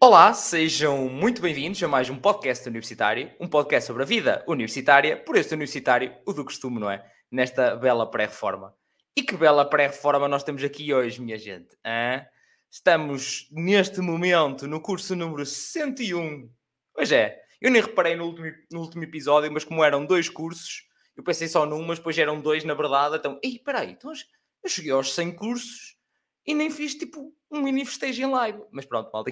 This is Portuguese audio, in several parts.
Olá, sejam muito bem-vindos a mais um podcast universitário, um podcast sobre a vida universitária, por este universitário, o do costume, não é? Nesta bela pré-reforma. E que bela pré-reforma nós temos aqui hoje, minha gente. Hã? Estamos, neste momento, no curso número 101. Pois é, eu nem reparei no último episódio, mas como eram dois cursos, eu pensei só num, mas depois eram dois, na verdade. Então, peraí, então eu cheguei aos 100 cursos e nem fiz, tipo, um mini festejo em live. Mas pronto, malta,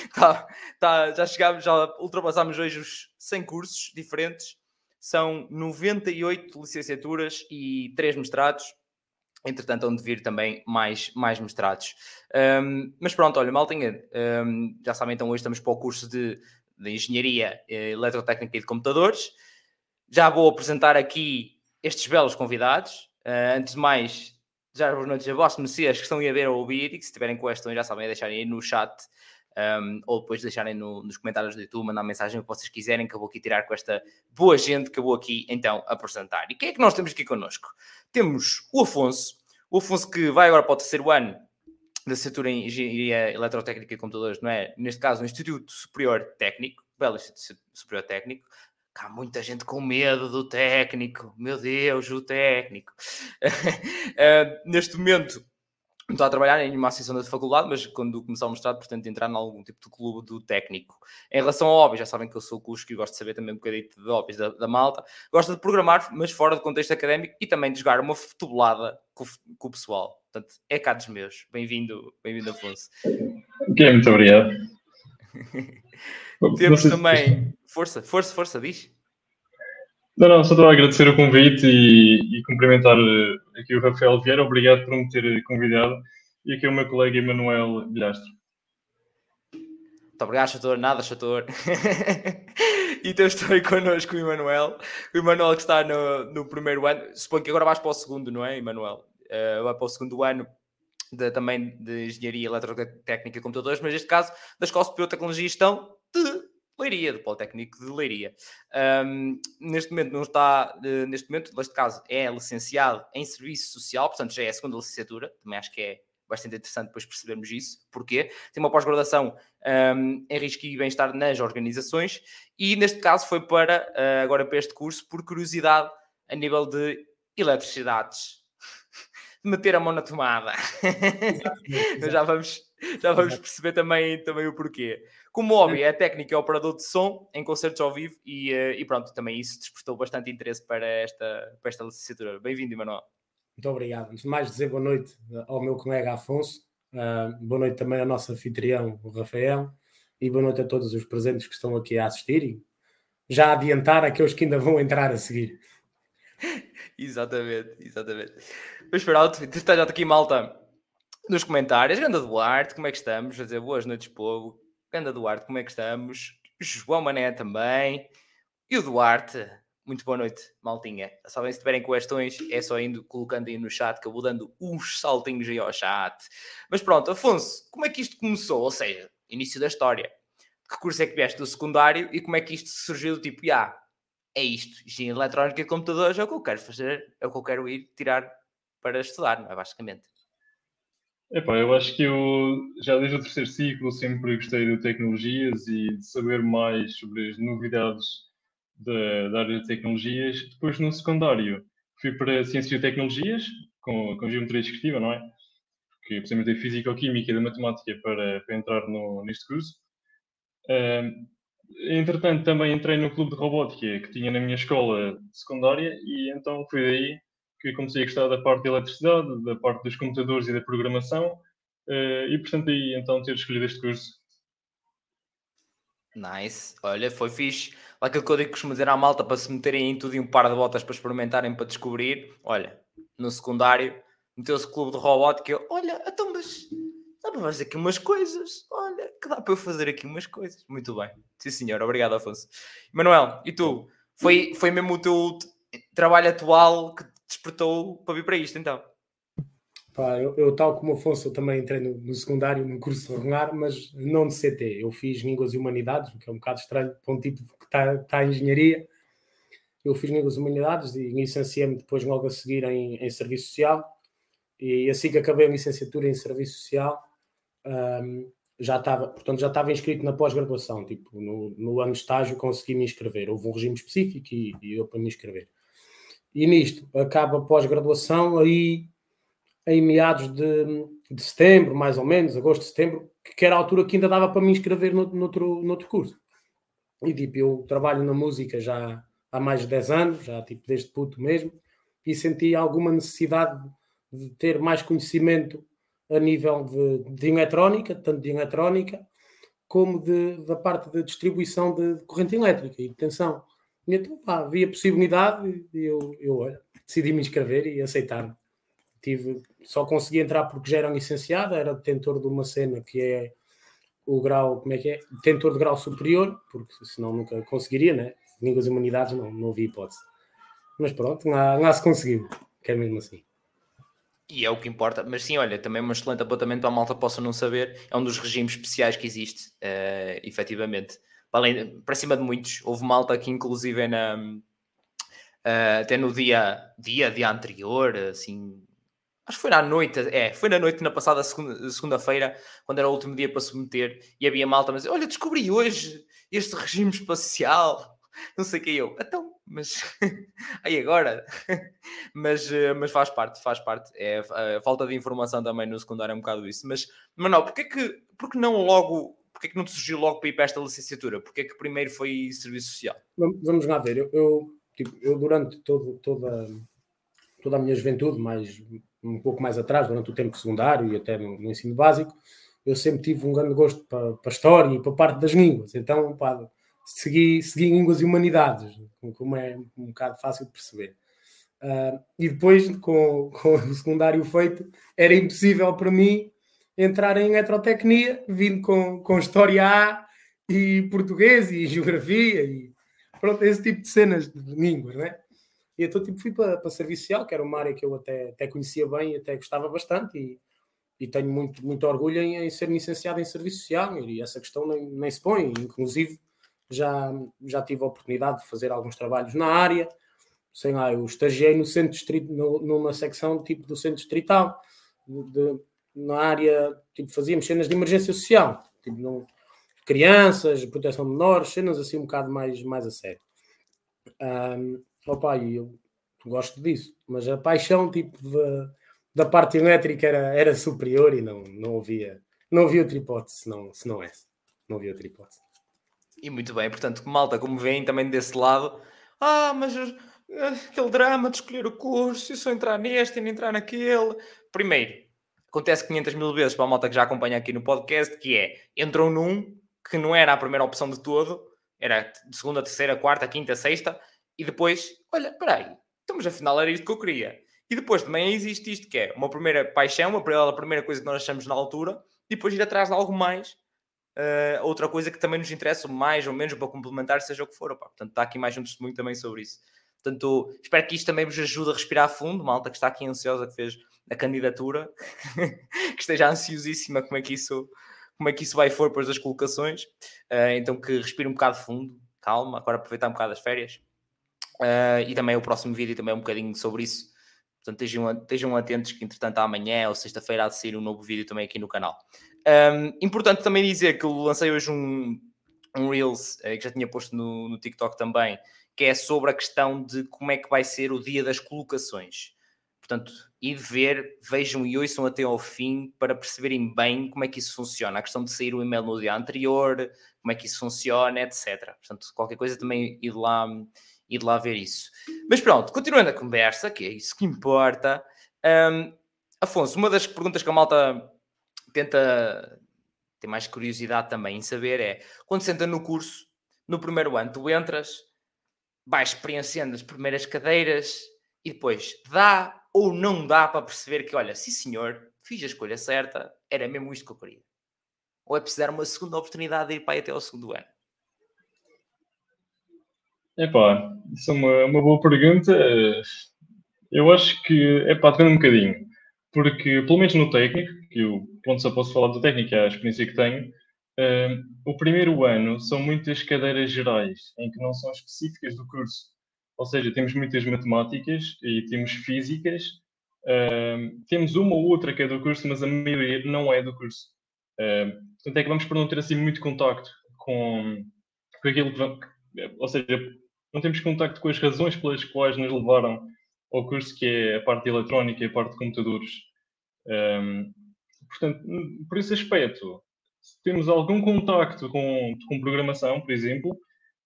já ultrapassámos hoje os 100 cursos diferentes. São 98 licenciaturas e 3 mestrados. Entretanto, hão de vir também mais mestrados. Mas pronto, olha, maltinha, já sabem, então hoje estamos para o curso de Engenharia Eletrotécnica e de Computadores. Já vou apresentar aqui estes belos convidados. Antes de mais, já boas noites a vossos messias que estão aí a ver ou a ouvir, e que se tiverem questões já sabem, é deixarem aí no chat ou depois deixarem nos comentários do YouTube, mandar mensagem o que vocês quiserem, que eu vou aqui tirar com esta boa gente que eu vou aqui então apresentar. E quem é que nós temos aqui connosco? Temos o Afonso que vai agora para o terceiro ano da licenciatura em Engenharia Eletrotécnica e Computadores, não é? Neste caso, no Instituto Superior Técnico, belo Instituto Superior Técnico. Há muita gente com medo do técnico. Meu Deus, o técnico. Neste momento, não estou a trabalhar em nenhuma associação da faculdade, mas quando começar o mestrado, pretendo entrar em algum tipo de clube do técnico. Em relação ao hobby, já sabem que eu sou o Cusco e gosto de saber também um bocadinho de hobbies da malta. Gosto de programar, mas fora do contexto académico, e também de jogar uma futebolada com o pessoal. Portanto, é cá dos meus. Bem-vindo, Afonso. Ok, muito obrigado. Temos também... Força, diz. Não, só estou a agradecer o convite e cumprimentar aqui o Rafael Vieira. Obrigado por me ter convidado. E aqui o meu colega Emanuel Bilhastro. Muito obrigado, Chator. Nada, Chator. E então estou aí connosco o Emanuel. O Emanuel que está no primeiro ano. Suponho que agora vais para o segundo, não é, Emanuel? Vai para o segundo ano também de Engenharia Eletrotécnica e Computadores, mas neste caso da Escola Superior de Tecnologia e Gestão de Leiria, do Politécnico de Leiria. Neste momento não está, neste caso é licenciado em Serviço Social, portanto já é a segunda licenciatura, também acho que é bastante interessante depois percebermos isso. Porquê? Tem uma pós-graduação em Risco e Bem-Estar nas organizações e neste caso foi agora para este curso por curiosidade a nível de eletricidades. De meter a mão na tomada. Exatamente. Já vamos perceber também o porquê. Como hobby, é técnico e operador de som em concertos ao vivo e pronto, também isso despertou bastante interesse para esta licenciatura. Bem-vindo, Emanuel. Muito obrigado. Antes de mais, dizer boa noite ao meu colega Afonso, boa noite também ao nosso anfitrião, o Rafael, e boa noite a todos os presentes que estão aqui a assistir e já adiantar aqueles que ainda vão entrar a seguir. Exatamente. Mas pronto, está já aqui, malta, nos comentários. Ganda Duarte, como é que estamos? Vou dizer boas noites, povo. Ganda Duarte, como é que estamos? João Mané também. E o Duarte, muito boa noite, maltinha. Sabem, se tiverem questões, é só indo colocando aí no chat, que eu vou dando uns saltinhos aí ao chat. Mas pronto, Afonso, como é que isto começou? Ou seja, início da história. Que curso é que vieste do secundário e como é que isto surgiu? Tipo, é isto. Engenharia eletrónica e computadores é o que eu quero fazer, é o que eu quero ir tirar para estudar, não é? Basicamente. Eu acho que eu já desde o terceiro ciclo sempre gostei de tecnologias e de saber mais sobre as novidades da área de tecnologias. Depois, no secundário, fui para Ciências e Tecnologias, com Geometria Descritiva, não é? Porque precisamente de Físico-Química e da Matemática para entrar neste curso. Entretanto, também entrei no clube de robótica que tinha na minha escola secundária e então foi daí que comecei a gostar da parte da eletricidade, da parte dos computadores e da programação e, portanto, aí então ter escolhido este curso. Nice. Olha, foi fixe. Aquilo que eu digo que costumo dizer à malta para se meterem em tudo e um par de botas para experimentarem, para descobrir. Olha, no secundário, meteu-se clube de robótica. Olha, então, mas dá para fazer aqui umas coisas. Olha, que dá para eu fazer aqui umas coisas. Muito bem. Sim, senhor. Obrigado, Afonso. Manuel, e tu? Foi mesmo o teu trabalho atual que te despertou para vir para isto, então? Eu tal como o Afonso, eu também entrei no secundário, num curso regular, mas não de CT. Eu fiz Línguas e Humanidades, o que é um bocado estranho para um tipo que está em Engenharia. Eu fiz Línguas e Humanidades e licenciei-me depois logo a seguir em Serviço Social. E assim que acabei a licenciatura em Serviço Social, já estava inscrito na pós-graduação, tipo, no ano de estágio consegui me inscrever, houve um regime específico e eu para me inscrever. E nisto, acaba a pós-graduação aí em meados de setembro, mais ou menos, agosto, setembro, que era a altura que ainda dava para me inscrever noutro curso. E tipo, eu trabalho na música já há mais de 10 anos, já tipo desde puto mesmo, e senti alguma necessidade de ter mais conhecimento a nível de eletrónica, tanto de eletrónica como da parte de distribuição de corrente elétrica e de tensão. E então, havia possibilidade e eu olha, decidi me inscrever e aceitar. Só consegui entrar porque já era licenciado, era detentor de uma cena que é o grau, como é que é? Detentor de grau superior, porque senão nunca conseguiria, né? Línguas e humanidades não havia hipótese. Mas pronto, lá se conseguiu, que é mesmo assim. E é o que importa. Mas sim, olha, também é um excelente apontamento para a malta possa não saber. É um dos regimes especiais que existe, efetivamente. Para cima de muitos. Houve malta que inclusive até no dia anterior, assim... Acho que foi na noite, foi na noite na passada segunda-feira, quando era o último dia para submeter, e havia malta, mas olha, descobri hoje este regime espacial, não sei o que eu, então, mas aí agora, mas faz parte, a falta de informação também no secundário é um bocado isso, mas não, porque não te surgiu logo para ir para esta licenciatura? Porque é que primeiro foi Serviço Social? Vamos lá ver, eu durante toda a minha juventude, um pouco mais atrás, durante o tempo secundário e até no ensino básico, eu sempre tive um grande gosto para a história e para a parte das línguas. Então, segui línguas e humanidades, como é um bocado fácil de perceber. E depois, com o secundário feito, era impossível para mim entrar em eletrotecnia, vindo com História A e Português e Geografia e pronto, esse tipo de cenas de línguas, não é? E então fui para Serviço Social, que era uma área que eu até conhecia bem e até gostava bastante e tenho muito orgulho em ser licenciado em Serviço Social e essa questão nem se põe. Inclusive já tive a oportunidade de fazer alguns trabalhos na área. Sei lá, eu estagiei no centro distrito, numa secção tipo do centro distrital, na área, tipo, fazíamos cenas de emergência social, tipo, crianças, proteção de menores, cenas assim um bocado mais a sério. E eu gosto disso, mas a paixão tipo da parte elétrica era superior e não havia outra hipótese se não essa. Não havia outra hipótese. E muito bem, portanto, malta, como veem também desse lado, mas aquele drama de escolher o curso, e só entrar neste e não entrar naquele. Primeiro, acontece 500 mil vezes para a malta que já acompanha aqui no podcast, que é, entrou num que não era a primeira opção de todo, era de segunda, terceira, quarta, quinta, sexta, e depois, olha, espera aí, então, mas afinal era isto que eu queria. E depois também existe isto, que é uma primeira paixão, a primeira coisa que nós achamos na altura, e depois ir atrás de algo mais, outra coisa que também nos interessa mais ou menos para complementar, seja o que for. Portanto, está aqui mais um testemunho também sobre isso. Portanto, espero que isto também vos ajude a respirar fundo, malta que está aqui ansiosa, que fez a candidatura, que esteja ansiosíssima como é que isso vai for depois das colocações. Então que respire um bocado fundo, calma, agora aproveitar um bocado as férias. E também o próximo vídeo também é um bocadinho sobre isso. Portanto, estejam atentos que entretanto amanhã ou sexta-feira há de sair um novo vídeo também aqui no canal. Importante também dizer que eu lancei hoje um Reels, que já tinha posto no TikTok também, que é sobre a questão de como é que vai ser o dia das colocações. Portanto, vejam e ouçam até ao fim para perceberem bem como é que isso funciona. A questão de sair o e-mail no dia anterior, como é que isso funciona, etc. Portanto, qualquer coisa também ir de lá ver isso. Mas pronto, continuando a conversa, que é isso que importa. Afonso, uma das perguntas que a malta tenta ter mais curiosidade também em saber é, quando se entra no curso, no primeiro ano, tu entras, vais experienciando as primeiras cadeiras e depois dá ou não dá para perceber que, olha, sim senhor, fiz a escolha certa, era mesmo isto que eu queria. Ou é preciso dar uma segunda oportunidade de ir para aí até ao segundo ano? Isso é uma boa pergunta. Eu acho que, depende um bocadinho. Porque, pelo menos no técnico, que eu, só posso falar do técnico, é a experiência que tenho, o primeiro ano são muitas cadeiras gerais, em que não são específicas do curso. Ou seja, temos muitas matemáticas e temos físicas. Temos uma ou outra que é do curso, mas a maioria não é do curso. Portanto, acabamos por não ter assim muito contacto com aquilo ou seja, não temos contacto com as razões pelas quais nos levaram ao curso, que é a parte de eletrónica e a parte de computadores. Portanto, por esse aspecto, se temos algum contacto com programação, por exemplo,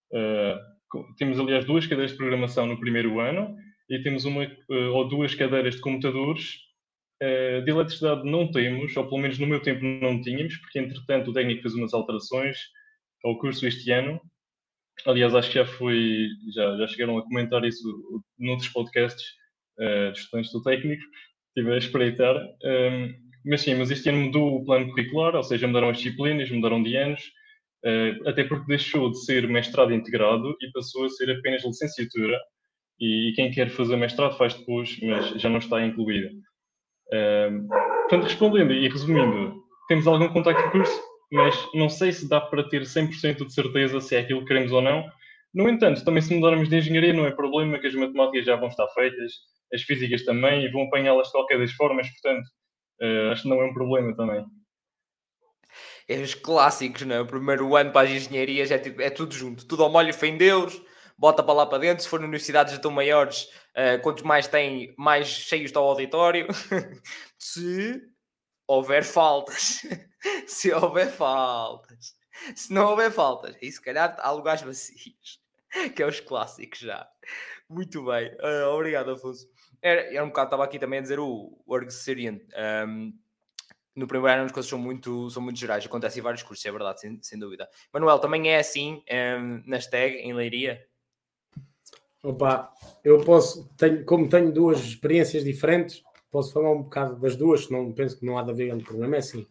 temos aliás 2 cadeiras de programação no primeiro ano e temos uma ou 2 cadeiras de computadores. De eletricidade não temos, ou pelo menos no meu tempo não tínhamos, porque entretanto o técnico fez umas alterações ao curso este ano. Aliás, acho que já chegaram a comentar isso noutros podcasts de estudantes do técnico, estive a espreitar. Mas sim, mas este ano mudou o plano curricular, ou seja, mudaram as disciplinas, mudaram de anos, até porque deixou de ser mestrado integrado e passou a ser apenas licenciatura, e quem quer fazer mestrado faz depois, mas já não está incluída. Portanto, respondendo e resumindo, temos algum contacto com o curso, mas não sei se dá para ter 100% de certeza se é aquilo que queremos ou não. No entanto, também se mudarmos de engenharia não é problema, que as matemáticas já vão estar feitas, as físicas também, e vão apanhá-las de qualquer das formas, portanto, acho que não é um problema também. É os clássicos, não é? O primeiro ano para as engenharias é tudo junto, tudo ao molho, fé em Deus, bota para lá para dentro. Se for universidades tão maiores, quantos mais têm, mais cheios está o auditório. Se houver faltas, se houver faltas, se não houver faltas, e se calhar há lugares vazios, que é os clássicos já. Muito bem, obrigado, Afonso. Era um bocado, estava aqui também a dizer o Argserian. No primeiro ano as coisas são muito gerais, acontece em vários cursos, é verdade, sem dúvida. Manuel, também é assim na STEG, em Leiria? Opa, como tenho 2 experiências diferentes, posso falar um bocado das duas, não penso que não há de haver grande problema. É assim,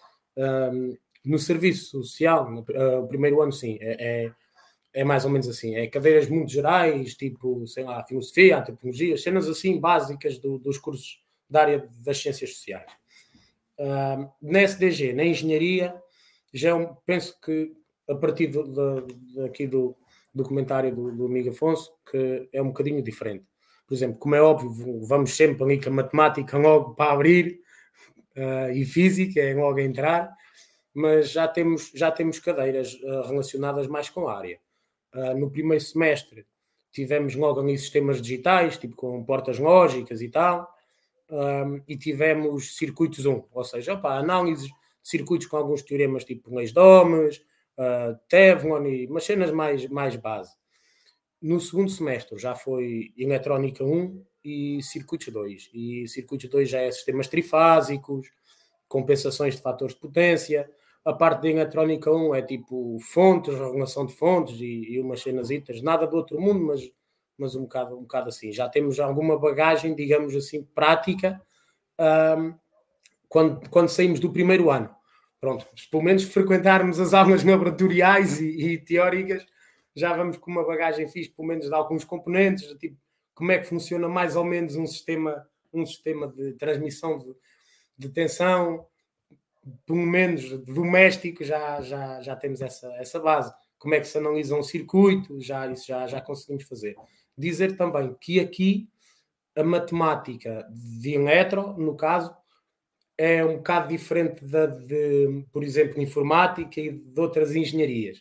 no serviço social, o primeiro ano, sim, é mais ou menos assim. É cadeiras muito gerais, tipo, sei lá, filosofia, antropologia, cenas assim básicas dos cursos da área das ciências sociais. Na SDG, na engenharia, penso que a partir aqui do comentário do amigo Afonso, que é um bocadinho diferente. Por exemplo, como é óbvio, vamos sempre ali com a matemática logo para abrir, e física é logo a entrar, mas já temos cadeiras relacionadas mais com a área. No primeiro semestre tivemos logo ali sistemas digitais, tipo com portas lógicas e tal, e tivemos circuitos 1, ou seja, análise de circuitos com alguns teoremas tipo leis de Ohms, Teflon e umas cenas mais base. No segundo semestre já foi eletrónica 1 e circuitos 2. E circuitos 2 já é sistemas trifásicos, compensações de fatores de potência. A parte da eletrónica 1 é tipo fontes, regulação de fontes e umas cenasitas, nada do outro mundo, mas um bocado assim. Já temos alguma bagagem, digamos assim, prática, quando saímos do primeiro ano. Pronto, pelo menos frequentarmos as aulas laboratoriais e teóricas, já vamos com uma bagagem fixe, pelo menos de alguns componentes, tipo como é que funciona mais ou menos um sistema de transmissão de tensão, pelo menos doméstico, já temos essa base. Como é que se analisa um circuito, isso já conseguimos fazer. Dizer também que aqui a matemática de eletro, no caso, é um bocado diferente por exemplo, informática e de outras engenharias.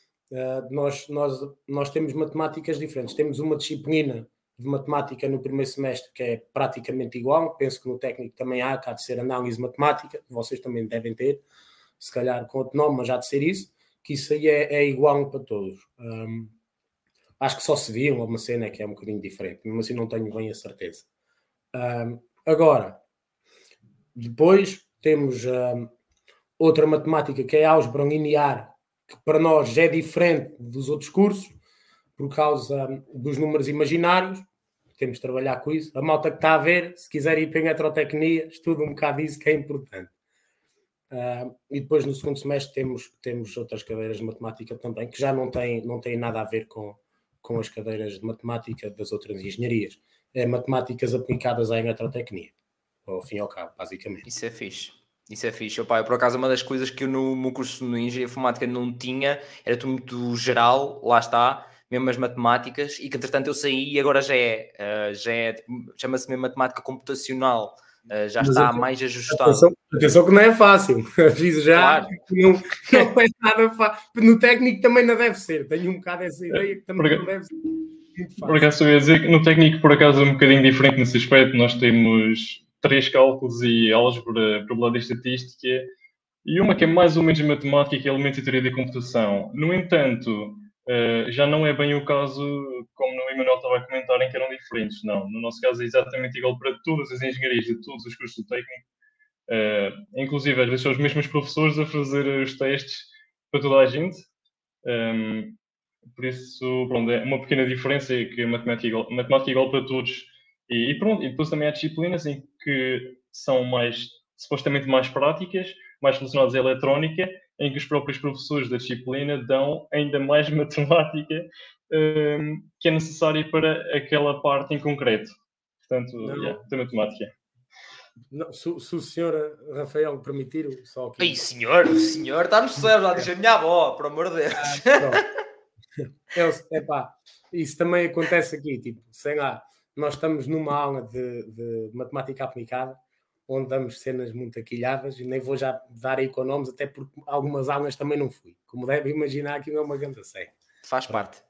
Nós temos matemáticas diferentes. Temos uma disciplina de matemática no primeiro semestre que é praticamente igual. Penso que no técnico também há de ser análise matemática, que vocês também devem ter, se calhar com outro nome, mas já de ser isso, que isso aí é igual para todos. Acho que só se via uma cena que é um bocadinho diferente, mas assim não tenho bem a certeza. Agora, depois temos outra matemática que é álgebra linear, que para nós já é diferente dos outros cursos, por causa dos números imaginários. Temos de trabalhar com isso. A malta que está a ver, se quiser ir para a eletrotecnia, estuda um bocado isso, que é importante. E depois no segundo semestre temos outras cadeiras de matemática também, que já não têm nada a ver com as cadeiras de matemática das outras engenharias. É matemáticas aplicadas à eletrotecnia, ao fim e ao cabo, basicamente. Isso é fixe. Opa, por acaso, uma das coisas que eu no meu curso de engenharia informática não tinha, era tudo muito geral, lá está, mesmo as matemáticas, e que entretanto eu saí e agora já é chama-se mesmo matemática computacional, já está mais ajustado. Atenção que não é fácil. Aviso já Claro. que não é nada fácil. No técnico também não deve ser. Tenho um bocado essa ideia que também não deve ser muito fácil. Por acaso, eu ia dizer que no técnico, por acaso, é um bocadinho diferente nesse aspecto. Nós temos 3 cálculos e álgebra, probabilidade e estatística, e uma que é mais ou menos matemática, que é elementos e teoria da computação. No entanto, já não é bem o caso, como o Emanuel estava a comentar, em que eram diferentes. Não, no nosso caso é exatamente igual para todas as engenharias de todos os cursos do técnico. Inclusive, às vezes são os mesmos professores a fazer os testes para toda a gente. Por isso, pronto, é uma pequena diferença é que a matemática é igual para todos. E pronto, e depois também há disciplinas em que são supostamente mais práticas, mais relacionadas à eletrónica, em que os próprios professores da disciplina dão ainda mais matemática que é necessária para aquela parte em concreto. Portanto, tem matemática. Não, se o senhor Rafael me permitir, só aqui. Ei, senhor, está no céu, já diz a minha avó, por amor de Deus. Isso também acontece aqui, tipo, sei lá, nós estamos numa aula de matemática aplicada, onde damos cenas muito aquilhadas, e nem vou já dar aí com nomes, até porque algumas aulas também não fui. Como devem imaginar, aquilo é uma grande série. Faz parte.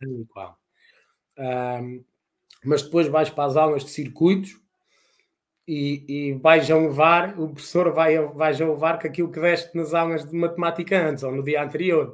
Mas depois vais para as aulas de circuitos e vais a levar, o professor vais a levar com aquilo que deste nas aulas de matemática antes, ou no dia anterior.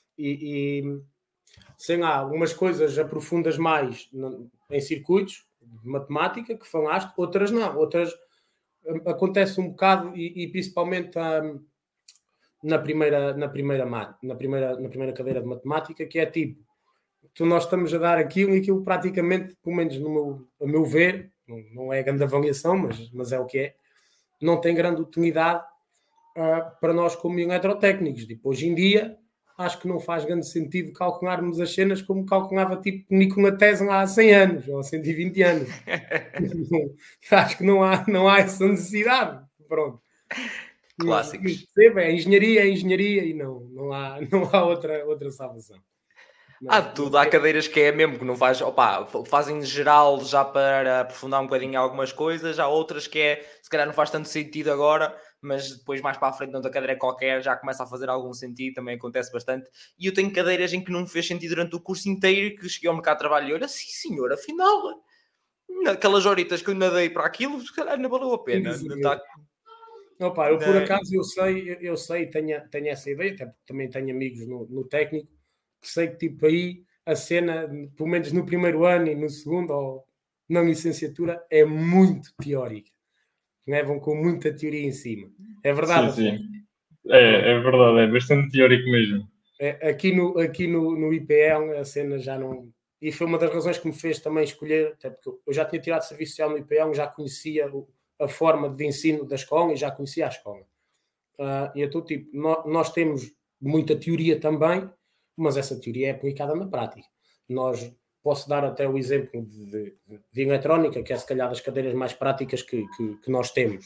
Sei lá, algumas coisas aprofundas mais em circuitos de matemática que falaste, outras não. Outras acontece um bocado e principalmente na primeira cadeira de matemática, que é tipo, nós estamos a dar aquilo e aquilo praticamente, pelo menos a meu ver, não é grande avaliação, mas é o que é, não tem grande utilidade para nós como eletrotécnicos. Tipo, hoje em dia, acho que não faz grande sentido calcularmos as cenas como calculava tipo Nikola Tesla há 100 anos ou 120 anos. Acho que não há essa necessidade. Pronto. Clássicos. É engenharia e não há outra salvação. Há tudo, há cadeiras que é mesmo que não faz, fazem geral já para aprofundar um bocadinho algumas coisas, há outras que se calhar não faz tanto sentido agora, mas depois mais para a frente noutra cadeira qualquer já começa a fazer algum sentido, também acontece bastante. E eu tenho cadeiras em que não me fez sentido durante o curso inteiro e que cheguei ao mercado de trabalho e olha, sim senhor, afinal, naquelas horitas que eu nadei para aquilo, se calhar não valeu a pena. Eu por acaso eu sei, tenho essa ideia, até porque também tenho amigos no técnico, que sei que tipo aí a cena, pelo menos no primeiro ano e no segundo, ou na licenciatura, é muito teórica. Levam com muita teoria em cima. É verdade? Sim. É verdade, é bastante teórico mesmo. Aqui no IPL a cena já não... E foi uma das razões que me fez também escolher, até porque eu já tinha tirado serviço social no IPL, já conhecia a forma de ensino da escola e já conhecia a escola. E então, tipo, nós temos muita teoria também, mas essa teoria é aplicada na prática. Posso dar até o exemplo de eletrónica, que é se calhar das cadeiras mais práticas que nós temos.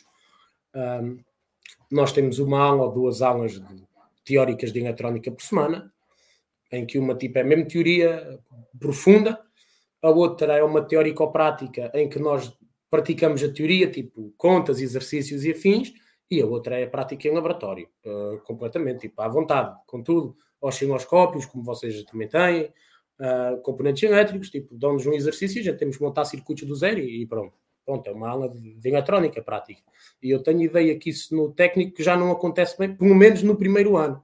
Nós temos uma aula ou 2 aulas teóricas de eletrónica por semana, em que uma tipo é mesmo teoria profunda, a outra é uma teórico-prática em que nós praticamos a teoria, tipo contas, exercícios e afins, e a outra é a prática em laboratório, completamente, tipo à vontade, com tudo, osciloscópios, como vocês também têm, componentes elétricos, tipo, dão-nos um exercício, já temos que montar circuitos do zero e pronto. Pronto, é uma aula de eletrónica prática. E eu tenho ideia que isso no técnico já não acontece bem, pelo menos no primeiro ano.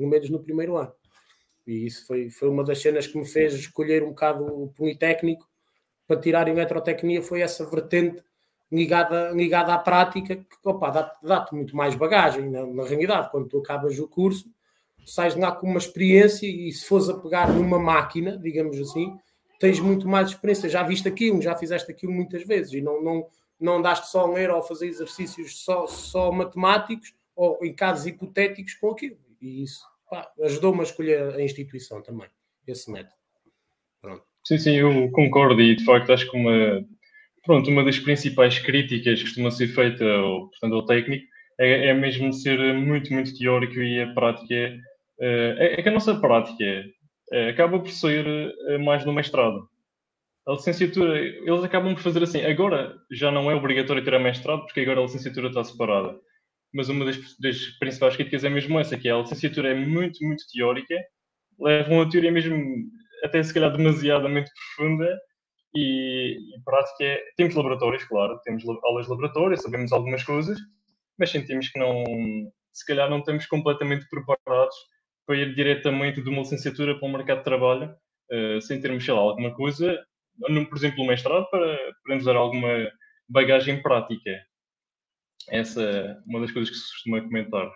E isso foi uma das cenas que me fez escolher um bocado o Politécnico para tirar eletrotecnia, foi essa vertente ligada à prática, que dá-te muito mais bagagem, na realidade. Quando tu acabas o curso, sais de lá com uma experiência e se fores a pegar numa máquina, digamos assim, tens muito mais experiência. Já viste aquilo, já fizeste aquilo muitas vezes e não andaste só a ler ou a fazer exercícios só matemáticos ou em casos hipotéticos com aquilo. E isso ajudou-me a escolher a instituição também, esse método. Pronto. Sim, eu concordo e de facto acho que uma das principais críticas que costuma ser feita ao técnico é mesmo ser muito, muito teórico e a prática é que a nossa prática acaba por ser mais no mestrado. A licenciatura, eles acabam por fazer assim. Agora já não é obrigatório ter a mestrado, porque agora a licenciatura está separada. Mas uma das principais críticas é mesmo essa, que é a licenciatura é muito, muito teórica, levam a teoria mesmo até se calhar demasiadamente profunda e prática é... Temos laboratórios, claro, temos aulas de laboratório, sabemos algumas coisas, mas sentimos que não, se calhar não estamos completamente preparados para ir diretamente de uma licenciatura para o mercado de trabalho, sem termos, sei lá, alguma coisa, por exemplo, um mestrado, para nos dar alguma bagagem prática. Essa é uma das coisas que se costuma comentar.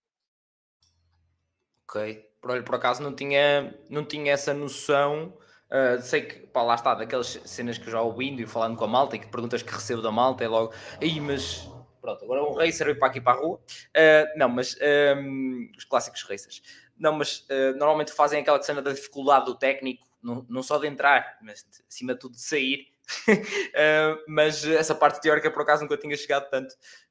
Ok. Por acaso não tinha essa noção. Sei que, pá, lá está, daquelas cenas que eu já ouvindo e falando com a malta e que perguntas que recebo da malta é logo, aí, mas pronto, agora um racer veio para aqui para a rua. Não, mas os clássicos racers. Não, mas normalmente fazem aquela cena da dificuldade do técnico, não só de entrar, mas acima de tudo de sair. Mas essa parte teórica por acaso nunca tinha chegado tanto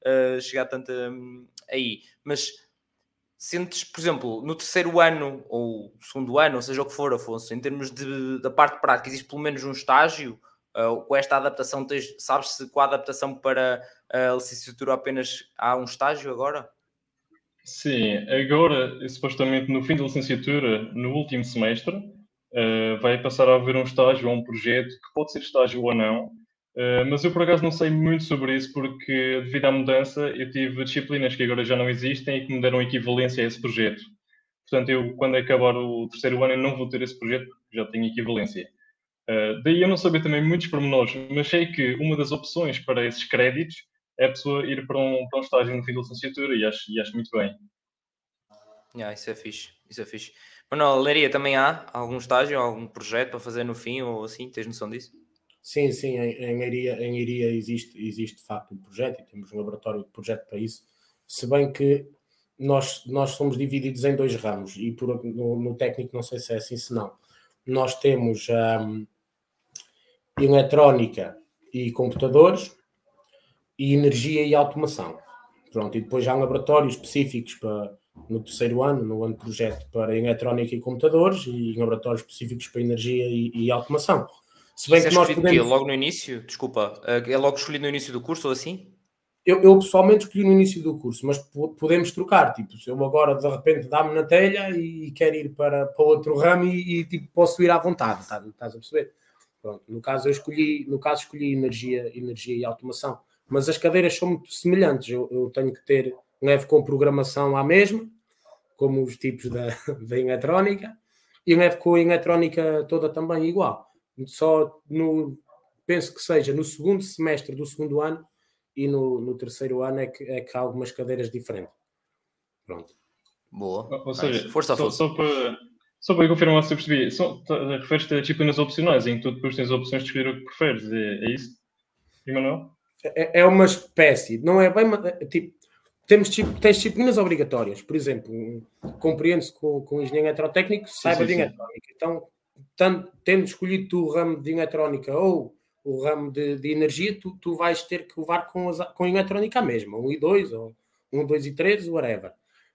aí. Mas sentes, por exemplo, no terceiro ano ou segundo ano, ou seja o que for, Afonso, em termos da parte prática, existe pelo menos um estágio? Com esta adaptação, sabes se com a adaptação para a licenciatura apenas há um estágio agora? Sim, agora, supostamente no fim da licenciatura, no último semestre, vai passar a haver um estágio ou um projeto, que pode ser estágio ou não, mas eu por acaso não sei muito sobre isso, porque devido à mudança eu tive disciplinas que agora já não existem e que me deram equivalência a esse projeto. Portanto, eu quando acabar o terceiro ano eu não vou ter esse projeto, porque já tenho equivalência. Daí eu não sabia também muitos pormenores, mas sei que uma das opções para esses créditos é a pessoa ir para um estágio no fim da licenciatura e acho muito bem. Isso é fixe, isso é fixe. Mas na Leiria também há algum estágio, algum projeto para fazer no fim ou assim? Tens noção disso? Sim, em Leiria existe de facto um projeto e temos um laboratório de projeto para isso, se bem que nós somos divididos em dois ramos e no técnico não sei se é assim, se não. Nós temos eletrónica e computadores e energia e automação. Pronto, e depois há laboratórios específicos no terceiro ano, no ano de projeto, para eletrónica e computadores e laboratórios específicos para energia e automação. Se bem que nós podemos... logo no início? Desculpa, é logo escolhido no início do curso ou assim? Eu pessoalmente escolhi no início do curso, mas podemos trocar. Tipo, se eu agora de repente dá-me na telha e quero ir para outro ramo e tipo, posso ir à vontade, estás a perceber? Pronto, no caso escolhi energia e automação, mas as cadeiras são muito semelhantes. Eu tenho que ter, levo com programação à mesma, como os tipos da eletrónica, e levo com a eletrónica toda também igual. Só penso que seja no segundo semestre do segundo ano e no terceiro ano é que há algumas cadeiras diferentes. Pronto. Boa. Ou seja, força. Só para confirmar se eu percebi, referes-te a disciplinas opcionais em que tu depois tens opções de escolher o que preferes, é isso? Emanuel? É uma espécie, não é bem, tipo, tens disciplinas obrigatórias, por exemplo, compreende-se com engenheiro eletrotécnico, saiba de eletrónica. Então, tendo escolhido o ramo de eletrónica ou o ramo de energia, tu vais ter que levar com eletrónica mesmo, 1 e 2, ou 1, 2 e 3, whatever.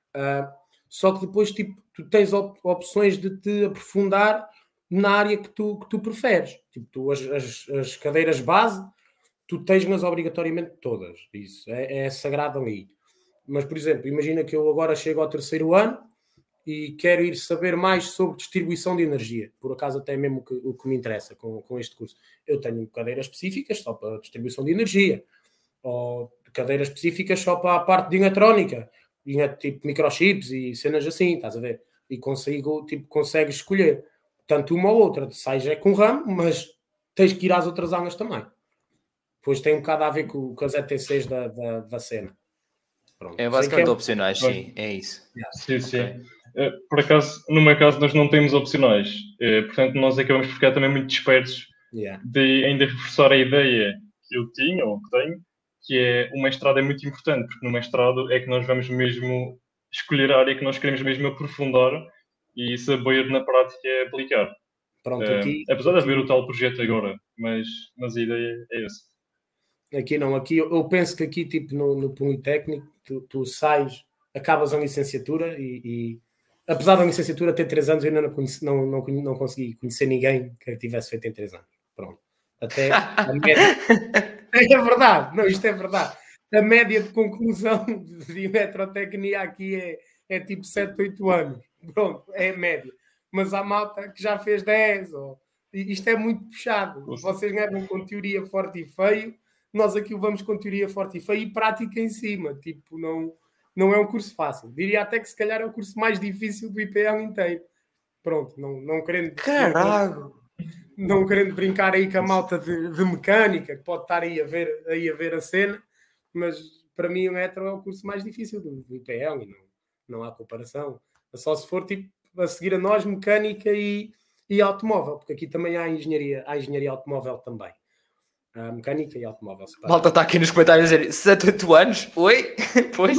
Só que depois tipo, tu tens opções de te aprofundar na área que tu preferes. Tipo, as cadeiras base, tu tens-nas obrigatoriamente todas. Isso é sagrado ali. Mas, por exemplo, imagina que eu agora chego ao terceiro ano e quero ir saber mais sobre distribuição de energia. Por acaso até mesmo o que me interessa com este curso. Eu tenho cadeiras específicas só para distribuição de energia. Ou cadeiras específicas só para a parte de eletrónica. Tipo microchips e cenas assim, estás a ver? E consegues escolher tanto uma ou outra, seja com ramo, mas tens que ir às outras aulas também. Pois tem um bocado a ver com as ETCs da cena. Pronto. É basicamente opcionais, sim, é isso. Sim. Por acaso, no meu caso, nós não temos opcionais. Portanto, nós acabamos por ficar também muito dispersos de ainda reforçar a ideia que eu tinha, ou que tenho, que é o mestrado é muito importante, porque no mestrado é que nós vamos mesmo escolher a área que nós queremos mesmo aprofundar e saber na prática aplicar. Pronto, apesar de haver o tal projeto agora, mas a ideia é essa. Aqui não, aqui eu penso que aqui tipo no Politécnico tu sais, acabas a licenciatura e apesar da licenciatura ter 3 anos eu ainda não consegui conhecer ninguém que tivesse feito em 3 anos. Pronto. Até a média... É verdade, não, isto é verdade. A média de conclusão de eletrotecnia aqui é tipo 7, 8 anos. Pronto, é a média. Mas há malta que já fez 10. Isto é muito puxado. Vocês levam com teoria forte e feio, nós aqui vamos com teoria forte e feio e prática em cima. Tipo, não é um curso fácil. Diria até que se calhar é o curso mais difícil do IPL inteiro. Pronto, não querendo... Caralho! Não querendo brincar aí com a malta de mecânica, que pode estar aí a ver a cena, mas para mim o Metro é o curso mais difícil do IPL e não há comparação. Só se for tipo a seguir a nós, mecânica e automóvel, porque aqui também há engenharia automóvel também. Há mecânica e automóvel. Malta está aqui nos comentários a dizer 7, 8 anos? Oi? Pois.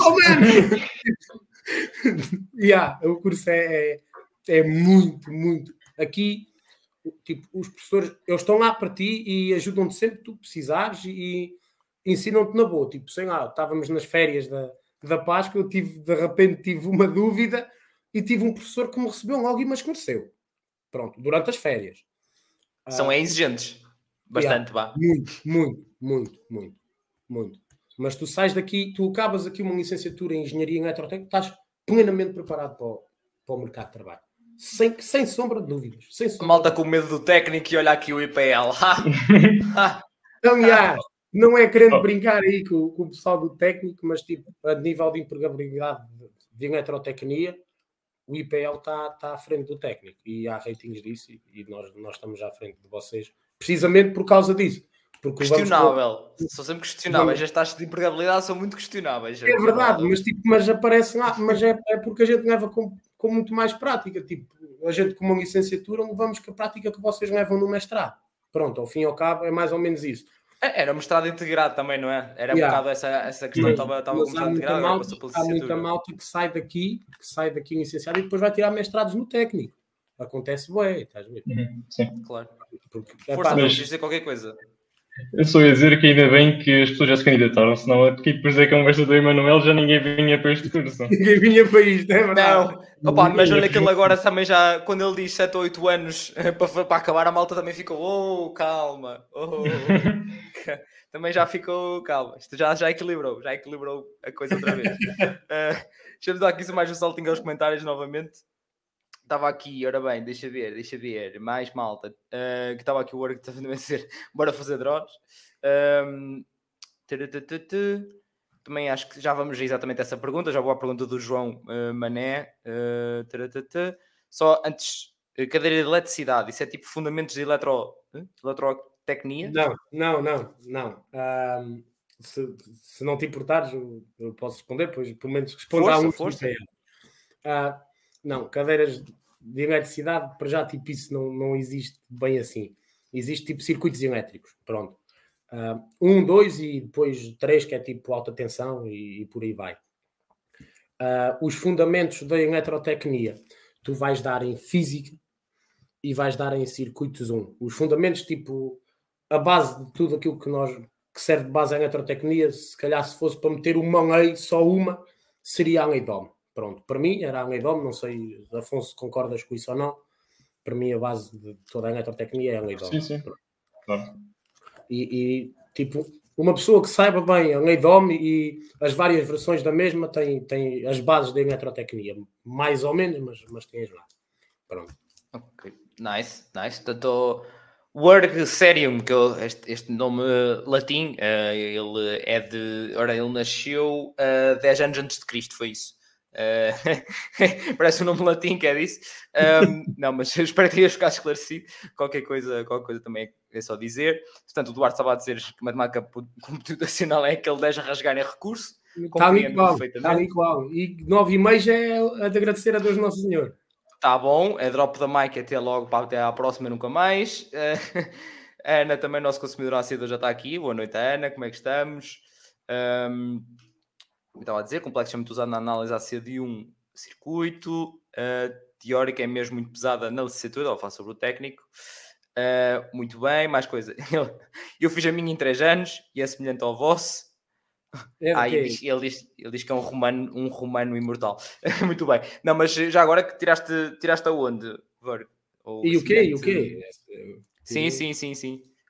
O curso é muito, muito. Aqui, tipo, os professores, eles estão lá para ti e ajudam-te sempre que tu precisares e ensinam-te na boa. Tipo, sei lá, estávamos nas férias da Páscoa, de repente tive uma dúvida e tive um professor que me recebeu logo e me esclareceu. Pronto, durante as férias. São exigentes. Bastante, vá. Muito. Mas tu sais daqui, tu acabas aqui uma licenciatura em Engenharia em Eletrotécnica, estás plenamente preparado para o mercado de trabalho. Sem sombra de dúvidas. A malta com medo do técnico e olha aqui o IPL. Aliás, não é querendo brincar aí com o pessoal do técnico, mas tipo, a nível de empregabilidade de eletrotecnia, o IPL está à frente do técnico e há ratings disso e nós estamos à frente de vocês precisamente por causa disso. Porque questionável. São sempre questionáveis. As taxas de empregabilidade são muito questionáveis. É verdade, mas aparecem lá. Mas é porque a gente leva com muito mais prática. Tipo, a gente com uma licenciatura levamos com a prática que vocês levam no mestrado. Pronto, ao fim e ao cabo é mais ou menos isso. Era um mestrado integrado também, não é? Era um bocado essa questão. Estava com o mestrado integrado, agora passou pela licenciatura. Há muita malta que sai daqui licenciado e depois vai tirar mestrados no técnico. Acontece bem, estás a ver? Sim. Claro. Força, vamos dizer qualquer coisa. Eu só ia dizer que ainda bem que as pessoas já se candidataram, senão aqui depois da conversa do Emanuel já ninguém vinha para este curso. Ninguém vinha para isto, é verdade. Não, opa, mas olha que ele agora também já, quando ele diz 7 ou 8 anos para acabar, a malta também ficou, calma. Também já ficou, calma. Isto já equilibrou a coisa outra vez. Deixa-me dar aqui mais um saltinho aos comentários novamente. Estava aqui, ora bem, deixa ver, mais malta, que estava aqui o Work também a dizer, bora fazer drones. Também acho que já vamos exatamente a essa pergunta, já vou à pergunta do João Mané. Só antes, cadeira de eletricidade, isso é tipo fundamentos de eletrotecnia? Não. Se não te importares, eu posso responder, pois pelo menos responda força. Não, cadeiras de eletricidade, para já, tipo, isso não existe bem assim. Existe, tipo, circuitos elétricos, pronto. 1, 2 e depois 3, que é, tipo, alta tensão e por aí vai. Os fundamentos da eletrotecnia, tu vais dar em física e vais dar em circuitos 1. Os fundamentos, tipo, a base de tudo aquilo que serve de base à eletrotecnia, se calhar se fosse para meter uma lei, só uma, seria a lei de Ohm. Pronto, para mim era a lei de Ohm, não sei, Afonso, concordas com isso ou não? Para mim a base de toda a eletrotecnia é a lei de Ohm. Sim, claro. E tipo, uma pessoa que saiba bem a lei de Ohm e as várias versões da mesma tem as bases da eletrotecnia, mais ou menos, mas tem as lá. Pronto. Ok, nice. Portanto, Word Serium, que este nome latim, ele é de... Ora, ele nasceu 10 anos antes de Cristo, foi isso. Parece um nome latim que é disso. Não, mas eu espero que tenha ficado esclarecido. Qualquer coisa também é só dizer. Portanto, o Duarte estava a dizer que matemática computacional é aquele 10 a rasgar em recurso. Compreendo perfeitamente. Igual. E 9,5 já é a de agradecer a Deus Nosso Senhor. Tá bom, é drop da Mike até logo, até à próxima, nunca mais. A Ana também, nosso consumidor ácido, já está aqui. Boa noite, Ana, como é que estamos? Estava a dizer, complexo é muito usado na análise ácida de um circuito. Teórica é mesmo muito pesada na licenciatura, ou falar sobre o técnico. Muito bem, mais coisa. Eu fiz a minha em 3 anos e é semelhante ao vosso. Ele diz que é um romano imortal. Muito bem. Não, mas já agora que tiraste aonde? E o quê? Sim.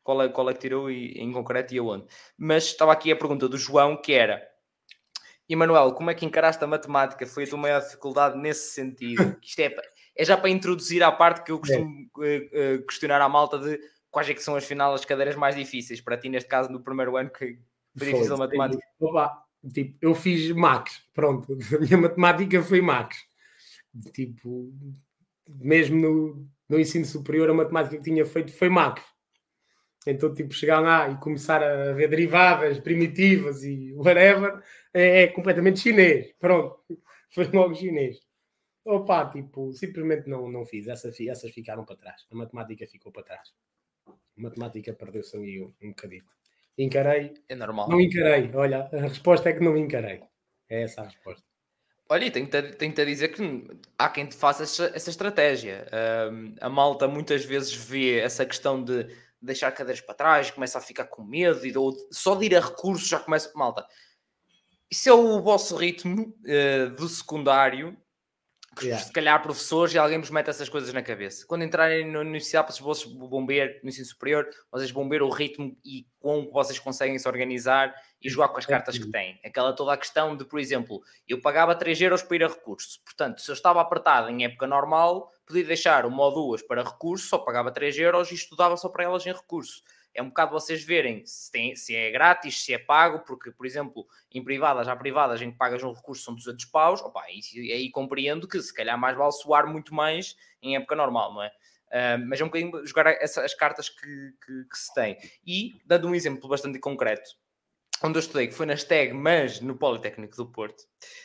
qual é que tirou e, em concreto e aonde. Mas estava aqui a pergunta do João, que era: Emanuel, como é que encaraste a matemática? Foi a tua maior dificuldade nesse sentido? Isto é já para introduzir à parte que eu costumo questionar à malta de quais é que são, afinal, as cadeiras mais difíceis. Para ti, neste caso, no primeiro ano, que foi difícil a matemática. Tipo, eu fiz Max, pronto. A minha matemática foi Max. Tipo, mesmo no ensino superior, a matemática que tinha feito foi Max. Então, tipo, chegar lá e começar a ver derivadas primitivas e whatever, é completamente chinês. Pronto, foi logo chinês. Opa, tipo, simplesmente não fiz. Essas ficaram para trás. A matemática ficou para trás. A matemática perdeu-se ali um bocadinho. Encarei. É normal. Não encarei. Olha, a resposta é que não encarei. É essa a resposta. Olha, e tenho-te a dizer que há quem te faça essa estratégia. A malta muitas vezes vê essa questão de deixar cadeiras para trás, começa a ficar com medo, e só de ir a recursos já começa... Malta, isso é o vosso ritmo do secundário, que se calhar professores e alguém vos mete essas coisas na cabeça. Quando entrarem no universidade, para vocês vão ver, no ensino superior, vocês vão ver o ritmo e como vocês conseguem se organizar e jogar com as cartas que têm. Aquela toda a questão de, por exemplo, eu pagava 3 euros para ir a recurso. Portanto, se eu estava apertado em época normal, podia deixar 1 ou 2 para recurso, só pagava 3 euros e estudava só para elas em recurso. É um bocado vocês verem se é grátis, se é pago, porque, por exemplo, em privadas, há privadas em que pagas um recurso são 200 paus, opa, e aí compreendo que se calhar mais vale suar muito mais em época normal, não é? Mas é um bocadinho jogar as cartas que se tem. E, dando um exemplo bastante concreto, onde eu estudei, que foi na STEG, mas no Politécnico do Porto,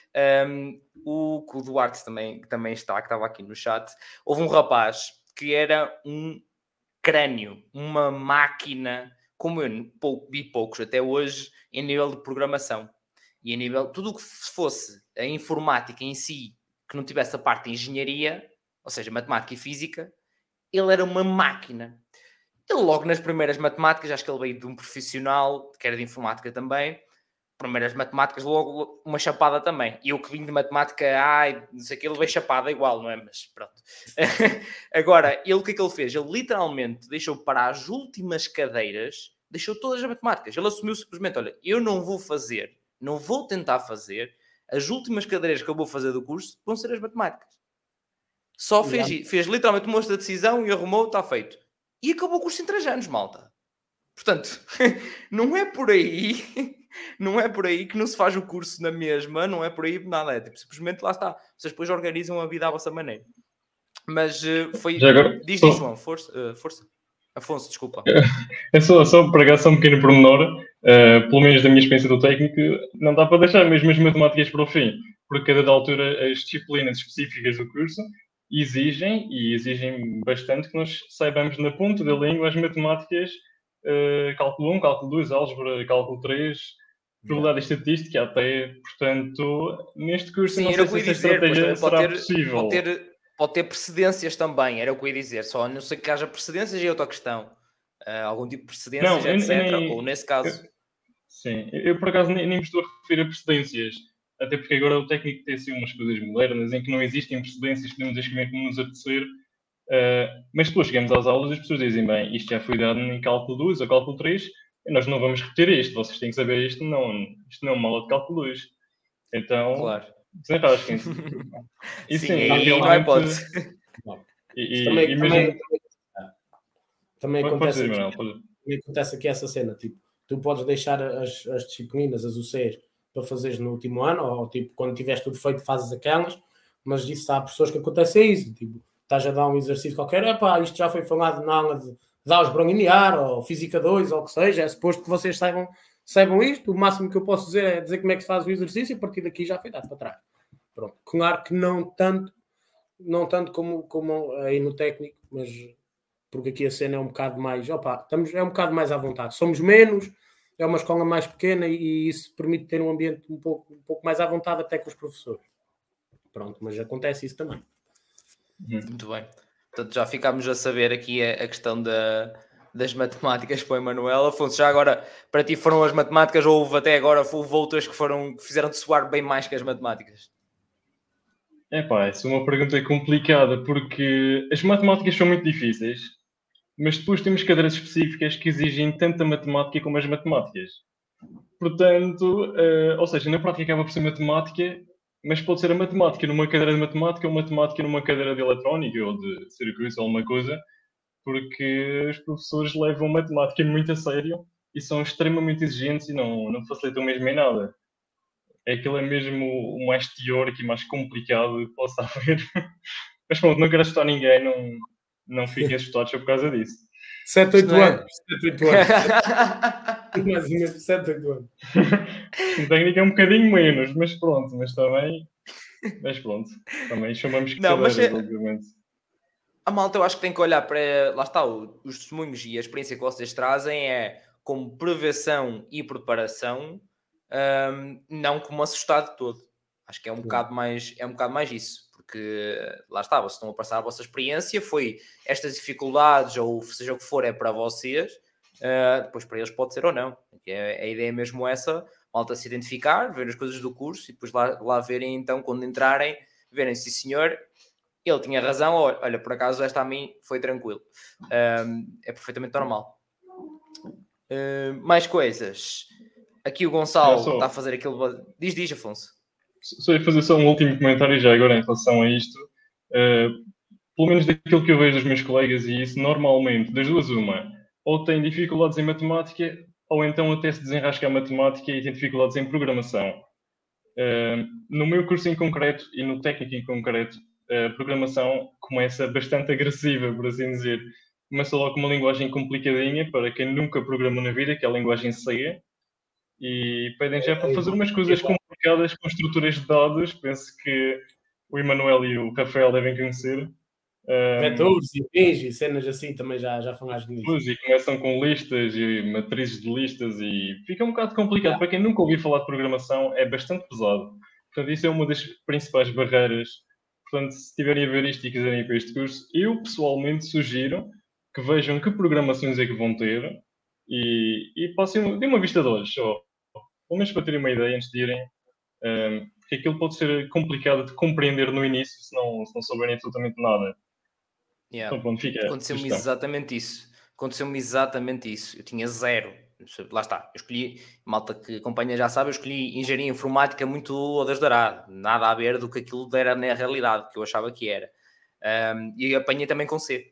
o Duarte que também estava aqui no chat, houve um rapaz que era um crânio, uma máquina, como eu vi poucos até hoje, em nível de programação. E em nível, tudo o que fosse a informática em si, que não tivesse a parte de engenharia, ou seja, matemática e física, ele era uma máquina. Ele logo nas primeiras matemáticas, acho que ele veio de um profissional, que era de informática também, primeiras matemáticas, logo uma chapada também. E eu que vim de matemática, não sei o que, ele veio chapada igual, não é? Mas pronto. Agora, o que é que ele fez? Ele literalmente deixou para as últimas cadeiras, deixou todas as matemáticas. Ele assumiu simplesmente, olha, eu não vou tentar fazer, as últimas cadeiras que eu vou fazer do curso vão ser as matemáticas. Só fez literalmente uma outra decisão e arrumou, está feito. E acabou o curso em 3 anos, malta. Portanto, não é por aí que não se faz o curso na mesma, não é por aí nada, é tipo, simplesmente lá está. Vocês depois organizam a vida à vossa maneira. Mas foi... Agora, diz João, força. Afonso, desculpa. É só pregar só um pequeno pormenor, pelo menos da minha experiência do técnico, não dá para deixar mesmo as matemáticas para o fim, porque cada altura as disciplinas específicas do curso exigem bastante que nós saibamos na ponta da língua as matemáticas, cálculo 1, cálculo 2, álgebra, cálculo 3, probabilidade estatística até, portanto, neste curso sim, não sei se essa estratégia será possível. Pode ter precedências também, era o que eu ia dizer, só não sei que haja precedências e é outra questão. Algum tipo de precedências, etc. Ou nesse caso... Sim, eu por acaso nem me estou a referir a precedências, até porque agora o técnico tem assim umas coisas modernas em que não existem precedências, podemos escrever como nos apetecer, mas depois chegamos às aulas e as pessoas dizem, bem, isto já foi dado em cálculo 2 ou cálculo 3, e nós não vamos repetir isto, vocês têm que saber isto não é uma aula de cálculo 2. Então, claro. Desenrasquem-se. E sim, não é hipótese. Também acontece aqui essa cena, tipo, tu podes deixar as disciplinas, as UCs, para fazeres no último ano, ou tipo, quando tiveres tudo feito, fazes aquelas, mas isso há pessoas que acontecem isso, tipo, estás a dar um exercício qualquer, isto já foi falado na aula de álgebra linear, ou física 2, ou o que seja, é suposto que vocês saibam isto, o máximo que eu posso dizer é dizer como é que se faz o exercício, e a partir daqui já foi dado para trás. Pronto. Claro que não tanto como aí no técnico, mas porque aqui a cena é um bocado mais, é um bocado mais à vontade. Somos menos, é uma escola mais pequena e isso permite ter um ambiente um pouco mais à vontade até com os professores. Pronto, mas acontece isso também. Muito bem. Portanto, já ficámos a saber aqui a questão das matemáticas para o Emanuel. Afonso, já agora, para ti foram as matemáticas ou houve até agora outras que fizeram-te soar bem mais que as matemáticas? Essa é uma pergunta complicada, porque as matemáticas são muito difíceis, mas depois temos cadeiras específicas que exigem tanto a matemática como as matemáticas. Portanto, ou seja, na prática acaba por ser matemática, mas pode ser a matemática numa cadeira de matemática ou matemática numa cadeira de eletrónica ou de circuitos ou alguma coisa, porque os professores levam matemática muito a sério e são extremamente exigentes e não facilitam mesmo em nada. Aquilo é mesmo o mais teórico e mais complicado que possa haver. Mas pronto, não quero assustar ninguém, não fiquem assustados por causa disso. 7, Isto 8 não é- anos. 7, 8 anos. Mais ou menos 7, 8 anos. Questão técnica é um bocadinho menos, mas pronto, mas pronto, também chamamos que Não, mas cadeiras, obviamente. a malta eu acho que tem que olhar para, lá está, os testemunhos e a experiência que vocês trazem é como prevenção e preparação, não como assustar de todo. Acho que é um bocado mais isso, porque lá está, vocês estão a passar a vossa experiência, foi estas dificuldades, ou seja o que for, é para vocês, depois para eles pode ser ou não. A ideia é mesmo essa, malta se identificar, ver as coisas do curso e depois lá verem então, quando entrarem, verem, sim senhor, ele tinha razão, olha, por acaso esta a mim foi tranquilo. É perfeitamente normal. Mais coisas. Aqui o Gonçalo está a fazer aquilo... Diz, Afonso. Só ia fazer só um último comentário já agora em relação a isto. Pelo menos daquilo que eu vejo dos meus colegas e isso, normalmente, das duas uma, ou têm dificuldades em matemática, ou então até se desenrasca a matemática e têm dificuldades em programação. No meu curso em concreto e no técnico em concreto, a programação começa bastante agressiva, por assim dizer. Começa logo com uma linguagem complicadinha para quem nunca programou na vida, que é a linguagem C, e pedem já para fazer umas coisas complicadas com estruturas de dados. Penso que o Emanuel e o Rafael devem conhecer. Vetores e pins e cenas assim também já falaste nisso. E começam com listas e matrizes de listas e fica um bocado complicado. Para quem nunca ouviu falar de programação, é bastante pesado. Portanto, isso é uma das principais barreiras. Portanto, se estiverem a ver isto e quiserem ir para este curso, eu pessoalmente sugiro que vejam que programações é que vão ter e passem de uma vista de olhos só. Pelo menos para terem uma ideia antes de irem, porque aquilo pode ser complicado de compreender no início se não souberem absolutamente nada. Yeah. Então, pronto, fica. Aconteceu-me exatamente isso. Eu tinha zero. Lá está. Eu escolhi, malta que acompanha já sabe, eu escolhi engenharia informática muito odasdarado. Nada a ver do que aquilo era na realidade, que eu achava que era. E apanhei também com C.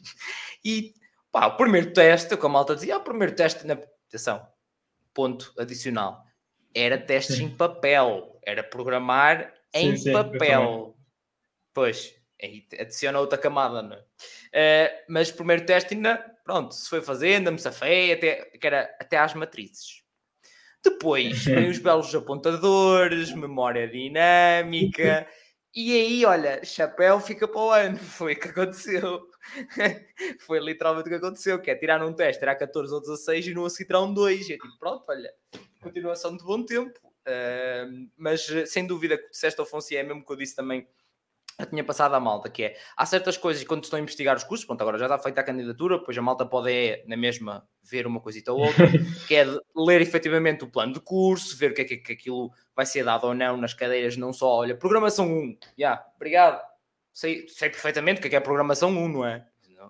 E pá, o primeiro teste, como a malta dizia, o primeiro teste na atenção, ponto adicional, era testes em papel. Era programar em papel. Pois, aí adiciona outra camada, não é? Mas o primeiro teste ainda, pronto, se foi fazendo, me safei, até às matrizes. Depois, vem os belos apontadores, memória dinâmica, e aí, olha, chapéu fica para o ano. Foi o que aconteceu. Foi literalmente o que aconteceu, que é tirar um teste, tirar 14 ou 16 e no seguir tirar um 2. E eu tipo, pronto, olha, continuação de bom tempo. Mas, sem dúvida, que disseste, Afonso, e é mesmo que eu disse também, eu tinha passado à malta, que é, há certas coisas quando estão a investigar os cursos, pronto, agora já está feita a candidatura, depois a malta pode, na mesma, ver uma coisita ou outra, que é de ler efetivamente o plano de curso, ver o que é que aquilo vai ser dado ou não nas cadeiras, não só, olha, programação 1, obrigado, sei perfeitamente o que é programação 1, não é?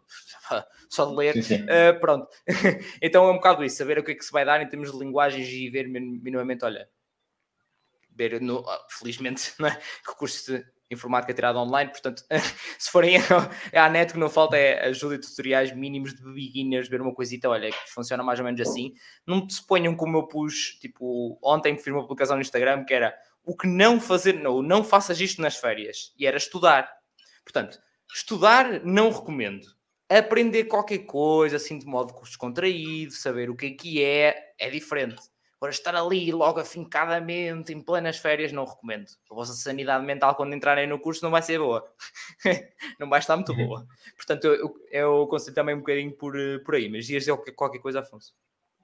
Só de ler, pronto. Então é um bocado isso, saber o que é que se vai dar em termos de linguagens e ver minimamente, olha, ver, felizmente, não é? Que o curso de informática tirado online, portanto, se forem à net, que não falta é ajuda e tutoriais mínimos de beginners, ver uma coisita, olha, que funciona mais ou menos assim. Não te suponham como eu pus, tipo, ontem fiz uma publicação no Instagram que era o que não fazer, não faças isto nas férias, e era estudar. Portanto, estudar não recomendo. Aprender qualquer coisa, assim, de modo descontraído, saber o que é diferente. Agora, estar ali logo afincadamente, em plenas férias, não recomendo. A vossa sanidade mental, quando entrarem no curso, não vai ser boa. Não vai estar muito boa. Portanto, eu aconselho também um bocadinho por aí. Mas ias dizer qualquer coisa, Afonso?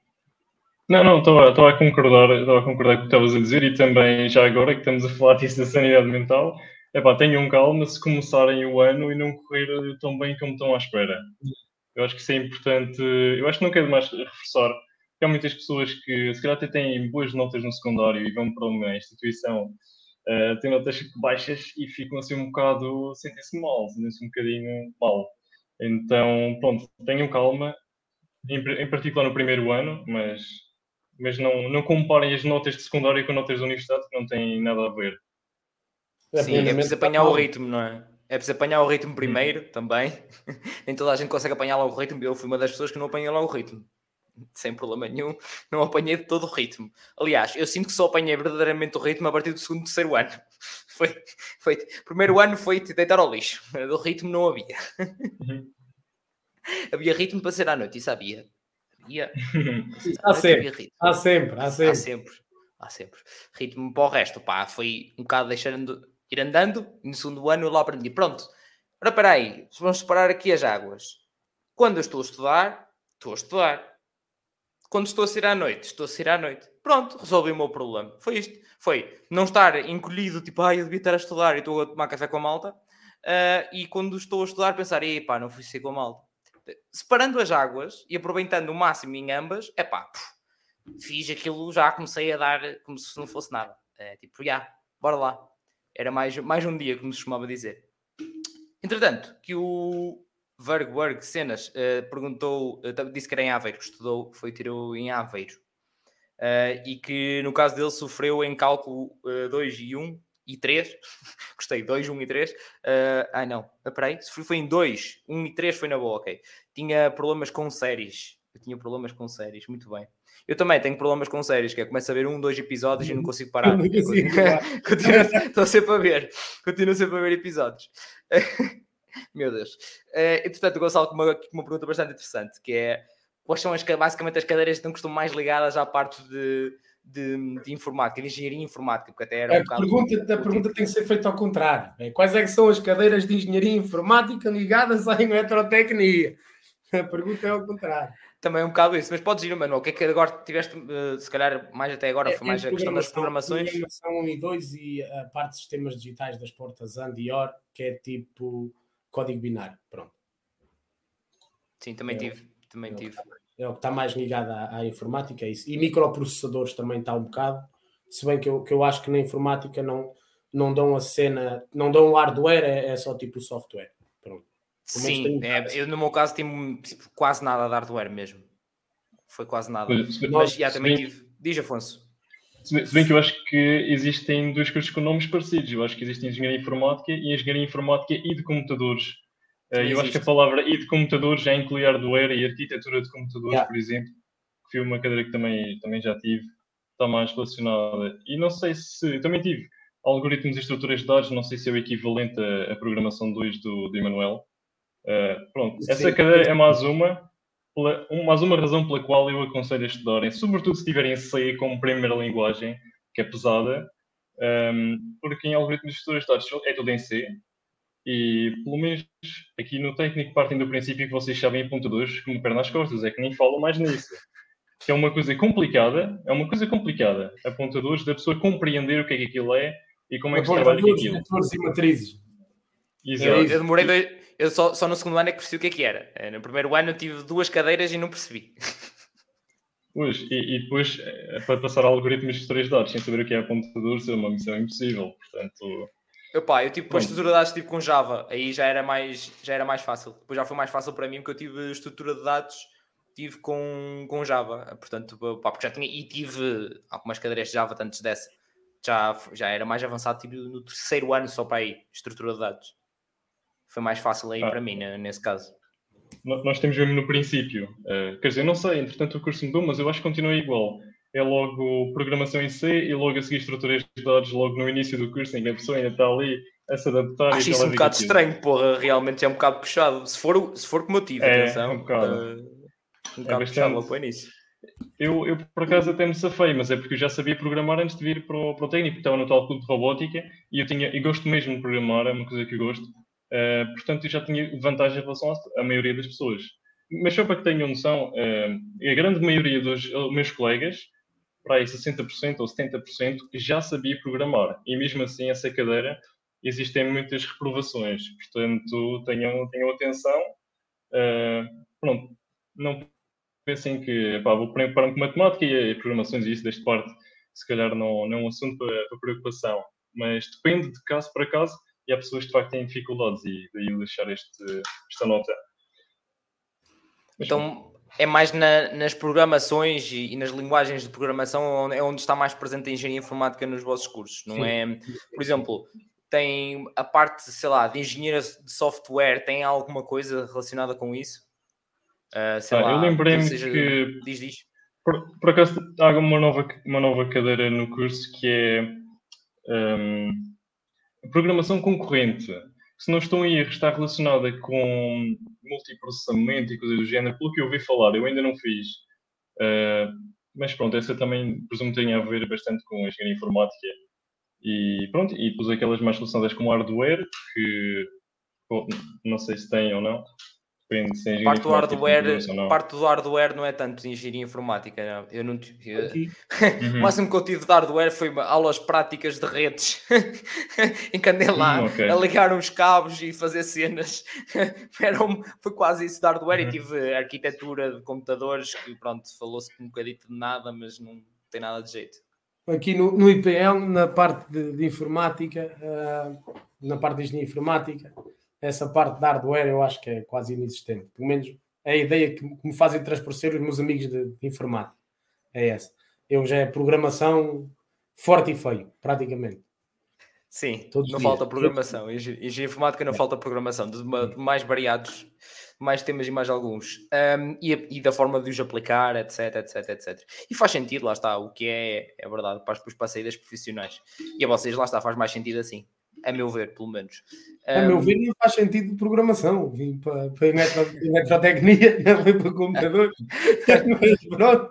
Não, estava a concordar com o que estavas a dizer e também, já agora que estamos a falar disso da sanidade mental, tenham calma se começarem o ano e não correr tão bem como estão à espera. Eu acho que isso é importante. Eu acho que não quero mais reforçar. Há muitas pessoas que, se calhar, até têm boas notas no secundário e vão para uma instituição, têm notas baixas e ficam assim um bocado, sentem-se mal, sentem-se um bocadinho mal. Então, pronto, tenham calma, em particular no primeiro ano, mas não comparem as notas de secundário com notas da universidade, que não têm nada a ver. Sim, é preciso apanhar o ritmo, não é? É preciso apanhar o ritmo primeiro, também. Nem toda a gente consegue apanhar logo o ritmo. Eu fui uma das pessoas que não apanhei logo o ritmo. Sem problema nenhum, não apanhei de todo o ritmo. Aliás, eu sinto que só apanhei verdadeiramente o ritmo a partir do segundo, terceiro ano. Primeiro ano foi deitar ao lixo. Do ritmo não havia. Havia ritmo para ser à noite, isso havia. Há sempre. Há sempre. Ritmo para o resto, pá, foi um bocado deixando ir andando, e no segundo ano eu lá aprendi. Pronto, ora espera aí, vamos separar aqui as águas. Quando eu estou a estudar, estou a estudar. Quando estou a sair à noite, estou a sair à noite. Pronto, resolvi o meu problema. Foi isto. Foi não estar encolhido, tipo, eu devia estar a estudar e estou a tomar café com a malta. E quando estou a estudar, pensar, epá, não fui sair com a malta. Separando as águas e aproveitando o máximo em ambas, fiz aquilo, já comecei a dar como se não fosse nada. Tipo, bora lá. Era mais um dia, como se costumava dizer. Entretanto, que o Verg Cenas perguntou, disse que era em Aveiro, que estudou, tirou em Aveiro. E que no caso dele sofreu em cálculo 2 e 1 e 3. Gostei, 2, 1 e 3. Não, peraí, foi em 2, 1 e 3 foi na boa, ok. Tinha problemas com séries. Eu tinha problemas com séries, muito bem. Eu também tenho problemas com séries, que é começo a ver 1, 2 episódios e não consigo parar. Estou sempre a ver. Continuo sempre a ver episódios. Meu Deus. Entretanto, o Gonçalo com uma pergunta bastante interessante, que é quais são basicamente as cadeiras que estão mais ligadas à parte de informática, de engenharia informática, porque até era a pergunta tem que ser feita ao contrário. Quais é que são as cadeiras de engenharia informática ligadas à eletrotecnia? A pergunta é ao contrário. Também é um bocado isso, mas podes ir, Manuel. O que é que agora tiveste, se calhar, mais até agora? Foi mais a questão das programações? Programação 1 e 2 e a parte de sistemas digitais das portas AND e OR, que é tipo código binário. Pronto. Sim, também tive. É o que está mais ligado à informática, é isso. E microprocessadores também está um bocado. Se bem que eu acho que na informática não dão a cena, não dão o hardware, é só tipo o software. Pronto. Sim, eu no meu caso tive quase nada de hardware mesmo. Foi quase nada. Mas também tive. Diz, Afonso. Se bem que eu acho que existem dois cursos com nomes parecidos. Eu acho que existe engenharia informática e engenharia informática e de computadores. Eu acho que a palavra e de computadores já inclui hardware e arquitetura de computadores, por exemplo, que foi uma cadeira que também já tive, está mais relacionada. E não sei se... Eu também tive algoritmos e estruturas de dados, não sei se é o equivalente à programação 2 do Emanuel. Pronto, essa cadeira é mais uma razão pela qual eu aconselho a estudarem, sobretudo se tiverem C como primeira linguagem, que é pesada, porque em algoritmos de estruturas de dados é tudo em C, e pelo menos aqui no técnico partem do princípio que vocês sabem apontadores como perna às costas, é que nem falam mais nisso. Que é uma coisa complicada, apontadores da pessoa compreender o que aquilo é e como é que se trabalha com aquilo. Vetores e matrizes. Eu demorei eu só no segundo ano é que percebi o que era. No primeiro ano eu tive 2 cadeiras e não percebi. Pois, e depois, para passar algoritmos de histórias de dados sem saber o que é apontadores, é uma missão impossível, portanto... Eu tive para estrutura de dados com Java, aí já era mais fácil. Depois já foi mais fácil para mim, porque eu tive estrutura de dados, tive com Java, portanto, porque já tinha, e tive algumas cadeiras de Java antes dessa. Já era mais avançado, tive no terceiro ano só para aí, estrutura de dados. Foi mais fácil aí para mim, nesse caso. Nós temos mesmo no princípio. Quer dizer, não sei, entretanto o curso mudou, mas eu acho que continua igual. É logo programação em C e logo a seguir estruturas de dados logo no início do curso, em que a pessoa ainda está ali a se adaptar. Acho isso um bocado estranho, porra, realmente é um bocado puxado. Se for como motivo, atenção. Um bocado puxado logo para início. Eu, por acaso, até me safei, mas é porque eu já sabia programar antes de vir para o técnico. Estava no tal clube de robótica e gosto mesmo de programar, é uma coisa que eu gosto. Portanto, eu já tinha vantagem em relação à maioria das pessoas. Mas só para que tenham noção, a grande maioria dos meus colegas, para aí 60% ou 70%, já sabia programar. E mesmo assim, essa cadeira, existem muitas reprovações. Portanto, tenham atenção. Pronto, não pensem que vou preparar-me com matemática e programações e isso desta parte, se calhar não é um assunto para preocupação. Mas depende de caso para caso e há pessoas que de facto têm dificuldades e daí eu deixar esta nota. Então é mais nas programações e nas linguagens de programação é onde está mais presente a engenharia informática nos vossos cursos, não é? Por exemplo, tem a parte, sei lá, de engenharia de software, tem alguma coisa relacionada com isso? Sei lá, eu lembrei-me seja, que diz. por acaso há uma nova cadeira no curso que é programação concorrente. Se não estou em erro, está relacionada com multiprocessamento e coisas do género, pelo que eu ouvi falar, eu ainda não fiz. Mas pronto, essa também presumo que tenha a ver bastante com a engenharia informática. E pronto, e depois aquelas mais relacionadas com hardware, que bom, não sei se tem ou não. Depende se é engenharia informática tem programação ou não. Parte do hardware não é tanto de engenharia informática, não. Eu não Uhum. O máximo que eu tive de hardware foi aulas práticas de redes em que andei lá Ok. a ligar uns cabos e fazer cenas. Foi quase isso de hardware. E tive arquitetura de computadores que pronto, falou-se um bocadinho de nada, mas não tem nada de jeito. Aqui no IPL, na parte de informática, na parte de engenharia informática, essa parte de hardware eu acho que é quase inexistente. Pelo menos é a ideia que me fazem transparecer os meus amigos de informática. É essa. Eu já é programação forte e feio, praticamente. Sim, Todos não os falta dias. programação. Engenharia informática não falta programação. De mais variados, mais temas e mais alguns. E da forma de os aplicar, etc, etc, etc. E faz sentido, lá está, o que é verdade, para saídas profissionais. E a vocês, lá está, faz mais sentido assim. A meu ver, pelo menos. A meu ver, não faz sentido de programação. Vim para eletrotecnia, não vim para computador. Mas pronto.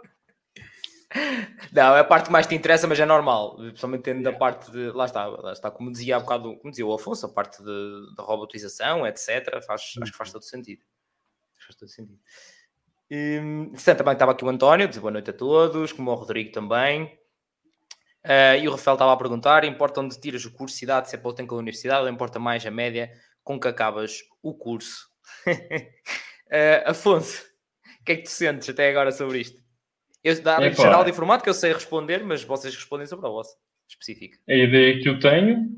Não, é a parte que mais te interessa, mas é normal. Principalmente tendo da parte de... Lá está, como dizia há bocado, como dizia o Afonso, a parte de robotização, etc. Acho que faz todo sentido. Faz todo sentido. Também estava aqui o António, diz boa noite a todos, como o Rodrigo também. E o Rafael estava a perguntar: importa onde tiras o curso, cidade, se é pela universidade, ou importa mais a média com que acabas o curso? Afonso, o que é que tu sentes até agora sobre isto? Eu, da área geral de informática, eu sei responder, mas vocês respondem sobre a vossa específica. A ideia que eu tenho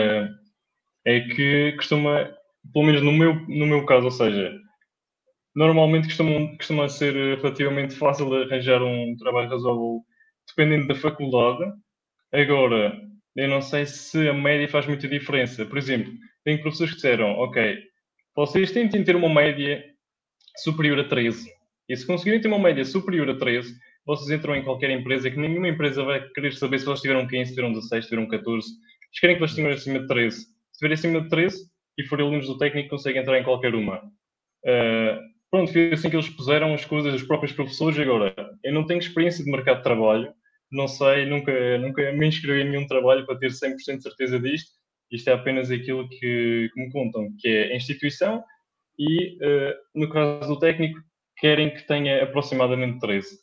é que costuma, pelo menos no meu caso, ou seja, normalmente costuma ser relativamente fácil de arranjar um trabalho razoável dependendo da faculdade. Agora, eu não sei se a média faz muita diferença. Por exemplo, tenho professores que disseram, ok, vocês tentem ter uma média superior a 13. E se conseguirem ter uma média superior a 13, vocês entram em qualquer empresa, que nenhuma empresa vai querer saber se vocês tiveram 15, se tiveram 16, se tiveram 14. Eles querem que vocês tenham acima de 13. Se tiverem acima de 13 e forem alunos do técnico, conseguem entrar em qualquer uma. Pronto, foi assim que eles puseram as coisas, os próprios professores. Agora, eu não tenho experiência de mercado de trabalho, não sei, nunca me inscrevi em nenhum trabalho para ter 100% de certeza disto. Isto é apenas aquilo que me contam, que é a instituição e, no caso do técnico, querem que tenha aproximadamente 13.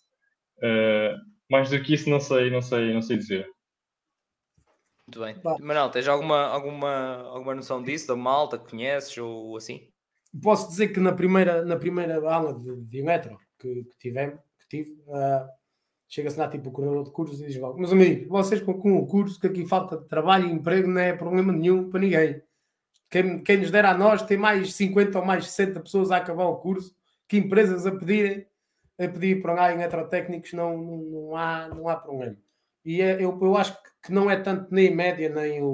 Mais do que isso, não sei dizer. Muito bem. Manuel, tens alguma noção disso, da malta que conheces ou assim? Posso dizer que na primeira aula de eletro que tive, chega-se lá tipo o coordenador de cursos e diz logo: meus amigos, vocês com o curso que aqui falta de trabalho e emprego não é problema nenhum para ninguém. Quem nos dera a nós tem mais 50 ou mais 60 pessoas a acabar o curso, que empresas a pedir para lá em eletrotécnicos não há problema. E eu acho que não é tanto nem a média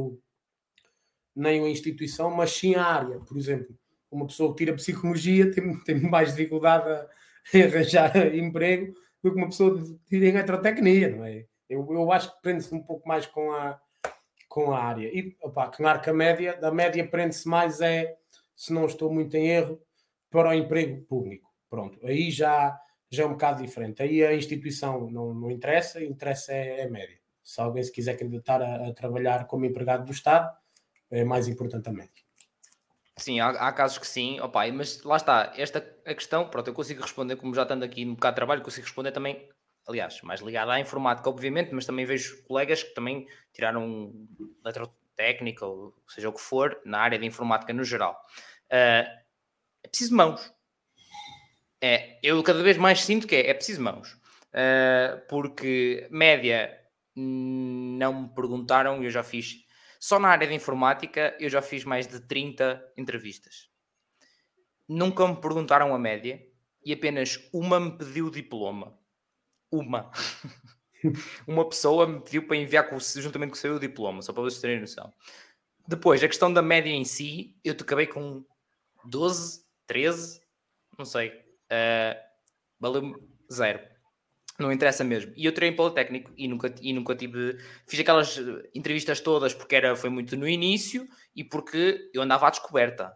nem a instituição, mas sim a área. Por exemplo, uma pessoa que tira psicologia tem mais dificuldade em arranjar emprego do que uma pessoa que tira eletrotecnia, não é? Eu acho que prende-se um pouco mais com a área. E, claro que da média prende-se mais se não estou muito em erro, para o emprego público. Pronto, aí já é um bocado diferente. Aí a instituição não interessa é a média. Se alguém se quiser candidatar a trabalhar como empregado do Estado, é mais importante a média. Sim, há casos que sim, mas lá está, a questão, pronto, eu consigo responder, como já estando aqui no bocado de trabalho, consigo responder também, aliás, mais ligado à informática, obviamente, mas também vejo colegas que também tiraram eletrotécnica, ou seja o que for, na área de informática no geral. É preciso mãos. Eu cada vez mais sinto que é preciso mãos. Porque média não me perguntaram, eu já fiz... Só na área de informática eu já fiz mais de 30 entrevistas. Nunca me perguntaram a média. e apenas uma me pediu o diploma. Uma. Uma pessoa me pediu para enviar juntamente com o seu diploma, só para vocês terem noção. Depois, a questão da média em si, eu te acabei com 12, 13, não sei. Valeu 0. Não interessa mesmo. E eu tirei em Politécnico e nunca tive... Fiz aquelas entrevistas todas porque foi muito no início e porque eu andava à descoberta.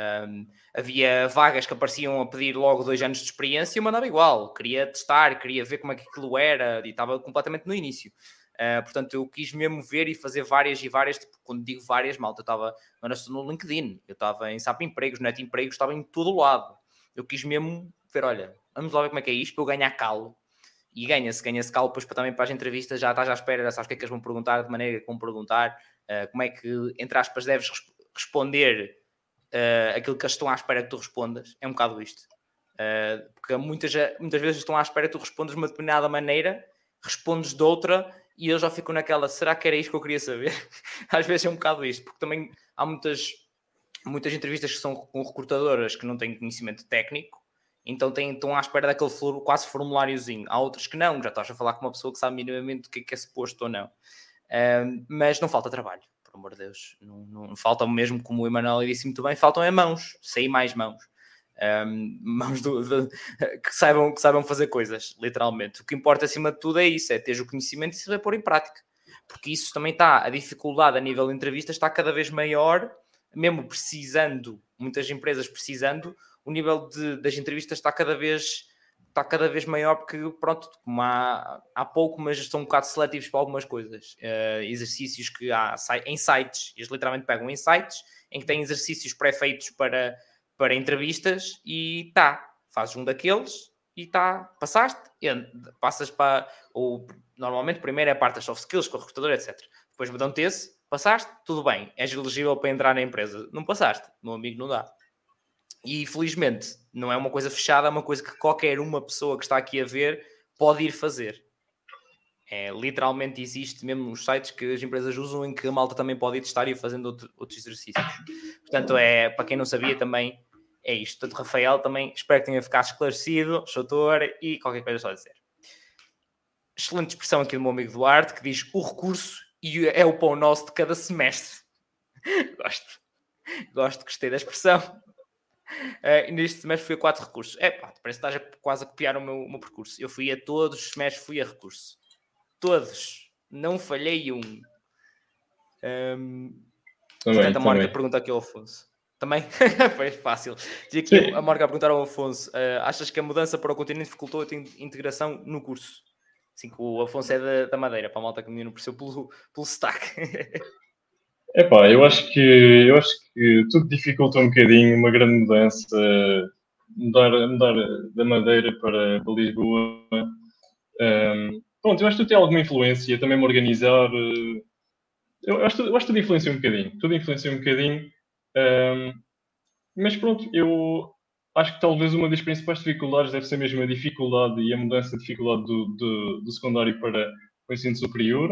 Havia vagas que apareciam a pedir logo 2 anos de experiência e eu mandava igual. Queria testar, queria ver como é que aquilo era e estava completamente no início. Portanto, eu quis mesmo ver e fazer várias e várias. Tipo, quando digo várias, malta, eu estava no LinkedIn, eu estava em SAP Empregos, Net Empregos, estava em todo o lado. Eu quis mesmo ver, olha, vamos lá ver como é que é isto para eu ganhar calo. E ganha-se calo depois também para as entrevistas, já estás à espera, já sabes o que é que eles vão perguntar, de maneira que vão perguntar, como é que, entre aspas, deves responder aquilo que eles estão à espera que tu respondas. É um bocado isto. Porque muitas vezes estão à espera que tu respondas de uma determinada maneira, respondes de outra e eu já fico naquela, será que era isto que eu queria saber? Às vezes é um bocado isto, porque também há muitas entrevistas que são com recrutadoras que não têm conhecimento técnico, então estão à espera daquele quase formuláriozinho. Há outras que não, já estás a falar com uma pessoa que sabe minimamente o que é suposto ou não. Mas não falta trabalho, por amor de Deus. Não faltam mesmo, como o Emanuel disse muito bem, faltam mãos, sair mais mãos. Mãos que saibam fazer coisas, literalmente. O que importa acima de tudo é isso, é teres o conhecimento e saber pôr em prática. Porque isso também a dificuldade a nível de entrevistas está cada vez maior, mesmo precisando, muitas empresas precisando, o nível das entrevistas está cada vez maior, porque pronto, como há pouco, mas estão um bocado seletivos para algumas coisas. Exercícios que há em sites, eles literalmente pegam em sites em que têm exercícios pré-feitos para entrevistas e fazes um daqueles e passaste, passas para, ou normalmente primeiro é a parte das soft skills, com o recrutador, etc. Depois mudam-te esse, passaste, tudo bem, és elegível para entrar na empresa. Não passaste, meu amigo, não dá. E felizmente não é uma coisa fechada, é uma coisa que qualquer uma pessoa que está aqui a ver pode ir fazer. Literalmente existe mesmo nos sites que as empresas usam em que a malta também pode ir testar e ir fazendo outros exercícios. Portanto, para quem não sabia também, é isto. Portanto, Rafael, também espero que tenha ficado esclarecido, doutor, e qualquer coisa só dizer. Excelente expressão aqui do meu amigo Duarte, que diz o recurso e é o pão nosso de cada semestre. Gostei da expressão. E neste semestre fui a 4 recursos. Parece que estás quase a copiar o meu percurso. Eu fui a todos os semestres, fui a recurso. Todos. Não falhei um. Portanto, a Mónica pergunta aqui ao Afonso. Também? Foi fácil. Diz aqui a Mónica a perguntar ao Afonso. Achas que a mudança para o continente dificultou a integração no curso? Sim, que o Afonso é da Madeira, para a malta que me não percebeu pelo sotaque. Eu acho que tudo dificulta um bocadinho, uma grande mudança, mudar da Madeira para Lisboa. Pronto, eu acho que tudo tem alguma influência, também me organizar. Eu acho que tudo influencia um bocadinho. Mas pronto, eu acho que talvez uma das principais dificuldades deve ser mesmo a dificuldade e a mudança de dificuldade do secundário para o ensino superior.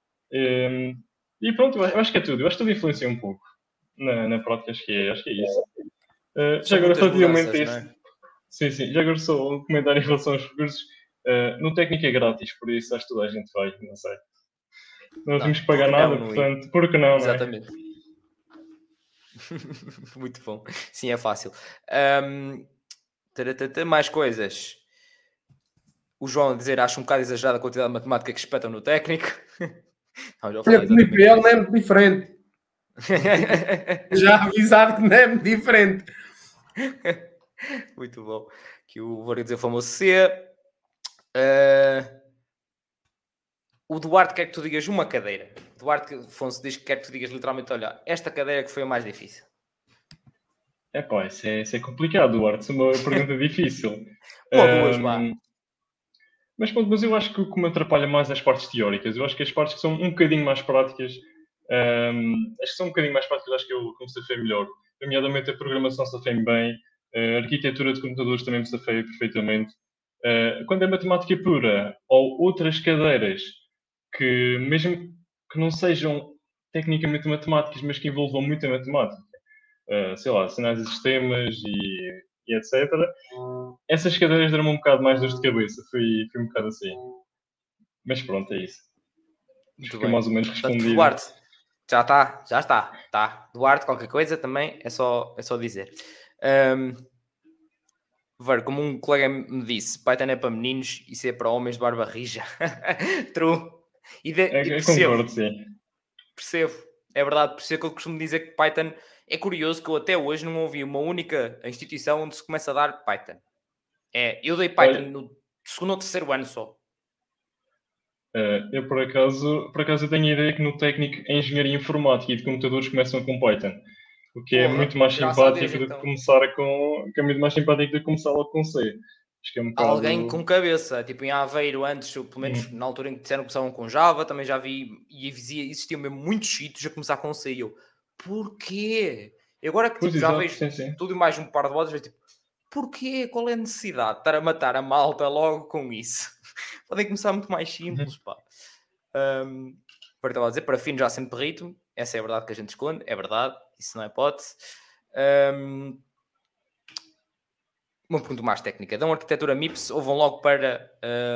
E pronto, eu acho que é tudo. Eu acho que tudo influencia um pouco. Na prática, acho que é isso. Já agora, relativamente a isso... Sim. Já agora só um comentário em relação aos recursos. No técnico é grátis, por isso acho que toda a gente vai, não sei. Não temos que pagar nada, portanto, por que não, exatamente. Não é? Muito bom. Sim, é fácil. Mais coisas. O João a dizer, acho um bocado exagerada a quantidade de matemática que espetam no técnico. Olha, Filipe, ele não é muito diferente. Já avisado que não é muito diferente. Muito bom. Aqui o vou dizer o famoso C. O Duarte quer que tu digas uma cadeira. O Duarte Afonso diz que quer que tu digas literalmente, olha, esta cadeira que foi a mais difícil. Isso é complicado, Duarte. Isso é uma pergunta difícil. Ou duas, vá. Mas eu acho que o que me atrapalha mais é as partes teóricas. Eu acho que as partes que são um bocadinho mais práticas, acho que eu me safei melhor. Nomeadamente a programação safei-me bem, a arquitetura de computadores também me safei perfeitamente. Quando é matemática pura ou outras cadeiras que, mesmo que não sejam tecnicamente matemáticas, mas que envolvam muita matemática, sei lá, sinais de sistemas e etc., essas cadeiras deram-me um bocado mais dor de cabeça. Foi um bocado assim. Mas pronto, é isso. Muito Fica bem. mais ou menos Portanto, respondido. Duarte, já está. Tá. Duarte, qualquer coisa também é só dizer. Ver, como um colega me disse, Python é para meninos e isso é para homens de barba rija. True. E Concordo, sim. Percebo. É verdade, por isso é que eu costumo dizer que Python é curioso, que eu até hoje não ouvi uma única instituição onde se começa a dar Python. Eu dei Python no segundo ou terceiro ano só. Eu, por acaso, eu tenho a ideia que no técnico em engenharia informática e de computadores começam com Python. O que é muito mais simpático do que começar com... Que é muito mais simpático do que começar logo com C. Acho que é um bocado... Alguém com cabeça, tipo em Aveiro antes, ou pelo menos na altura em que disseram que começavam com Java, também já vi, e existiam mesmo muitos sítios a começar com C. E eu, porquê? E agora que tipo, já vejo tudo e mais um par de botas, tipo, porquê? Qual é a necessidade de estar a matar a malta logo com isso? Podem começar muito mais simples, pá. Para estava a dizer, para fim já sempre ritmo, essa é a verdade que a gente esconde, é verdade, isso não é hipótese. Uma pergunta mais técnica. Dão arquitetura MIPS ou vão logo para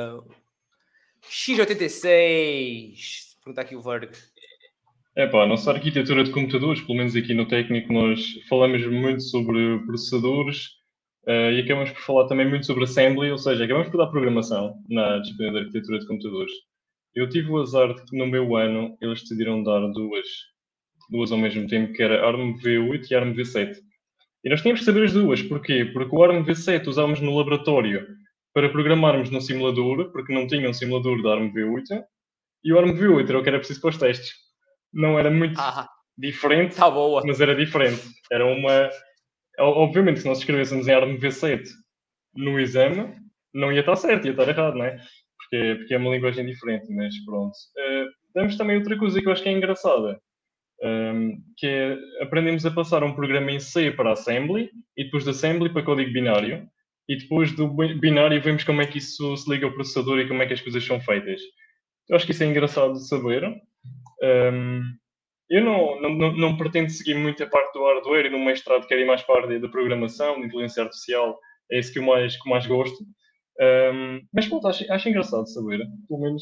x86? Pergunta aqui o Verg. A nossa arquitetura de computadores, pelo menos aqui no técnico, nós falamos muito sobre processadores e acabamos por falar também muito sobre assembly, ou seja, acabamos por dar programação na disciplina de arquitetura de computadores. Eu tive o azar de que no meu ano eles decidiram dar duas ao mesmo tempo, que era ARM V8 e ARM V7. E nós tínhamos que saber as duas. Porquê? Porque o ARM V7 usávamos no laboratório para programarmos no simulador, porque não tinha um simulador de ARM V8, e o ARM V8 era o que era preciso para os testes. Não era muito diferente, tá boa. mas era diferente. Era uma... Obviamente, se nós escrevêssemos em ARM V7 no exame, não ia estar certo, ia estar errado, não é? Porque é uma linguagem diferente, mas pronto. Temos também outra coisa que eu acho que é engraçada, que é aprendemos a passar um programa em C para Assembly e depois de Assembly para código binário e depois do binário vemos como é que isso se liga ao processador e como é que as coisas são feitas. Eu acho que isso é engraçado de saber. Eu não pretendo seguir muito a parte do hardware e no mestrado quero ir mais para a área da programação, de inteligência artificial, é isso que eu mais gosto. Mas pronto, acho engraçado de saber, pelo menos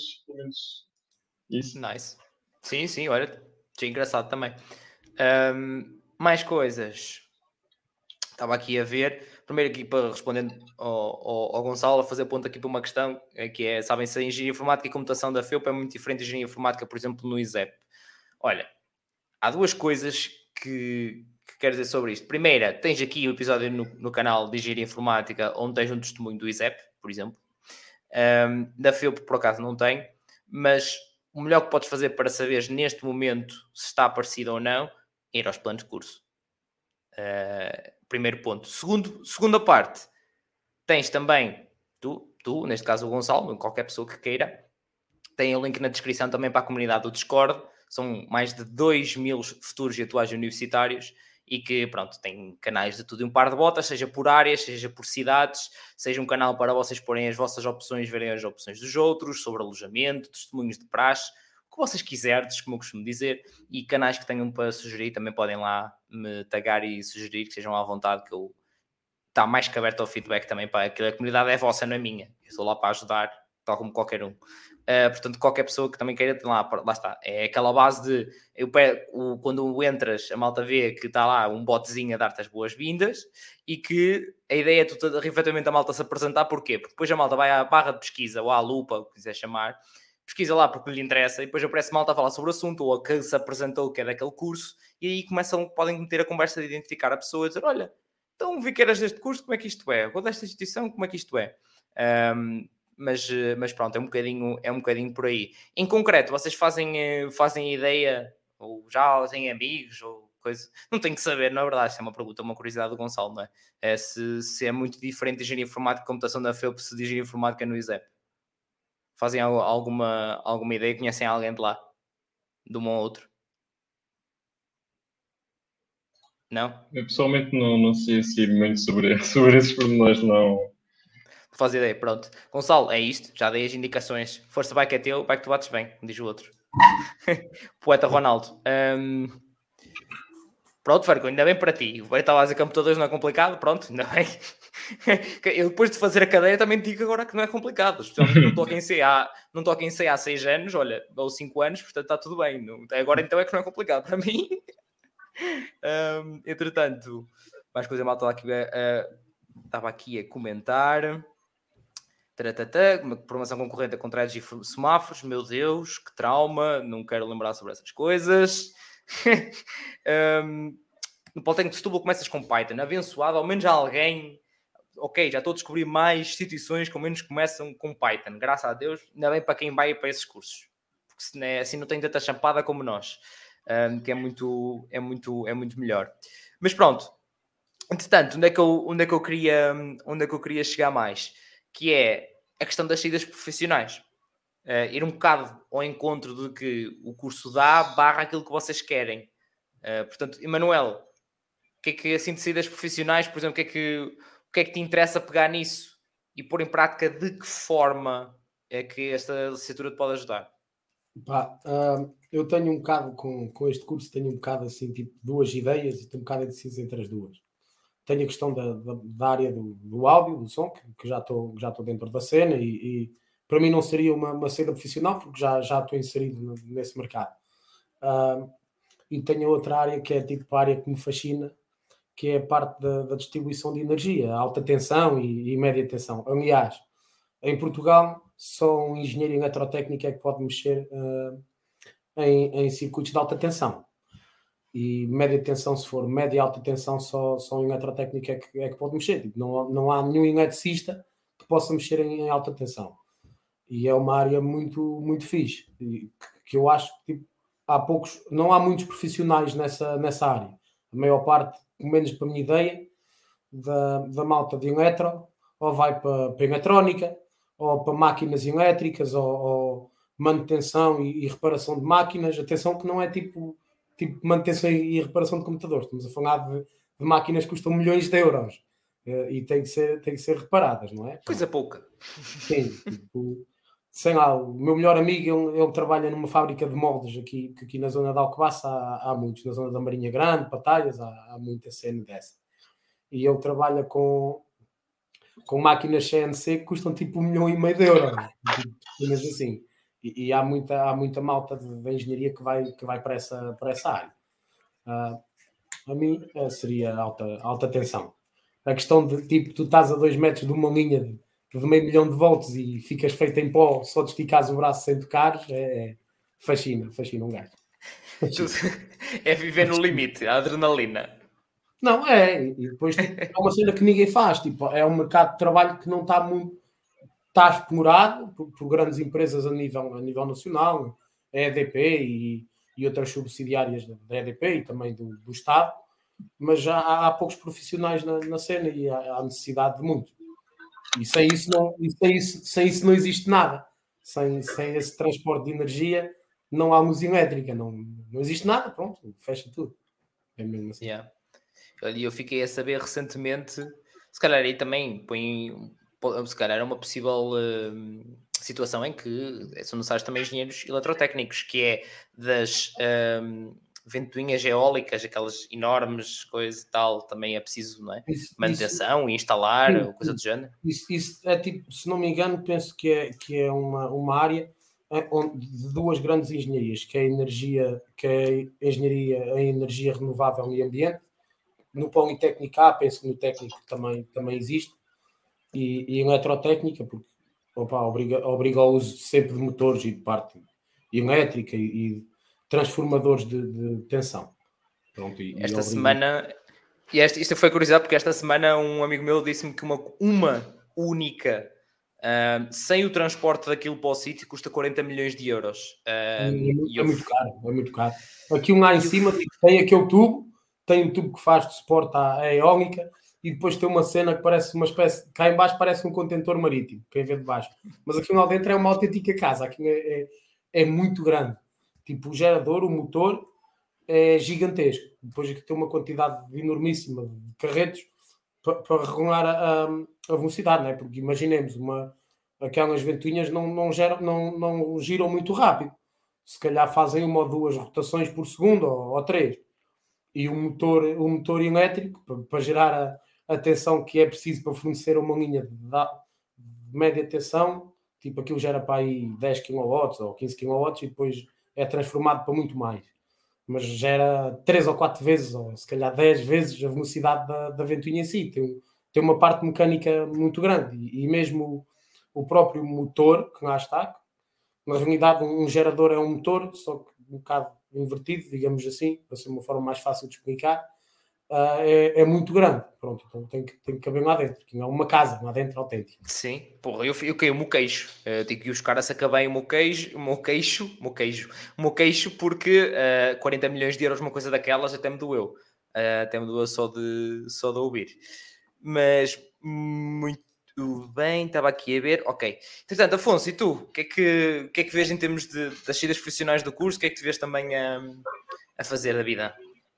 isso. Nice. Sim, olha, achei engraçado também. Mais coisas. Estava aqui a ver. Primeiro aqui para responder ao Gonçalo, a fazer ponto aqui para uma questão, que é, sabem se a engenharia informática e computação da FEUP é muito diferente da engenharia informática, por exemplo, no ISEP. Olha, há duas coisas que quero dizer sobre isto. Primeira, tens aqui um episódio no canal de engenharia informática onde tens um testemunho do ISEP, por exemplo. Da FEUP, por acaso, não tenho, mas o melhor que podes fazer para saberes neste momento se está parecido ou não é ir aos planos de curso. Primeiro ponto. Segunda parte, tens também tu, neste caso o Gonçalo, qualquer pessoa que queira, tem o link na descrição também para a comunidade do Discord. São mais de 2.000 futuros e atuais universitários e que, pronto, tem canais de tudo e um par de botas, seja por áreas, seja por cidades, seja um canal para vocês porem as vossas opções, verem as opções dos outros, sobre alojamento, testemunhos de praxe, o que vocês quiserdes, como eu costumo dizer, e canais que tenham para sugerir, também podem lá me tagar e sugerir, que sejam à vontade, que eu está mais que aberto ao feedback também, para aquilo. A comunidade é vossa, não é minha, eu estou lá para ajudar, tal como qualquer um. Portanto, qualquer pessoa que também queira, lá está. É aquela base de quando entras, a malta vê que está lá um botezinho a dar-te as boas-vindas e que a ideia é tu, efetivamente, a malta se apresentar. Porquê? Porque depois a malta vai à barra de pesquisa ou à lupa, o que quiser chamar, pesquisa lá porque lhe interessa e depois aparece malta a falar sobre o assunto ou a que se apresentou que é daquele curso e aí podem meter a conversa de identificar a pessoa e dizer, olha, então vi que eras deste curso, como é que isto é? Ou desta instituição, como é que isto é? Mas pronto, é um bocadinho por aí. Em concreto, vocês fazem ideia, ou já têm amigos, ou coisa? Não tenho que saber, na verdade, isto é uma pergunta, uma curiosidade do Gonçalo, não é? Se é muito diferente de engenharia informática e computação da FEUP se de engenharia informática no ISEP. Fazem alguma ideia? Conhecem alguém de lá? De um ou outro? Não? Eu pessoalmente não sei assim muito sobre esses pormenores, não. Faz ideia, pronto. Gonçalo, é isto, já dei as indicações. Força, vai que é teu, vai que tu bates bem, diz o outro. Poeta Ronaldo. Pronto, Ferco, ainda bem para ti. O estava a dizer que computadores não é complicado, pronto, ainda bem. Eu depois de fazer a cadeia também digo agora que não é complicado, especialmente não toco em CA há 6 anos, olha, ou 5 anos, portanto está tudo bem. Agora então é que não é complicado para mim. Entretanto, mais coisa mal estava aqui a comentar. Uma programação concorrente com threads e semáforos, meu Deus, que trauma, não quero lembrar sobre essas coisas. No Politécnico de Setúbal começas com Python, abençoado, ao menos há alguém, ok, já estou a descobrir mais instituições que ao menos começam com Python, graças a Deus, ainda bem para quem vai para esses cursos, porque se, né, assim não tem tanta champada como nós, que é muito melhor. Mas pronto, entretanto, onde é que eu queria chegar mais? Que é a questão das saídas profissionais. Ir um bocado ao encontro do que o curso dá, barra aquilo que vocês querem. Portanto, Emanuel, o que é que, assim, de saídas profissionais, por exemplo, o que é que te interessa pegar nisso e pôr em prática de que forma é que esta licenciatura te pode ajudar? Eu tenho um bocado, com este curso, tenho um bocado assim, tipo, 2 ideias e estou um bocado indeciso entre as duas. Tenho a questão da área do áudio, do som, que já estou dentro da cena e para mim não seria uma saída profissional, porque já estou inserido nesse mercado. E tenho outra área que é tipo a área que me fascina, que é a parte da distribuição de energia, alta tensão e média tensão. Aliás, em Portugal, só um engenheiro em eletrotécnica é que pode mexer em circuitos de alta tensão. E média tensão, se for média e alta tensão, só em eletrotécnica é que pode mexer. Tipo, não há nenhum eletricista que possa mexer em alta tensão. E é uma área muito, muito fixe. Que eu acho que tipo, não há muitos profissionais nessa área. A maior parte, pelo menos para a minha ideia, da malta de eletro, ou vai para eletrónica, ou para máquinas elétricas, ou manutenção e reparação de máquinas. Atenção que não é tipo manutenção e reparação de computadores. Estamos a falar de máquinas que custam milhões de euros e têm que ser reparadas, não é? Coisa pouca. Sim, tipo, sei lá, o meu melhor amigo, ele trabalha numa fábrica de moldes aqui na zona de Alcobaça, há muitos, na zona da Marinha Grande, Batalhas, há muita cena dessa. E ele trabalha com máquinas CNC que custam tipo 1,5 milhão de euros. Mas assim, e há muita malta de engenharia que vai para essa área. A mim seria alta tensão. A questão de tipo, tu estás a 2 metros de uma linha de 500 mil volts e ficas feito em pó só de esticares o braço sem tocares, fascina um gajo. É viver no limite, a adrenalina. Não, e depois tipo, é uma cena que ninguém faz, tipo, é um mercado de trabalho que não está muito, está explorado por grandes empresas a nível nacional, a EDP e outras subsidiárias da EDP e também do Estado, mas já há poucos profissionais na cena e há necessidade de muito. E sem isso não existe nada. Sem esse transporte de energia não há luz elétrica, não existe nada, pronto, fecha tudo. É mesmo assim. Yeah. Eu fiquei a saber recentemente, se calhar aí também se calhar é uma possível situação em que são necessários também engenheiros eletrotécnicos, que é das ventoinhas eólicas, aquelas enormes coisas e tal, também é preciso, não é? Manutenção e instalar, sim, coisa do género. Isso é tipo, se não me engano, penso que é uma área de 2 grandes engenharias, que é a engenharia em energia renovável e ambiente. No Politécnico penso que no técnico também existe, e eletrotécnica, porque obriga ao uso sempre de motores e de parte elétrica e transformadores de tensão. Pronto, esta semana, isto foi curiosidade, porque esta semana um amigo meu disse-me que uma única, sem o transporte daquilo para o sítio, custa 40 milhões de euros. É muito caro. Aqui um lá em cima tem aquele tubo, tem um tubo que faz de suporte à eólica e depois tem uma cena que parece uma espécie, cá em baixo parece um contentor marítimo, quem vê de baixo. Mas aqui lá dentro é uma autêntica casa, aqui é muito grande. Tipo, o gerador, o motor é gigantesco. Depois aqui tem uma quantidade enormíssima de carretos para regular a velocidade, não é? Porque imaginemos, aquelas ventoinhas não giram muito rápido. Se calhar fazem 1 ou 2 rotações por segundo ou 3. E o motor elétrico, para gerar a tensão que é preciso para fornecer uma linha de média tensão, tipo aquilo gera para aí 10 kW ou 15 kW e depois é transformado para muito mais. Mas gera 3 ou 4 vezes, ou se calhar 10 vezes a velocidade da ventoinha em si. Tem uma parte mecânica muito grande e mesmo o próprio motor, que lá está, na realidade um gerador é um motor, só que um bocado invertido, digamos assim, para ser uma forma mais fácil de explicar, é muito grande. Pronto, então tem que caber lá dentro, que não é uma casa lá dentro autêntica. Sim, porra, eu caí o meu queixo. Tenho que ir buscar a sacar bem o meu queixo, porque 40 milhões de euros, uma coisa daquelas, até me doeu. Até me doeu só de ouvir. Mas, muito bem, estava aqui a ver. Ok. Portanto, Afonso, e tu? O que é que vês em termos das saídas profissionais do curso? O que é que te vês também a fazer da vida?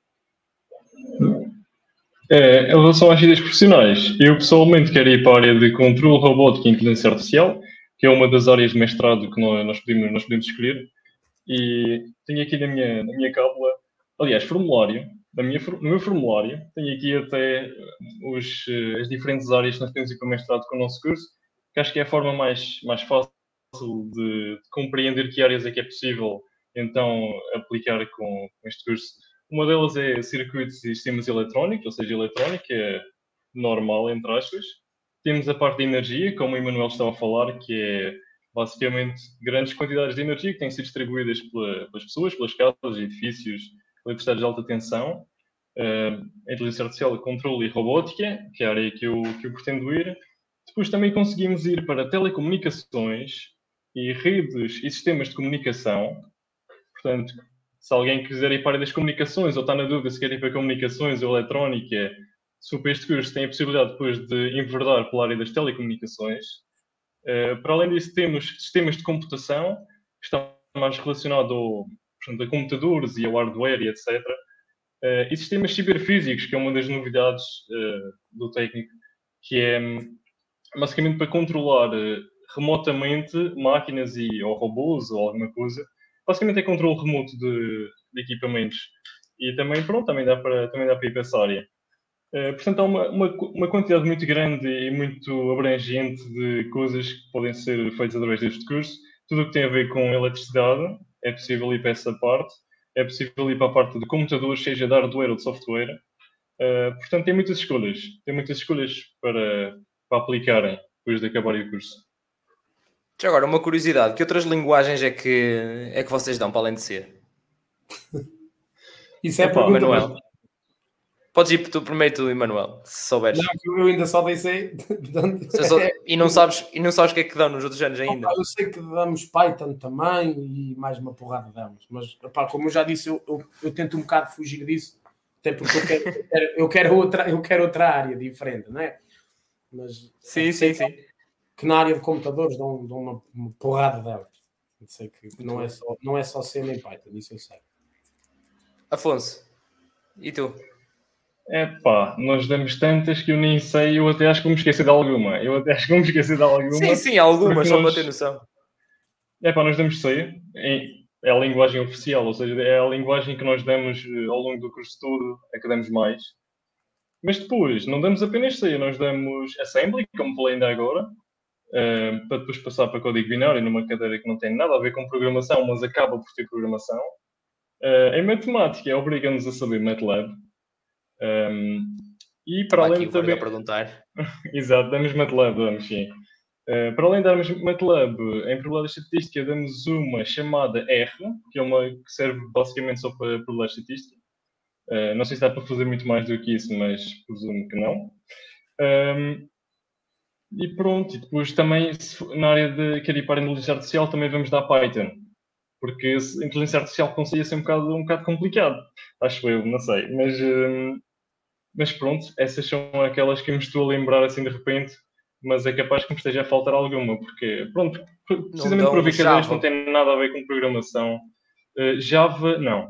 Em relação às vidas profissionais, eu pessoalmente quero ir para a área de controle robótico e inteligência artificial, que é uma das áreas de mestrado que nós podemos escolher. E tenho aqui na minha cábula, aliás, formulário, no meu formulário, tenho aqui até as diferentes áreas que nós temos ir para o mestrado com o nosso curso, que acho que é a forma mais fácil de compreender que áreas é que é possível então aplicar com este curso. Uma delas é circuitos e sistemas eletrónicos, ou seja, eletrónica é normal, entre aspas. Temos a parte de energia, como o Emanuel estava a falar, que é basicamente grandes quantidades de energia que têm sido distribuídas pelas pessoas, pelas casas, edifícios, eletricidade de alta tensão, a inteligência artificial, controle e robótica, que é a área que eu pretendo ir. Depois também conseguimos ir para telecomunicações e redes e sistemas de comunicação. Portanto, se alguém quiser ir para a área das comunicações ou está na dúvida se quer ir para comunicações ou eletrónica, se for para este curso, tem a possibilidade depois de enverdar pela área das telecomunicações. Para além disso, temos sistemas de computação, que estão mais relacionados a computadores e ao hardware e etc. E sistemas ciberfísicos, que é uma das novidades do técnico, que é basicamente para controlar remotamente máquinas ou robôs ou alguma coisa. Basicamente é controle remoto de equipamentos. E também, pronto, também dá para ir para essa área. Portanto, há uma quantidade muito grande e muito abrangente de coisas que podem ser feitas através deste curso. Tudo o que tem a ver com eletricidade é possível ir para essa parte. É possível ir para a parte de computadores, seja de hardware ou de software. Portanto, tem muitas escolhas. Tem muitas escolhas para aplicarem depois de acabarem o curso. Já agora, uma curiosidade. Que outras linguagens é que vocês dão para além de C? Isso é a pergunta, Manuel. Podes ir tu primeiro, tu, Emanuel, se souberes. Não, eu ainda só dei C. E não sabes o que é que dão nos outros anos ainda. Eu sei que damos Python também e mais uma porrada damos. Mas, como eu já disse, eu tento um bocado fugir disso. Até porque eu quero outra área diferente, não é? Mas sim. Que na área de computadores dão uma porrada delas. Eu sei que não é só C nem Python, isso eu sei. Afonso, e tu? Nós damos tantas que eu nem sei, eu até acho que vou me esquecer de alguma. Sim, alguma, só para ter noção. Nós damos C, é a linguagem oficial, ou seja, é a linguagem que nós damos ao longo do curso todo, a que damos mais. Mas depois, não damos apenas C, nós damos Assembly, como falei ainda agora, para depois passar para código binário, numa cadeira que não tem nada a ver com programação, mas acaba por ter programação. Em matemática, obriga-nos a saber MATLAB. E para além de também perguntar. Exato, damos MATLAB, sim. Para além de darmos MATLAB em probabilidade estatística, damos uma chamada R, que é uma que serve basicamente só para probabilidade estatística. Não sei se dá para fazer muito mais do que isso, mas presumo que não. E pronto, e depois também na área de querer ir para a inteligência artificial também vamos dar Python. Porque a inteligência artificial consegue ser um bocado complicado. Acho eu, não sei. Mas pronto, essas são aquelas que me estou a lembrar assim de repente, mas é capaz que me esteja a faltar alguma, porque, pronto, precisamente por ver que isto não tem nada a ver com programação. Java não.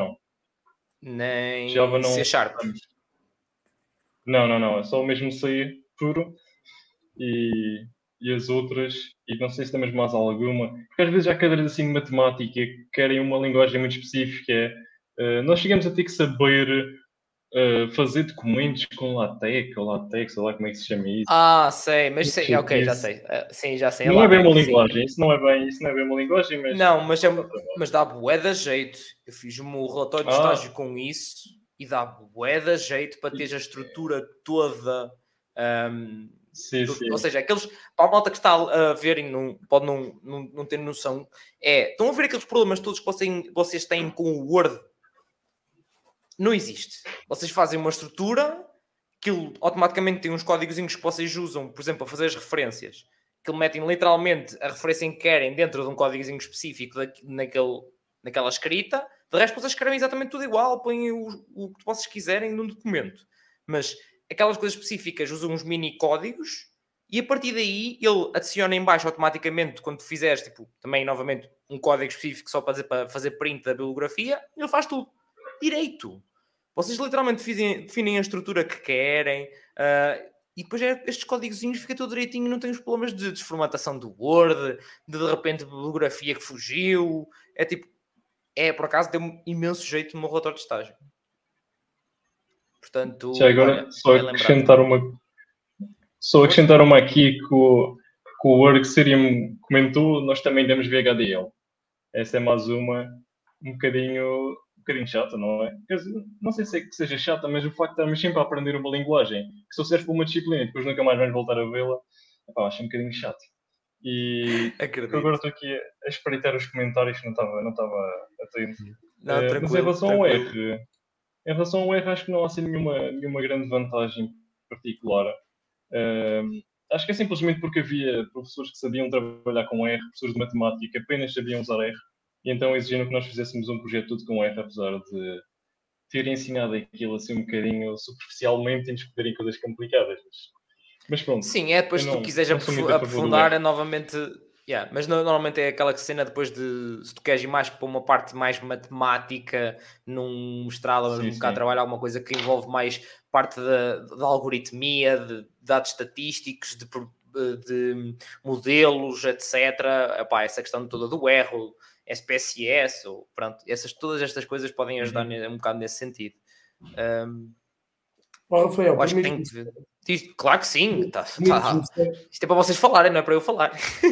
Nem Java não. C Sharp. Não, é só o mesmo C puro e as outras, e não sei se temos mais alguma, porque às vezes há cadeiras assim de matemática que querem uma linguagem muito específica. Nós chegamos a ter que saber fazer documentos com LaTeX, sei lá como é que se chama isso. Sei, mas sei, ok, já sei. Sim, já sei. Não é bem uma LaTeX, linguagem, isso não é bem uma linguagem, mas... Não, mas dá bué da jeito. Eu fiz o meu relatório de estágio com isso e dá bué da jeito para teres a estrutura toda. Sim. Ou seja, aqueles, para a malta que está a ver e pode não ter noção, estão a ver aqueles problemas todos que vocês têm com o Word? Não existe. Vocês fazem uma estrutura, aquilo automaticamente tem uns códigozinhos que vocês usam, por exemplo, para fazer as referências, que metem literalmente a referência que querem dentro de um códigozinho específico naquela escrita. De resto, vocês escrevem exatamente tudo igual, põem o que vocês quiserem num documento. Mas aquelas coisas específicas usam uns mini códigos e a partir daí ele adiciona em baixo automaticamente quando fizeres, tipo, também novamente um código específico só para fazer print da bibliografia, ele faz tudo direito. Vocês literalmente definem a estrutura que querem e depois estes códigozinhos fica tudo direitinho, não tem os problemas de desformatação do Word, de repente bibliografia que fugiu. É tipo, por acaso deu-me imenso jeito no meu relatório de estágio. Portanto, já agora, só acrescentar uma aqui que o Word que Sirium comentou, nós também damos VHDL. Essa é mais uma um bocadinho chata, não é? Não sei se é que seja chata, mas o facto de estarmos sempre a aprender uma linguagem que só serve para uma disciplina e depois nunca mais vamos voltar a vê-la, acho um bocadinho chato. E agora estou aqui a espreitar os comentários que não estava atento. Mas em relação ao R, acho que não há assim nenhuma grande vantagem particular. Acho que é simplesmente porque havia professores que sabiam trabalhar com R, professores de matemática que apenas sabiam usar R, e então exigiram que nós fizéssemos um projeto todo com R, apesar de ter ensinado aquilo assim um bocadinho superficialmente e nos poderem coisas complicadas. Mas pronto. Sim, depois se tu quiseres aprofundar é novamente... mas normalmente é aquela cena depois de... Se tu queres ir mais para uma parte mais matemática, num mestrado, ou um trabalhar alguma coisa que envolve mais parte da algoritmia, de dados estatísticos, de modelos, etc. Essa questão toda do erro, SPSS, ou pronto, todas estas coisas podem ajudar um bocado nesse sentido. Rafael, acho que tem que ver. Claro que sim. Isto é para vocês falarem, não é para eu falar.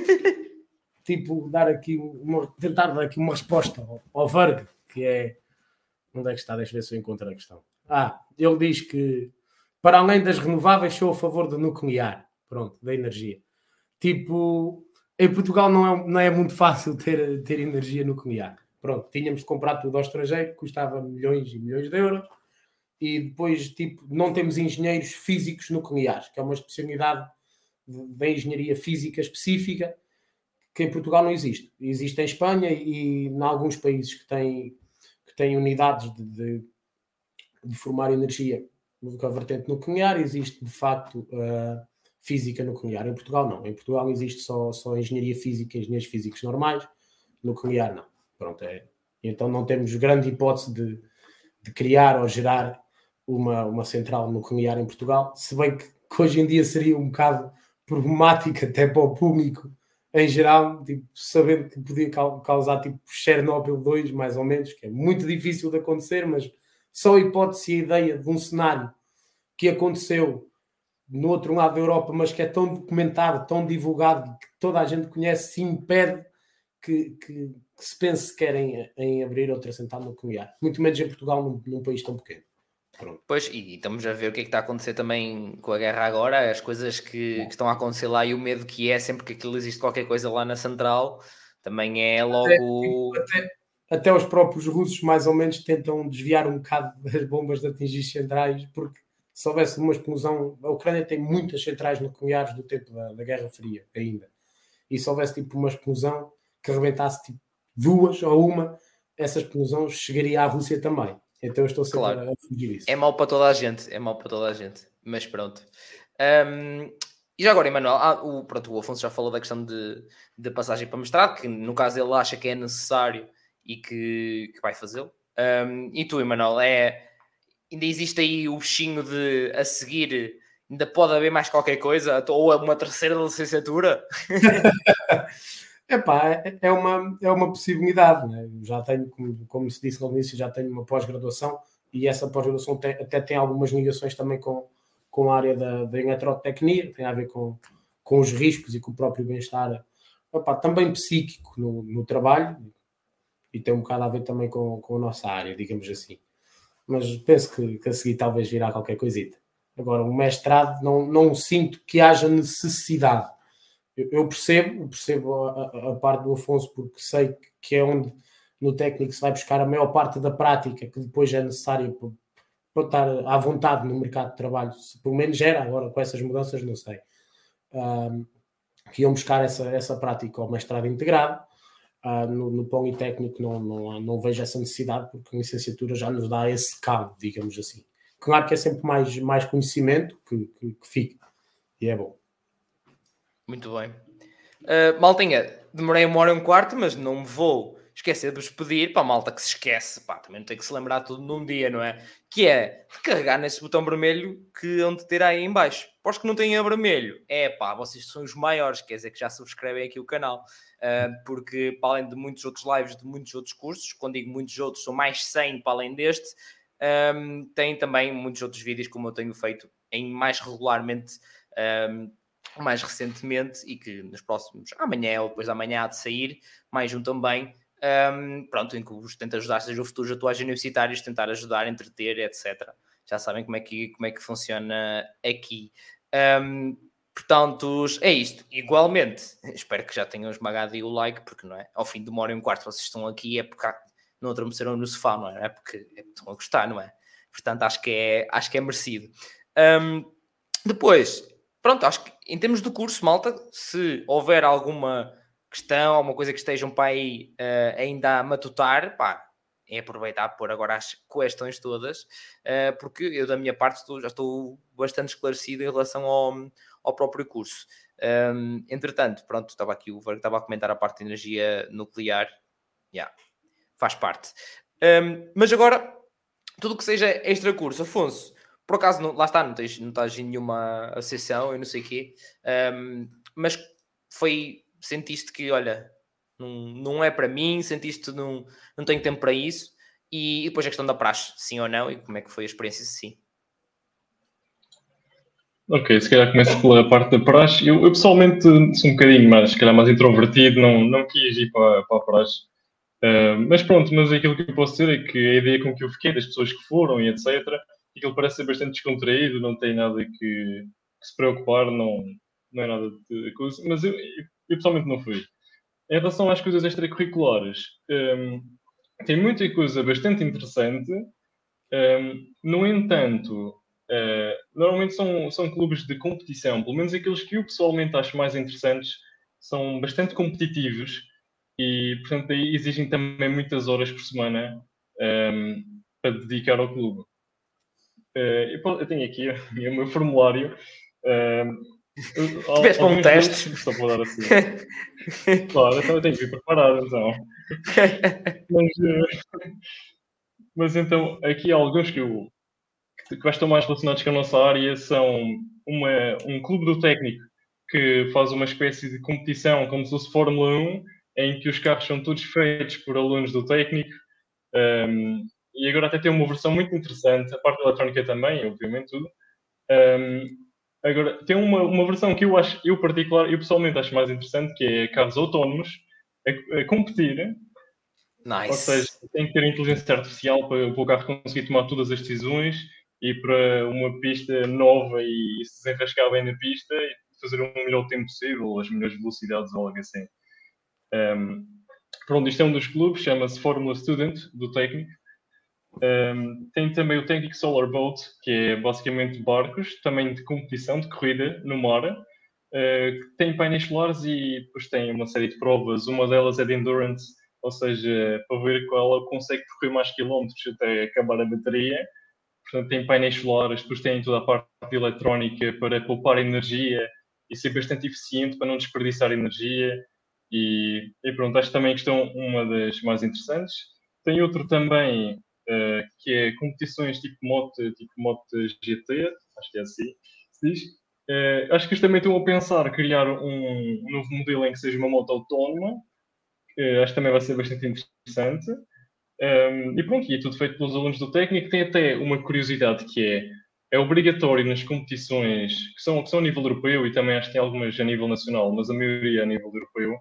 Tipo, tentar dar aqui uma resposta ao Varg, que é... Onde é que está? Deixa eu ver se eu encontro a questão. Ele diz que, para além das renováveis, sou a favor do nuclear. Pronto, da energia. Tipo, em Portugal não é muito fácil ter energia nuclear. Pronto, tínhamos de comprar tudo ao estrangeiro, custava milhões e milhões de euros. E depois, tipo, não temos engenheiros físicos nucleares, que é uma especialidade da engenharia física específica, que em Portugal não existe. Existe em Espanha e em alguns países que têm unidades de formar energia com a vertente nuclear, existe, de facto, física nuclear. Em Portugal, não. Em Portugal existe só engenharia física, engenheiros físicos normais, nuclear, não. Pronto, então não temos grande hipótese de criar ou gerar uma central nuclear em Portugal, se bem que hoje em dia seria um bocado problemático até para o público em geral, tipo, sabendo que podia causar tipo Chernobyl 2, mais ou menos, que é muito difícil de acontecer, mas só a hipótese e a ideia de um cenário que aconteceu no outro lado da Europa, mas que é tão documentado, tão divulgado, que toda a gente conhece, se impede que se pense sequer em abrir outra central nuclear. Muito menos em Portugal, num país tão pequeno. Pronto. Pois, e estamos a ver o que é que está a acontecer também com a guerra agora, as coisas que estão a acontecer lá e o medo que é sempre que aquilo existe qualquer coisa lá na central, também é logo... Até os próprios russos mais ou menos tentam desviar um bocado das bombas de atingir centrais, porque se houvesse uma explosão, a Ucrânia tem muitas centrais nucleares do tempo da Guerra Fria ainda, e se houvesse tipo uma explosão que arrebentasse tipo 2 ou uma, essa explosão chegaria à Rússia também. Então eu estou sempre a fugir isso. É mau para toda a gente, mas pronto. E já agora, Emanuel, o Afonso já falou da questão de passagem para mestrado, que no caso ele acha que é necessário e que vai fazê-lo. E tu, Emanuel, ainda existe aí o bichinho de a seguir, ainda pode haver mais qualquer coisa, ou uma terceira licenciatura? É uma possibilidade, né? Já tenho, como se disse no início, já tenho uma pós-graduação e essa pós-graduação até tem algumas ligações também com a área da eletrotecnia, tem a ver com os riscos e com o próprio bem-estar, também psíquico no trabalho, e tem um bocado a ver também com a nossa área, digamos assim. Mas penso que a seguir talvez virá qualquer coisita. Agora, o mestrado, não sinto que haja necessidade. Eu percebo a parte do Afonso, porque sei que é onde no técnico se vai buscar a maior parte da prática que depois é necessária para estar à vontade no mercado de trabalho. Pelo menos era, agora com essas mudanças não sei. Que iam buscar essa prática ao mestrado integrado. No Politécnico não vejo essa necessidade, porque a licenciatura já nos dá esse cabo, digamos assim. Claro que é sempre mais conhecimento que fica, e é bom. Muito bem. Maltinha, demorei 1h15, mas não me vou esquecer de vos pedir para a malta que se esquece, também não tem que se lembrar tudo num dia, não é? Que é de carregar nesse botão vermelho onde terá aí em baixo. Para os que não têm a vermelho, vocês são os maiores, quer dizer que já subscrevem aqui o canal. Porque para além de muitos outros lives, de muitos outros cursos, quando digo muitos outros, são mais 100 para além deste, tem também muitos outros vídeos como eu tenho feito mais regularmente, mais recentemente, e que nos próximos, amanhã ou depois de amanhã há de sair, mais um também, em que vos tento ajudar, seja os futuros atuais universitários, tentar ajudar, entreter, etc. Já sabem como é que funciona aqui. Portanto, é isto. Igualmente, espero que já tenham esmagado aí o like, porque não é? Ao fim de 1h15 vocês estão aqui, é porque não adormeceram no sofá, não é? É porque estão a gostar, não é? Portanto, acho que é merecido. Depois, acho que em termos de curso, malta, se houver alguma questão, alguma coisa que estejam para aí ainda a matutar, é aproveitar por agora as questões todas, porque eu da minha parte já estou bastante esclarecido em relação ao próprio curso. Entretanto, estava aqui o Vargo, estava a comentar a parte de energia nuclear, faz parte. Mas agora, tudo que seja extra curso, Afonso, por acaso, lá está, não estás em nenhuma associação, eu não sei o quê, mas sentiste que, olha, não é para mim, sentiste que não tenho tempo para isso, e depois a questão da praxe, sim ou não, e como é que foi a experiência, sim. Ok, se calhar começo pela parte da praxe. Eu pessoalmente sou um bocadinho mais introvertido, não quis ir para a praxe. Mas aquilo que eu posso dizer é que a ideia com que eu fiquei, das pessoas que foram e etc., aquilo parece ser bastante descontraído, não tem nada que se preocupar, não é nada de coisa, mas eu pessoalmente não fui. Em relação às coisas extracurriculares, tem muita coisa bastante interessante, no entanto, normalmente são clubes de competição, pelo menos aqueles que eu pessoalmente acho mais interessantes, são bastante competitivos e, portanto, aí exigem também muitas horas por semana para dedicar ao clube. Eu tenho aqui o meu formulário. Tiveste para um teste. Deles, só vou dar assim. Claro, então eu tenho que ir preparado, então. Mas então, aqui há alguns que estão mais relacionados com a nossa área, são um clube do técnico que faz uma espécie de competição como se fosse Fórmula 1, em que os carros são todos feitos por alunos do técnico. E agora até tem uma versão muito interessante, a parte eletrónica também, obviamente, tudo. Agora, tem uma versão que eu pessoalmente acho mais interessante, que é carros autónomos a competir. Nice. Ou seja, tem que ter inteligência artificial para o carro conseguir tomar todas as decisões e para uma pista nova e se desenrascar bem na pista e fazer o melhor tempo possível, as melhores velocidades ou algo assim. Isto é um dos clubes, chama-se Fórmula Student, do técnico. Tem também o Técnico Solar Boat, que é basicamente barcos, também de competição, de corrida no mar. Tem painéis solares e depois tem uma série de provas. Uma delas é de endurance, ou seja, para ver qual ela consegue percorrer mais quilómetros até acabar a bateria. Portanto, tem painéis solares, depois tem toda a parte eletrónica para poupar energia e ser bastante eficiente para não desperdiçar energia. E acho também que estão uma das mais interessantes. Tem outro também, que é competições tipo moto GT, acho que é assim se diz. Acho que eles também estão a pensar criar um novo modelo em que seja uma moto autónoma. Acho que também vai ser bastante interessante. E pronto, e é tudo feito pelos alunos do técnico. Tem até uma curiosidade que é obrigatório nas competições que são a nível europeu, e também acho que tem algumas a nível nacional, mas a maioria a nível europeu.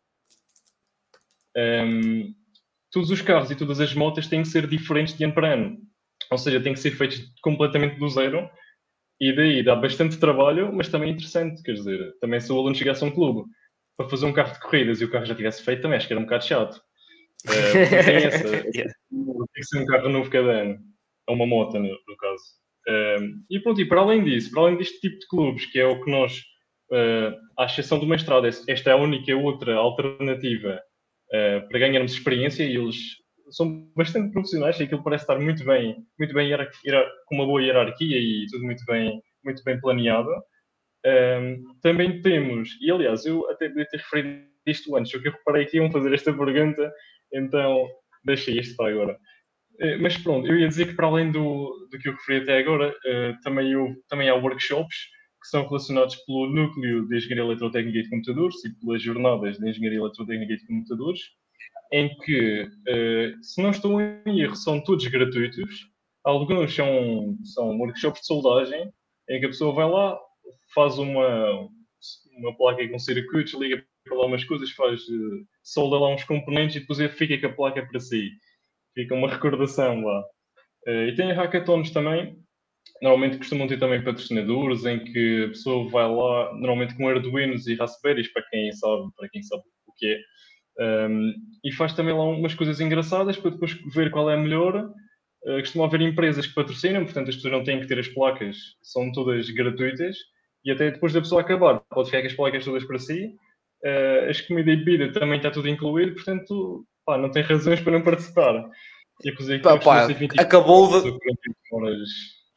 Todos os carros e todas as motas têm que ser diferentes de ano para ano. Ou seja, têm que ser feitos completamente do zero. E daí dá bastante trabalho, mas também é interessante. Quer dizer, também se o aluno chegasse a um clube para fazer um carro de corridas e o carro já tivesse feito, também acho que era um bocado chato. Tem essa. Yeah. Tem que ser um carro novo cada ano. Ou uma moto, no caso. E pronto, e para além disso, para além deste tipo de clubes, que é o que nós, à exceção do mestrado, esta é a única outra alternativa para ganharmos experiência, e eles são bastante profissionais, e aquilo parece estar muito bem com uma boa hierarquia e tudo muito bem planeado. Também temos, e aliás, eu até devia ter referido isto antes, só que eu reparei que iam fazer esta pergunta, então deixei isto para agora. Mas pronto, eu ia dizer que para além do que eu referi até agora, também há workshops que são relacionados pelo núcleo de Engenharia Eletrotécnica e de Computadores e pelas jornadas de Engenharia Eletrotécnica e de Computadores, em que, se não estou em erro, são todos gratuitos. Alguns são workshops de soldagem, em que a pessoa vai lá, faz uma placa com circuitos, liga para lá umas coisas, solda lá uns componentes e depois fica com a placa para si. Fica uma recordação lá. E tem hackathons também. Normalmente costumam ter também patrocinadores, em que a pessoa vai lá, normalmente com Arduinos e Raspberries, para quem sabe o que é. E faz também lá umas coisas engraçadas para depois ver qual é a melhor. Costumam haver empresas que patrocinam, portanto as pessoas não têm que ter as placas, são todas gratuitas, e até depois da pessoa acabar, pode ficar com as placas todas para si. As comida e bebida também está tudo incluído, portanto, não tem razões para não participar. E acabou de... 48 horas.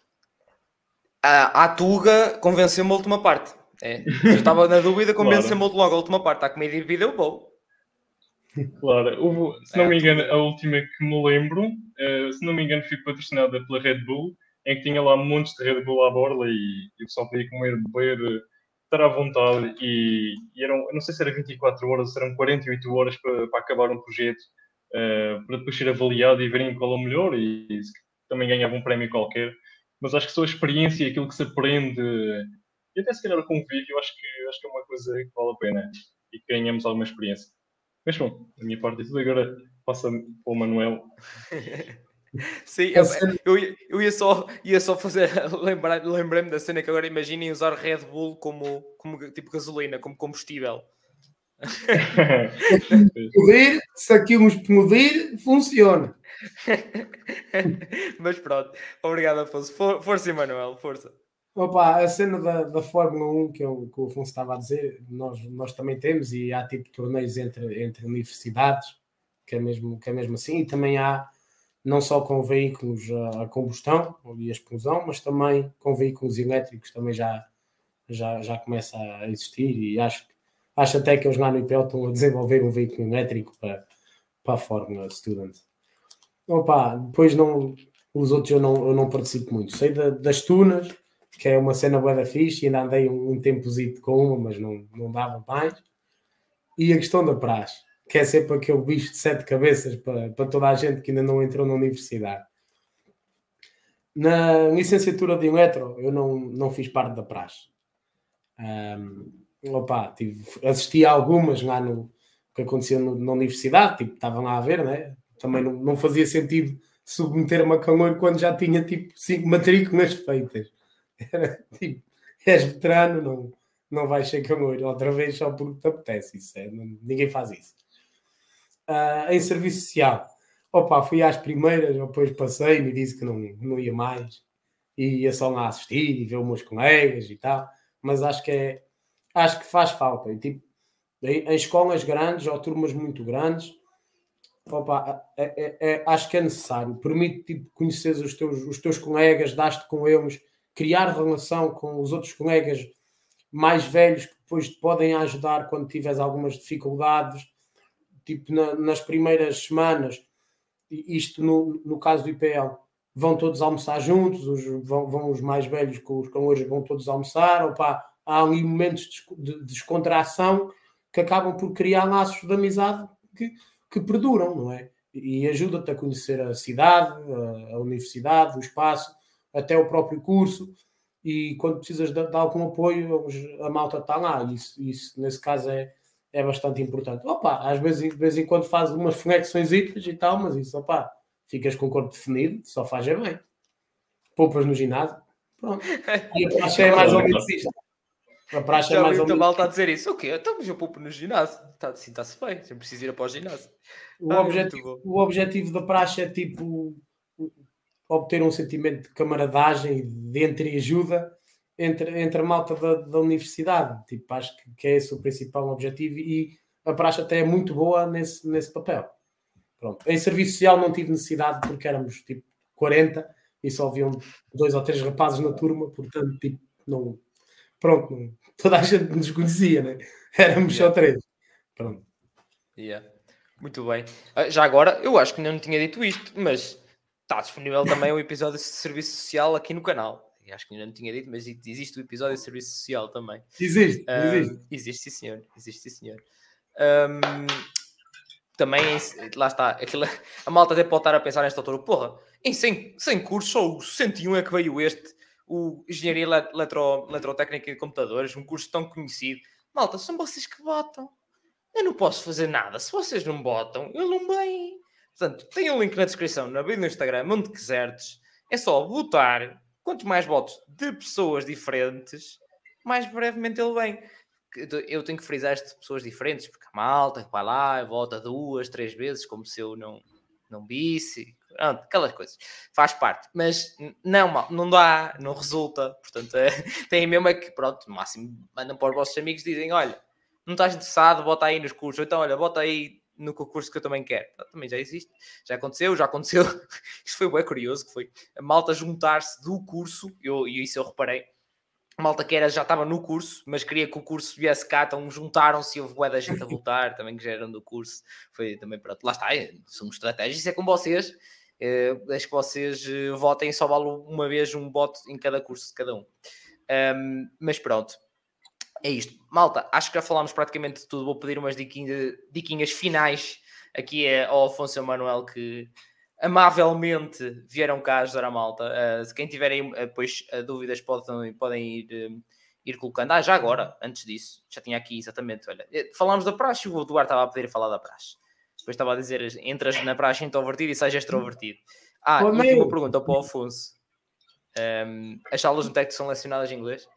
A Tuga convenceu-me a última parte. Se eu estava na dúvida, convenceu-me logo a última parte. A comida e bebida eu vou. Claro, se não me engano, a última que me lembro, se não me engano, foi patrocinada pela Red Bull, em que tinha lá montes de Red Bull à borla e o pessoal podia comer, beber, estar à vontade. E eram, não sei se era 24 horas, se eram 48 horas para acabar um projeto, para depois ser avaliado e verem qual é o melhor, e também ganhava um prémio qualquer. Mas acho que só a experiência e aquilo que se aprende, e até se calhar o convívio, acho que é uma coisa que vale a pena e que ganhamos alguma experiência. Mas bom, da minha parte é tudo. Agora passa para o Manuel. Sim, eu ia só fazer lembrei-me da cena que agora imaginem usar Red Bull como tipo gasolina, como combustível. Se aquilo nos explodir, funciona. Mas pronto, obrigado, Afonso. Força, Emanuel, força. Opa, a cena da Fórmula 1 que o Afonso estava a dizer, nós também temos, e há tipo torneios entre universidades, que é mesmo assim, e também há não só com veículos a combustão e a explosão, mas também com veículos elétricos também já começa a existir, e acho até que eles lá no IPL estão a desenvolver um veículo elétrico para a Fórmula Student. Opa, depois os outros eu não participo muito. Sei das tunas, que é uma cena bué da fixe, ainda andei um tempozito com uma, mas não dava mais. E a questão da praxe, que é sempre aquele bicho de 7 cabeças para toda a gente que ainda não entrou na universidade. Na licenciatura de Eletro, eu não fiz parte da praxe. Assisti a algumas lá no que acontecia na universidade, tipo, estavam lá a ver, né? Também não fazia sentido submeter-me a calor quando já tinha tipo 5 matrículas feitas. Era tipo, és veterano, não vais ser calor outra vez só porque te apetece. Ninguém faz isso. Em serviço social, fui às primeiras, depois passei-me e disse que não ia mais. E ia só lá assistir e ver os meus colegas e tal. Mas acho que faz falta. E, tipo, em escolas grandes ou turmas muito grandes, acho que é necessário. Permite tipo, conhecer os teus colegas, dar-te com eles, criar relação com os outros colegas mais velhos que depois te podem ajudar quando tiveres algumas dificuldades. Tipo, nas primeiras semanas, isto no caso do IPL, vão todos almoçar juntos, vão os mais velhos com os calores, vão todos almoçar. Há ali momentos de descontração que acabam por criar laços de amizade que perduram, não é? e ajuda-te a conhecer a cidade, a universidade, o espaço, até o próprio curso, e quando precisas de algum apoio, a malta está lá, isso nesse caso é bastante importante. Às vezes, de vez em quando faz umas flexões e tal, mas isso, ficas com o corpo definido, só faz bem. Poupas no ginásio, pronto. E a praxe é mais ou menos isto. A praxe é mais ou menos. Mal está a dizer isso. O quê? Então, mas eu poupo no ginásio. Assim está-se bem. Sempre preciso ir após o ginásio. O objetivo da praxe é tipo obter um sentimento de camaradagem e de entreajuda entre a malta da universidade. Tipo, acho que é esse o principal objetivo e a praxe até é muito boa nesse papel. Pronto. Em serviço social não tive necessidade porque éramos tipo 40 e só haviam 2 ou 3 rapazes na turma, portanto, tipo, não... Pronto, não, toda a gente nos conhecia, né? Éramos só 3. Pronto. Muito bem. Já agora, eu acho que ainda não tinha dito isto, mas está disponível também o episódio de serviço social aqui no canal. Eu acho que ainda não tinha dito, mas existe o episódio de serviço social também. Existe. Existe, sim, senhor. Também, lá está, a malta até pode estar a pensar nesta altura, porra, em 100 cursos, só o 101 é que veio o Engenharia Eletrotécnica de Computadores, um curso tão conhecido. Malta, são vocês que votam. Eu não posso fazer nada. Se vocês não votam, eu não venho. Portanto, tem um link na descrição, na bio no Instagram, onde quiserdes. É só votar. Quanto mais votos de pessoas diferentes, mais brevemente ele vem. Eu tenho que frisar estas pessoas diferentes, porque a malta que vai lá e vota 2, 3 vezes, como se eu não visse. Pronto, aquelas coisas. Faz parte. Mas não dá, não resulta. Portanto, tem mesmo é que, pronto, no máximo, mandam para os vossos amigos e dizem, olha, não estás interessado, bota aí nos cursos. Ou então, olha, bota aí no concurso que eu também quero. Também já existe. Já aconteceu. Isto foi bem curioso, que foi a malta juntar-se do curso, e isso eu reparei. A malta que já estava no curso, mas queria que o curso viesse cá, então juntaram-se e houve bué da gente a voltar, também que já eram do curso. Foi também, pronto, lá está, são estratégias, isso é com vocês. Deixo que vocês votem, só vale uma vez um voto em cada curso de cada um. Mas pronto. É isto. Malta, acho que já falámos praticamente de tudo. Vou pedir umas diquinhas finais aqui ao Afonso e ao Manuel, que amavelmente vieram cá ajudar a malta. Se quem tiverem depois dúvidas podem ir colocando. Já agora, antes disso, já tinha aqui exatamente, olha, falámos da praxe, o Eduardo estava a pedir a falar da praxe. Depois estava a dizer, entras na praxe introvertido e sais extrovertido. E última pergunta para o Afonso. As aulas no técnico são lecionadas em inglês?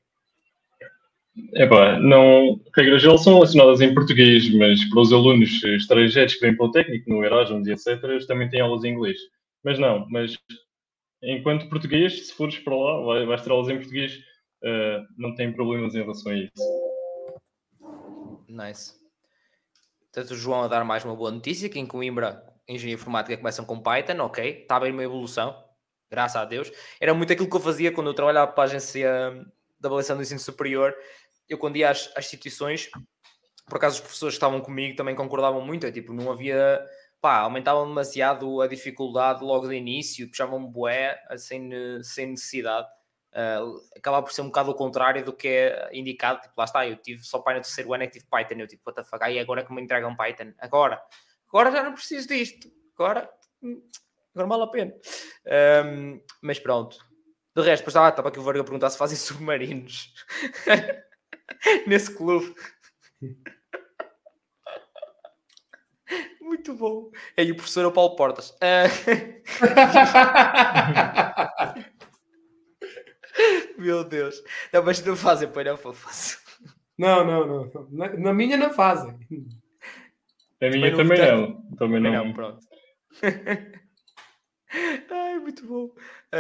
Não, regra geral são lecionadas em português, mas para os alunos estrangeiros que vêm para o técnico, no Erasmus e etc., eles também têm aulas em inglês. Mas enquanto português, se fores para lá, vais ter aulas em português, não tem problemas em relação a isso. Nice. Portanto, o João a dar mais uma boa notícia, que em Coimbra, Engenharia Informática começam com Python, ok, está bem uma evolução, graças a Deus. Era muito aquilo que eu fazia quando eu trabalhava para a agência da avaliação do ensino superior. Eu quando ia às instituições, por acaso os professores que estavam comigo também concordavam muito, não havia, aumentavam demasiado a dificuldade logo de início, puxavam-me bué, sem necessidade. Acaba por ser um bocado o contrário do que é indicado. Lá está, eu tive só Python no terceiro ano, é que tive Python, eu what the fuck, agora é que me entregam Python, agora já não preciso disto, agora vale a pena. Mas pronto. De resto, estava aqui o Varga a perguntar se fazem submarinos nesse clube. Muito bom. E o professor é o Paulo Portas. Meu Deus. Não, mas não fazem, pois não, faço. Não. Na minha não fazem. A minha também não. Pronto. Ai, muito bom.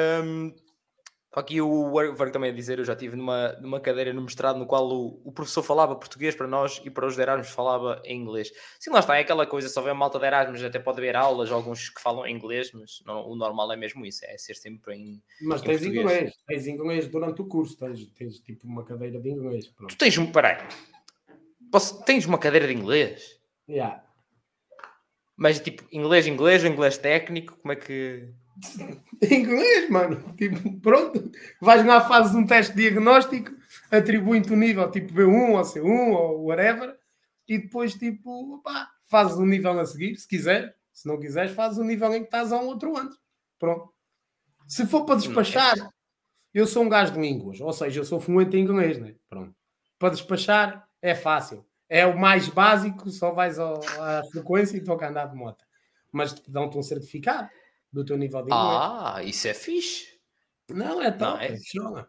Aqui o Vargo também a dizer, eu já estive numa cadeira no mestrado no qual o professor falava português para nós e para os de Erasmus falava em inglês. Sim, lá está, é aquela coisa, só vê a malta de Erasmus, até pode haver aulas, alguns que falam em inglês, mas o normal é mesmo isso, é ser sempre em Mas tens inglês, durante o curso, tens tipo uma cadeira de inglês. Pronto. Tu tens tens uma cadeira de inglês? Yeah. Mas tipo, inglês ou inglês técnico, como é que... Inglês, mano. Tipo, pronto. Vais na fase de um teste diagnóstico, atribuem-te o nível tipo B1 ou C1 ou whatever, e depois tipo, fazes um nível a seguir, se quiser. Se não quiseres, fazes o nível em que estás a um outro antes. Pronto. Se for para despachar, eu sou um gajo de línguas, ou seja, eu sou fluente em inglês, né? Pronto. Para despachar é fácil. É o mais básico, só vais à frequência e toca a andar de moto. Mas dão-te um certificado do teu nível de inglês. Isso é fixe. Não, é top. Não é? É funciona.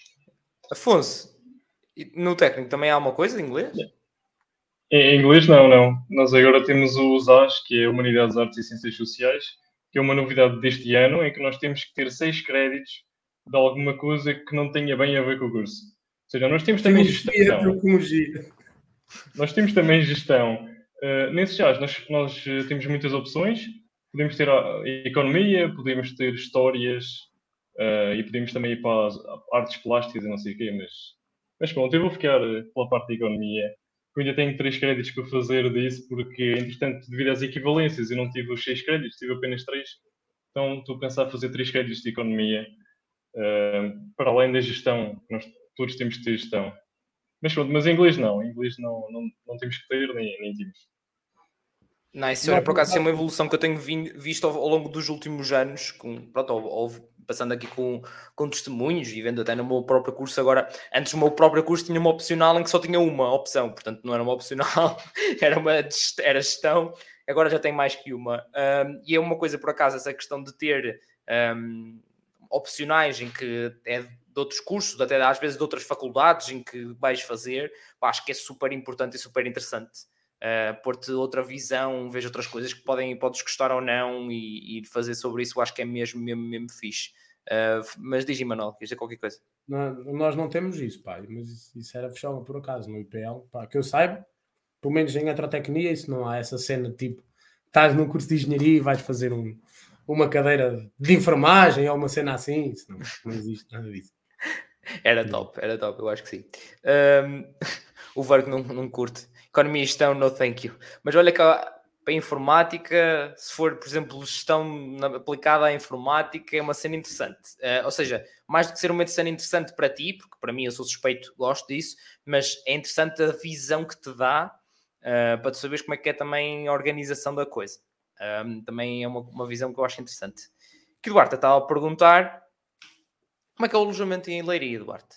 Afonso, no técnico também há uma coisa de inglês? Em inglês, não. Nós agora temos o USAS, que é Humanidades, Artes e Ciências Sociais, que é uma novidade deste ano, em que nós temos que ter 6 créditos de alguma coisa que não tenha bem a ver com o curso. Ou seja, nós temos também gestão. Nós temos também gestão. Nesses JAS, nós temos muitas opções. Podemos ter a economia, podemos ter histórias e podemos também ir para as artes plásticas e não sei o quê. Mas pronto, eu vou ficar pela parte da economia. Eu ainda tenho 3 créditos para fazer disso, porque, entretanto, devido às equivalências, eu não tive os 6 créditos, tive apenas 3. Então, estou a pensar em fazer 3 créditos de economia, para além da gestão. Nós todos temos que ter gestão. Mas pronto, mas em inglês não. Em inglês não temos que ter, nem temos. Nice, olha, por acaso é uma evolução que eu tenho visto ao longo dos últimos anos, passando aqui com testemunhos e vendo até no meu próprio curso. Agora, antes do meu próprio curso tinha uma opcional em que só tinha uma opção, portanto não era uma opcional, era gestão. Agora já tem mais que uma. E é uma coisa, por acaso, essa questão de ter opcionais em que é de outros cursos, até às vezes de outras faculdades em que vais fazer, acho que é super importante e super interessante. Pôr-te outra visão, vejo outras coisas que podes gostar ou não e fazer sobre isso, acho que é mesmo fixe. Mas diz-me, Manuel, queres dizer qualquer coisa? Nós não temos isso, pá, mas isso era fechado por acaso no IPL, pá, que eu saiba, pelo menos em eletrotecnia, isso não há essa cena tipo, estás num curso de engenharia e vais fazer uma cadeira de enfermagem ou uma cena assim, isso não existe nada disso. Era top, eu acho que sim. O Vargo não curte. Economia e gestão, no thank you. Mas olha que para a informática, se for, por exemplo, gestão aplicada à informática, é uma cena interessante. Ou seja, mais do que ser uma cena interessante para ti, porque para mim eu sou suspeito, gosto disso, mas é interessante a visão que te dá para tu saberes como é que é também a organização da coisa. Também é uma visão que eu acho interessante. Que Duarte estava a perguntar como é que é o alojamento em Leiria, Duarte?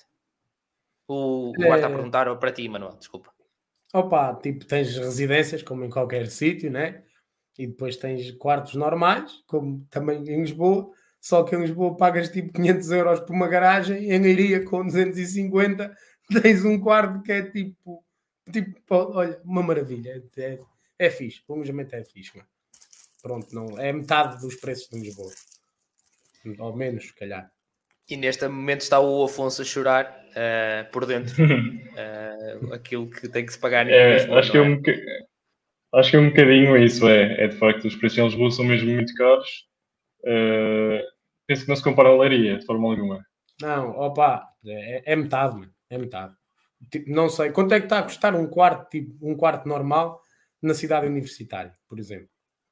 O Duarte está a perguntar para ti, Manuel, desculpa. Opa, tipo, tens residências, como em qualquer sítio, né? E depois tens quartos normais, como também em Lisboa, só que em Lisboa pagas tipo 500 euros por uma garagem, em Leiria com 250 tens um quarto que é tipo olha, uma maravilha, é fixe, o alojamento é fixe, mano. Pronto, não, é metade dos preços de Lisboa, ou menos, se calhar. E neste momento está o Afonso a chorar por dentro aquilo que tem que se pagar em Lisboa. Acho que é um bocadinho isso, é de facto, os preços em Lisboa são mesmo muito caros. Penso que não se compara a Leiria, de forma alguma. Não, opa, é metade, mano, é metade. Tipo, não sei, quanto é que está a custar um quarto normal na cidade universitária, por exemplo?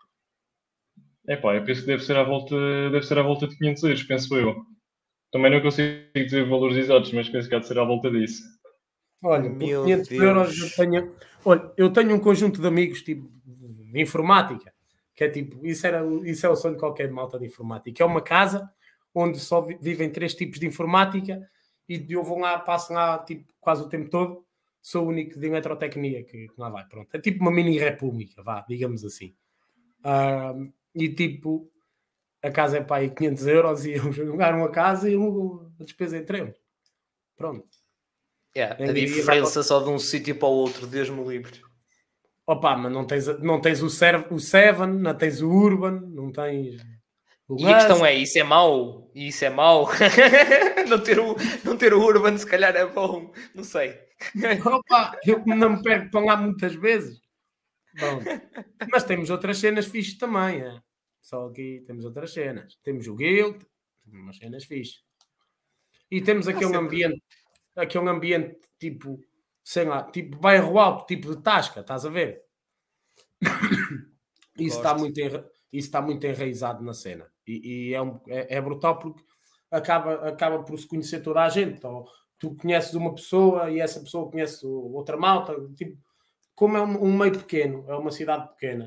Eu penso que deve ser à volta de 500 euros, penso eu. Também não consigo dizer valores exatos, mas penso que há de ser à volta disso. Olha, por 500 euros eu tenho um conjunto de amigos tipo de informática, que é tipo, isso é o sonho de qualquer malta de informática. É uma casa onde só vivem 3 tipos de informática e eu vou lá, passo lá tipo, quase o tempo todo, sou o único de eletrotecnia que lá vai, pronto. É tipo uma mini república, vá, digamos assim. E tipo, a casa é para aí 500 euros e eles alugaram a casa e a despesa é 3. Pronto. A diferença só de um sítio para o outro, Deus me livre. Opa, mas não tens o Seven, não tens o Urban, não tens o E a questão é, isso é mau? não ter o Urban se calhar é bom, não sei. Opa, eu não me perco para lá muitas vezes. Bom, mas temos outras cenas fixes também, é? Só aqui temos outras cenas. Temos o Guild, temos umas cenas fixes. E temos aquele ambiente tipo, sei lá, tipo bairro alto, tipo de Tasca, estás a ver? Isso está muito enraizado na cena. E é brutal porque acaba por se conhecer toda a gente. Ou tu conheces uma pessoa e essa pessoa conhece outra malta. Tipo, como é um meio pequeno, é uma cidade pequena,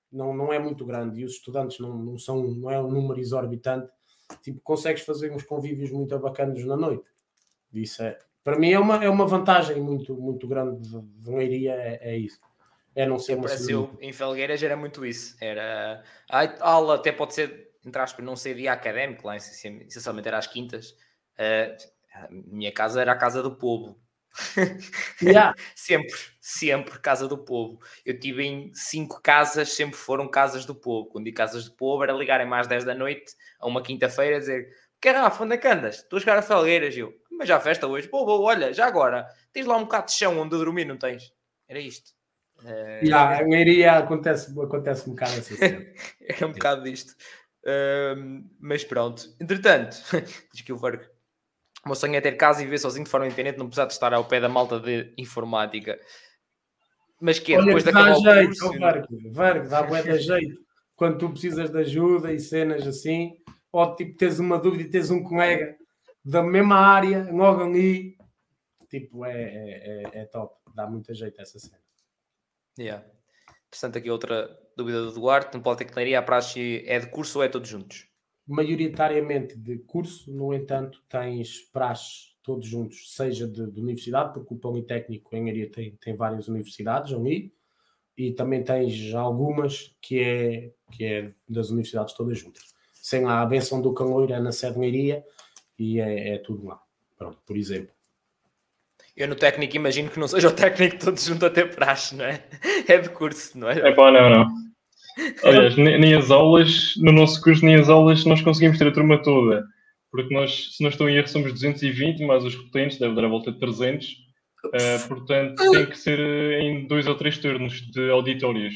não é muito grande e os estudantes não é um número exorbitante, tipo, consegues fazer uns convívios muito bacanas na noite. Isso para mim é uma vantagem muito, muito grande de Leiria, é isso. É não ser uma cidade. Em Felgueiras era muito isso. Era a aula, até pode ser, entre aspas, não ser dia académico, lá essencialmente era às quintas. A minha casa era a casa do povo. Yeah. sempre casa do povo. Eu tive em 5 casas, sempre foram casas do povo. Quando digo casas do povo era ligarem mais 10 da noite a uma quinta-feira, dizer: Rafa, onde é que andas? Estou a chegar a Felgueiras. Eu: mas já festa hoje? Pô, olha, já agora tens lá um bocado de chão onde dormir, não tens? Era isto. A Leiria acontece um bocado assim. Era um bocado disto. Mas pronto. Entretanto, diz que o Vargo: o meu sonho é ter casa e viver sozinho de forma independente, não precisar de estar ao pé da malta de informática. Mas que é, depois de acabar o curso... Vargo, dá bué de jeito. Quando tu precisas de ajuda e cenas assim, ou tipo, tens uma dúvida e tens um colega da mesma área, logo ali, tipo, é top. Dá muito jeito essa cena. Yeah. Portanto, aqui outra dúvida do Duarte: no Politecnicaria a praxe é de curso ou é todos juntos? Maioritariamente de curso, no entanto, tens praxe todos juntos, seja de universidade, porque o Politécnico em Leiria tem várias universidades ali, e também tens algumas que é das universidades todas juntas. Sem lá a benção do Caloiro é na sede de Leiria e é tudo lá. Pronto, por exemplo. Eu no técnico imagino que não seja o técnico todos juntos a ter praxe, não é? É de curso, não é? Não. Aliás, nem as aulas, no nosso curso, nem as aulas nós conseguimos ter a turma toda. Porque nós, se não estou em erro, somos 220, mais os repetentes, deve dar a volta de 300. Portanto, tem que ser em 2 ou 3 turnos de auditórios.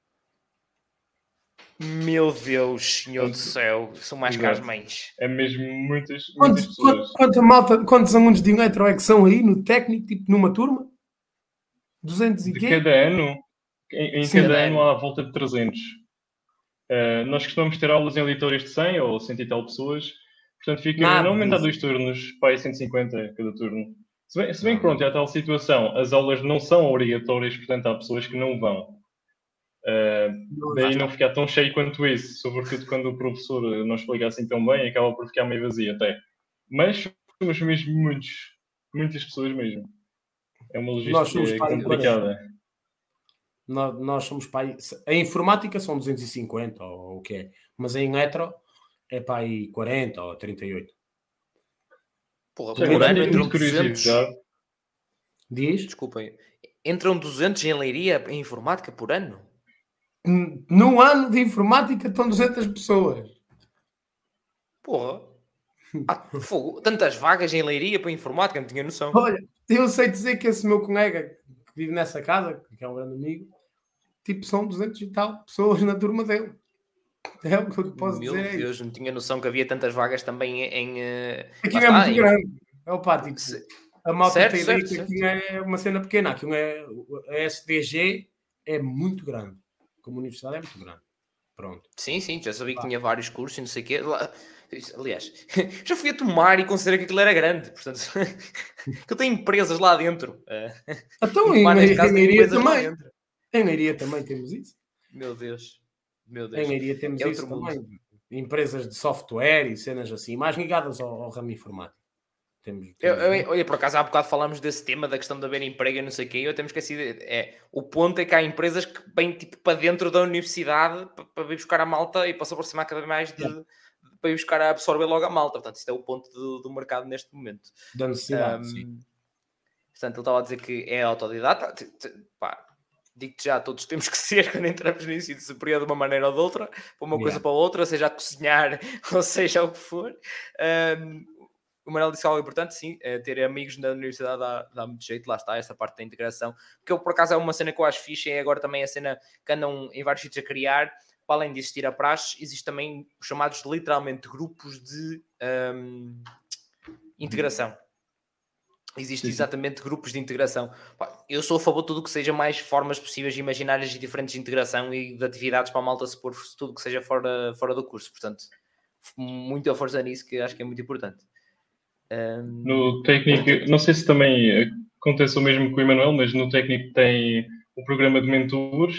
Meu Deus, Senhor do céu, são mais que as mães. É mesmo muitas pessoas. Quantos alunos de eletro é que são aí no técnico, tipo numa turma? 200 e quê? De cada ano? Em cada ano há a volta de 300. Nós costumamos ter aulas em auditórios de 100 ou 100 e tal pessoas. Portanto, fica normalmente há 2 turnos, para 150 cada turno. Se bem que pronto, há tal situação. As aulas não são obrigatórias, portanto há pessoas que não vão. Daí não ficar tão cheio quanto isso. Sobretudo quando o professor não explica assim tão bem, acaba por ficar meio vazio até. Mas somos mesmo muitas pessoas mesmo. É uma logística complicada. Nós somos para a informática são 250 ou o que é, mas em eletro é para aí 40 ou 38. Porra, por ano entram 200. Diz? Desculpem. Entram 200 em Leiria em informática por ano? Num ano de informática estão 200 pessoas. Porra. Fogo. Tantas vagas em Leiria para informática, não tinha noção. Olha, eu sei dizer que esse meu colega que vive nessa casa, que é um grande amigo, tipo, são 200 e tal pessoas na turma dele. É o que eu te posso dizer. Meu Deus, não tinha noção que havia tantas vagas também em... Aquilo é muito grande. É o pá, tipo, a malta tem ideia que aquilo é uma cena pequena. Aquilo é... A SDG é muito grande. Como universidade é muito grande. Pronto. Sim, já sabia que tinha vários cursos e não sei o quê. Aliás, já fui a tomar e considerei que aquilo era grande. Portanto, que eu tenho empresas lá dentro. Então, em Leiria também. Em Leiria também temos isso. Meu Deus. Em Leiria temos isso também. Empresas de software e cenas assim, mais ligadas ao ramo informático. Olha, por acaso há bocado falámos desse tema da questão de haver emprego e não sei o quê, eu até me esqueci. O ponto é que há empresas que vêm tipo para dentro da universidade para vir buscar a malta e para se aproximar cada vez mais para ir buscar a absorver logo a malta. Portanto, isto é o ponto do mercado neste momento. Da necessidade, sim. Portanto, ele estava a dizer que é autodidata. Pá, digo-te já, todos temos que ser quando entramos no ensino superior de uma maneira ou de outra, para uma coisa para outra, seja a cozinhar ou seja o que for. O Manuel disse algo importante, sim, ter amigos na universidade dá muito jeito, lá está, essa parte da integração, que eu, por acaso, é uma cena que eu acho fixe, é agora também a cena que andam em vários sítios a criar, para além de existir a praxe, existe também os chamados, literalmente, grupos de integração. Existem exatamente grupos de integração. Eu sou a favor de tudo que seja mais formas possíveis, imaginárias e diferentes de integração e de atividades para a malta se pôr tudo que seja fora do curso, portanto, muita força nisso, que acho que é muito importante. No técnico, não sei se também acontece o mesmo com o Emanuel, mas no técnico tem o programa de mentores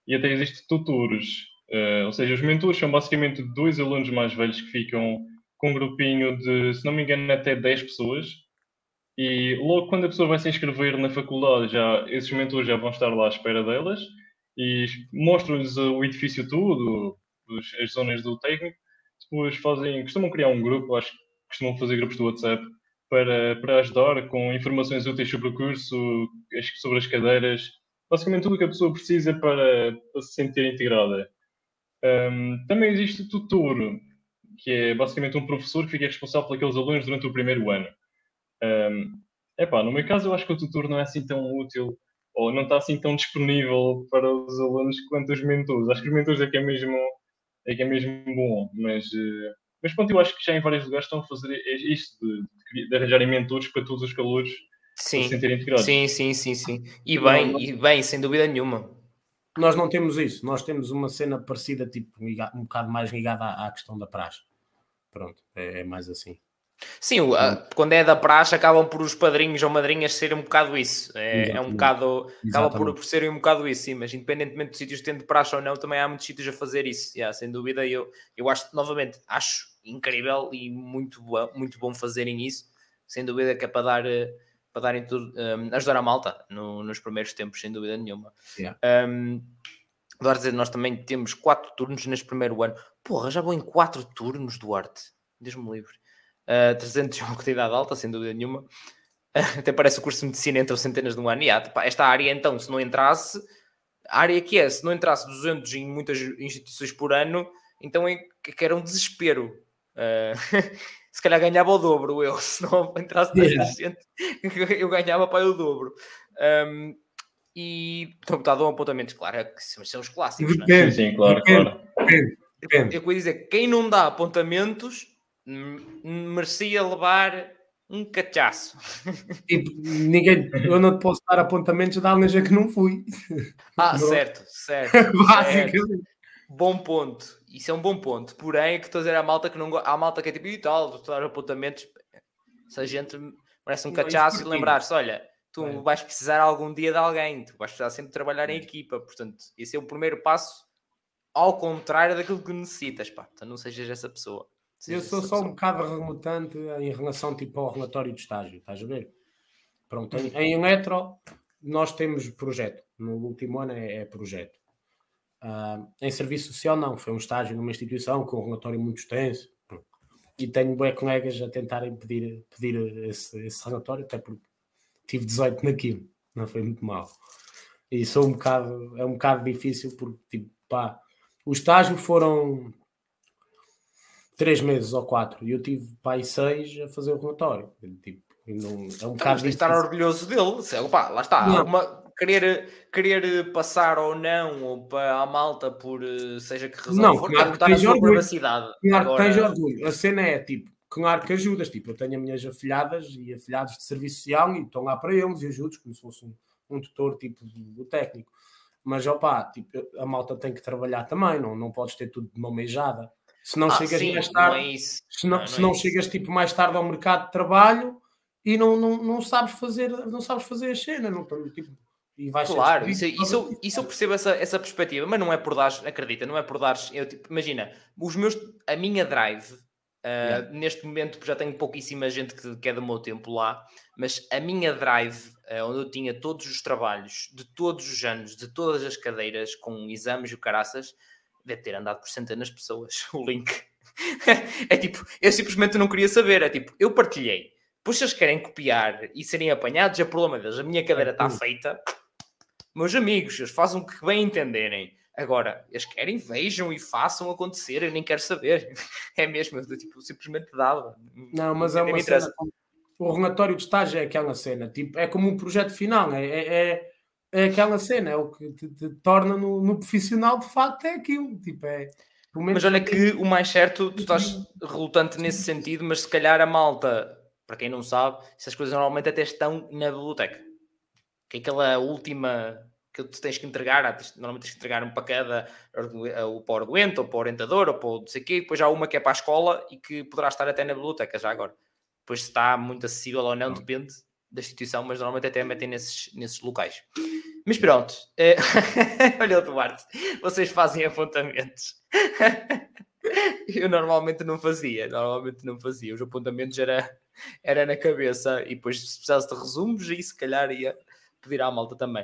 e até existe tutores. Ou seja, os mentores são basicamente 2 alunos mais velhos que ficam com um grupinho de, se não me engano, até 10 pessoas. E logo quando a pessoa vai se inscrever na faculdade, esses mentores já vão estar lá à espera delas e mostram-lhes o edifício todo, as zonas do técnico. Depois costumam criar um grupo, acho que costumam fazer grupos do WhatsApp para ajudar com informações úteis sobre o curso, sobre as cadeiras, basicamente tudo o que a pessoa precisa para se sentir integrada. Também existe o tutor, que é basicamente um professor que fica responsável por aqueles alunos durante o primeiro ano. No meu caso, eu acho que o tutor não é assim tão útil ou não está assim tão disponível para os alunos quanto os mentores. Acho que os mentores é que é mesmo bom, mas pronto, eu acho que já em vários lugares estão a fazer isto de arranjarem mentores para todos os calouros para se Sim, sentirem integrados. sim. E bem, sem dúvida nenhuma. Nós não temos isso. Nós temos uma cena parecida, tipo, um bocado mais ligada à questão da praxe. Pronto, é mais assim. Sim, quando é da praxe, acabam por os padrinhos ou madrinhas serem um bocado isso. É um bocado. Acaba por serem um bocado isso, sim, mas independentemente dos sítios tendo praxe ou não, também há muitos sítios a fazer isso. Sem dúvida, eu acho, novamente, acho incrível e muito bom fazerem isso. Sem dúvida que é para darem tudo, ajudar a malta nos primeiros tempos, sem dúvida nenhuma. Duarte dizer, nós também temos 4 turnos neste primeiro ano. Porra, já vou em 4 turnos, Duarte. Deus-me livre. 300 é uma quantidade alta, sem dúvida nenhuma. Até parece o curso de medicina entre centenas de um ano. Esta área, então, se não entrasse, a área que se não entrasse 200 em muitas instituições por ano, então que era um desespero. Se calhar ganhava o dobro eu, se não entrasse 300, eu ganhava para o dobro. E então, dão apontamentos, claro, que são os clássicos. Depende, não é? Sim, claro. Depende. Eu vou dizer, quem não dá apontamentos merecia levar um cachaço. Tipo, eu não te posso dar apontamentos de alguém já que não fui. Certo. Basicamente. Bom ponto. Isso é um bom ponto. Porém, é que estou a dizer à malta que não gosta. Há malta que é tipo, e tal, tu dar apontamentos. Se a gente merece um cachaço e lembrar-se, olha, tu vais precisar algum dia de alguém, tu vais precisar sempre de trabalhar em equipa. Portanto, esse é o primeiro passo ao contrário daquilo que necessitas, pá. Então não sejas essa pessoa. Eu sou só um bocado relutante em relação tipo, ao relatório de estágio, estás a ver? Pronto, em Eletro nós temos projeto. No último ano é projeto. Em serviço social não, foi um estágio numa instituição com um relatório muito extenso. E tenho bué colegas a tentarem pedir esse relatório, até porque tive 18 naquilo, não foi muito mal. E é um bocado difícil porque, tipo, pá, o estágio foram 3 meses ou 4 e eu tive, pá, e 6 a fazer o relatório. Tipo, não, é um bocado difícil. Estar orgulhoso dele, pá, lá está. Querer passar ou não, ou para a malta por seja que razão for, claro está na sua privacidade. Claro que tens orgulho. A cena é tipo, claro que ajudas. Tipo, eu tenho as minhas afilhadas e afilhados de serviço social e estão lá para eles e ajudo como se fosse um tutor tipo do técnico. Mas opá, tipo, a malta tem que trabalhar também, não podes ter tudo de mão beijada. Se não chegas mais tarde, não é isso. se não chegas tipo mais tarde ao mercado de trabalho e não sabes fazer a cena, não tipo. Claro, isso eu percebo essa perspectiva, mas não é por dar, acredita, não é por dar. Tipo, imagina, a minha drive, neste momento já tenho pouquíssima gente que é do meu tempo lá, mas a minha drive, onde eu tinha todos os trabalhos de todos os anos, de todas as cadeiras, com exames e o caraças, deve ter andado por centenas de pessoas o link. É tipo, eu simplesmente não queria saber, é tipo, eu partilhei. Depois se eles querem copiar e serem apanhados, é problema deles. A minha cadeira está feita. Meus amigos, eles fazem o que bem entenderem. Agora, eles querem, vejam e façam acontecer. Eu nem quero saber. É mesmo, eu tipo, simplesmente dava. Não, mas é uma cena. O relatório de estágio é aquela cena. Tipo, é como um projeto final. É aquela cena. É o que te torna no profissional, de facto, é aquilo. Tipo, mas olha que o mais certo, tu estás relutante nesse sentido, mas se calhar a malta, para quem não sabe, essas coisas normalmente até estão na biblioteca. Que é aquela última que tu tens que entregar, normalmente tens que entregar um para cada, ou para o arguente, ou para o orientador, ou para o não sei o quê, e depois há uma que é para a escola e que poderá estar até na biblioteca já agora. Depois se está muito acessível ou não, depende, instituição, mas normalmente até metem nesses locais. Mas pronto, olha o Duarte, vocês fazem apontamentos. Eu normalmente não fazia. Os apontamentos era na cabeça, e depois se precisasse de resumos, e se calhar ia pedir à malta também.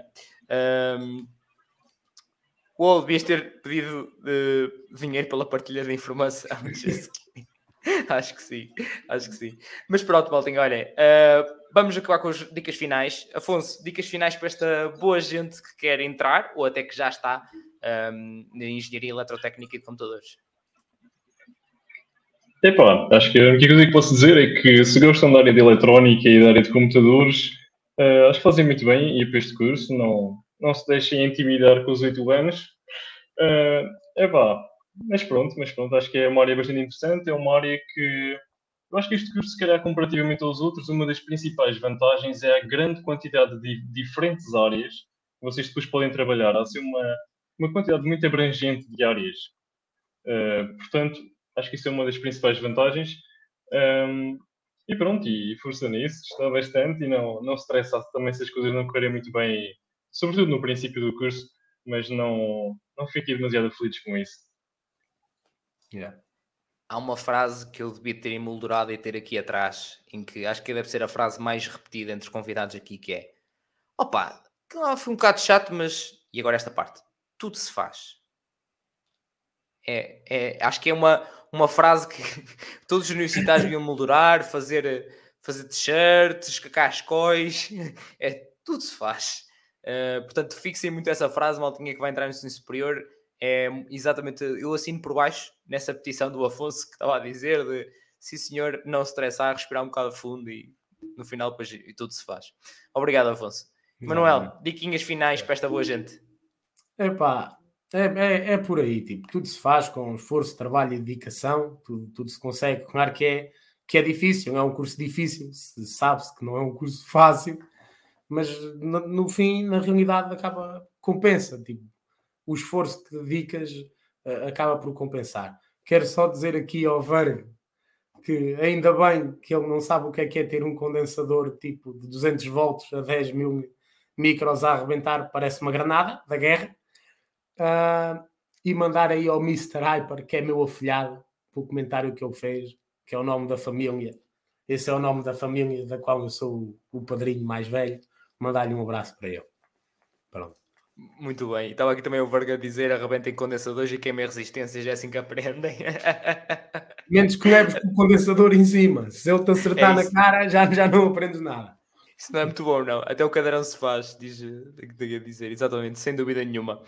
Devias ter pedido dinheiro pela partilha de informação. Acho que sim. Mas pronto, maltinho, olhem, vamos acabar com as dicas finais. Afonso, dicas finais para esta boa gente que quer entrar, ou até que já está na engenharia eletrotécnica e de computadores. Epá, acho que a única coisa que posso dizer é que se gostam da área de eletrónica e da área de computadores, acho que fazem muito bem ir para este curso, não se deixem intimidar com os 8 anos. Epá, mas pronto, acho que é uma área bastante interessante, é uma área que eu acho que este curso, se calhar, comparativamente aos outros, uma das principais vantagens é a grande quantidade de diferentes áreas que vocês depois podem trabalhar. Há assim uma quantidade muito abrangente de áreas. Portanto, acho que isso é uma das principais vantagens. E pronto, e força nisso, está bastante, e não estressar também se as coisas não correrem muito bem, sobretudo no princípio do curso, mas não fiquem demasiado aflitos com isso. Yeah. Há uma frase que eu devia ter emoldurado e ter aqui atrás, em que acho que deve ser a frase mais repetida entre os convidados aqui, que é: opa, foi um bocado chato, mas... E agora esta parte: tudo se faz. Acho que é uma frase que todos os universitários deviam moldurar, fazer t-shirts, cascóis, tudo se faz. Portanto, fixem muito essa frase, maltinha que vai entrar no ensino superior. É exatamente, eu assino por baixo nessa petição do Afonso que estava a dizer de, sim senhor, não se estressar, respirar um bocado fundo, e no final depois tudo se faz. Obrigado, Afonso. Manuel, diquinhas finais para esta boa gente. Epá, é por aí, tipo, tudo se faz com esforço, trabalho e dedicação, tudo se consegue. Claro que é difícil, é um curso difícil, sabe-se que não é um curso fácil, mas no fim, na realidade, compensa, tipo, o esforço que dedicas acaba por compensar. Quero só dizer aqui ao Varg que ainda bem que ele não sabe o que é ter um condensador tipo de 200 volts a 10 mil micros a arrebentar, parece uma granada da guerra. E mandar aí ao Mr. Hyper, que é meu afilhado, pelo comentário que ele fez, que é o nome da família. Esse é o nome da família da qual eu sou o padrinho mais velho. Mandar-lhe um abraço para ele. Pronto. Muito bem. Estava aqui também o Varga a dizer: arrebentem condensadores e queimem resistências, é assim que aprendem. Menos que leves com o condensador em cima. Se ele te acertar na cara, já não aprendes nada. Isso não é muito bom, não. Até o cadeirão se faz, tenho a dizer, exatamente, sem dúvida nenhuma.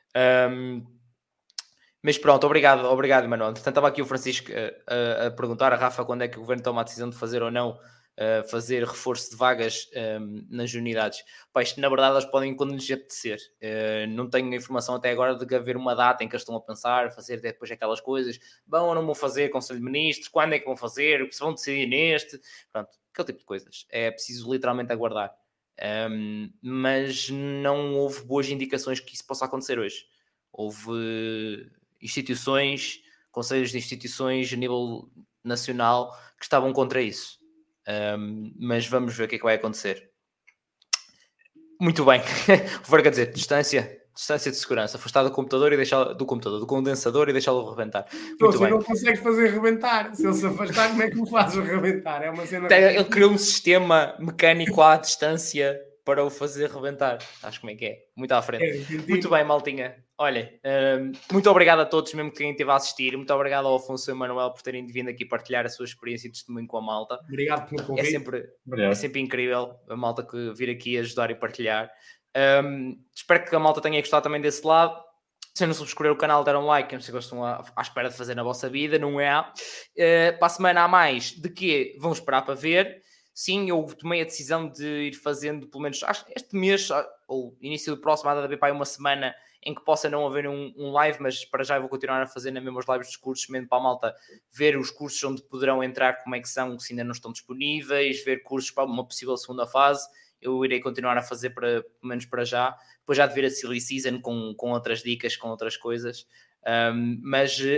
Mas pronto, obrigado, Manuel. Portanto, estava aqui o Francisco a perguntar a Rafa quando é que o governo toma a decisão de fazer ou não fazer reforço de vagas nas unidades. Pá, isto, na verdade, eles podem quando lhes apetecer. Não tenho informação até agora de que haver uma data em que eles estão a pensar, fazer depois aquelas coisas. Vão ou não vão fazer Conselho de Ministros? Quando é que vão fazer? Se vão decidir neste? Pronto, aquele tipo de coisas. É preciso literalmente aguardar. Mas não houve boas indicações que isso possa acontecer hoje. Houve instituições, conselhos de instituições a nível nacional que estavam contra isso. Mas vamos ver o que é que vai acontecer. Muito bem. O Varga dizer, distância de segurança, afastar do computador e deixar do condensador e deixá-lo rebentar. Muito bem. Não consegues fazer rebentar. Se ele se afastar, como é que o fazes rebentar? É uma cena. Ele criou um sistema mecânico à distância para o fazer rebentar. Acho como é que é. Muito à frente. Muito bem, maltinha. Olha, muito obrigado a todos, mesmo que quem esteve a assistir. Muito obrigado ao Afonso e ao Manuel por terem vindo aqui partilhar a sua experiência e testemunho com a malta. Obrigado pelo convite. É sempre incrível a malta que vir aqui ajudar e partilhar. Espero que a malta tenha gostado também desse lado. Se não subscrever o canal, deram um like, não sei o que estão à espera de fazer na vossa vida, não é? Para a semana há mais, de que vão esperar para ver. Sim, eu tomei a decisão de ir fazendo, pelo menos este mês, ou início do próximo, há de haver para aí uma semana em que possa não haver um live, mas para já eu vou continuar a fazer na mesma os lives dos cursos, mesmo para a malta ver os cursos onde poderão entrar, como é que são, se ainda não estão disponíveis, ver cursos para uma possível segunda fase. Eu irei continuar a fazer, pelo menos para já. Depois já de vir a Silly Season com outras dicas, com outras coisas. Mas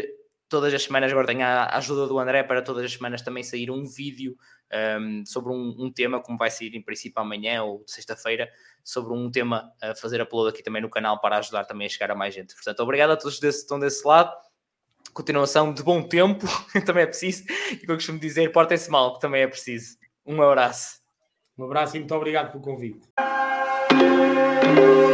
todas as semanas agora tenho a ajuda do André para todas as semanas também sair um vídeo sobre um tema, como vai sair em princípio amanhã ou sexta-feira, sobre um tema a fazer upload aqui também no canal para ajudar também a chegar a mais gente. Portanto, obrigado a todos que estão desse lado. Continuação de bom tempo, também é preciso. E como eu costumo dizer, portem-se mal, que também é preciso. Um abraço. Um abraço e muito obrigado pelo convite.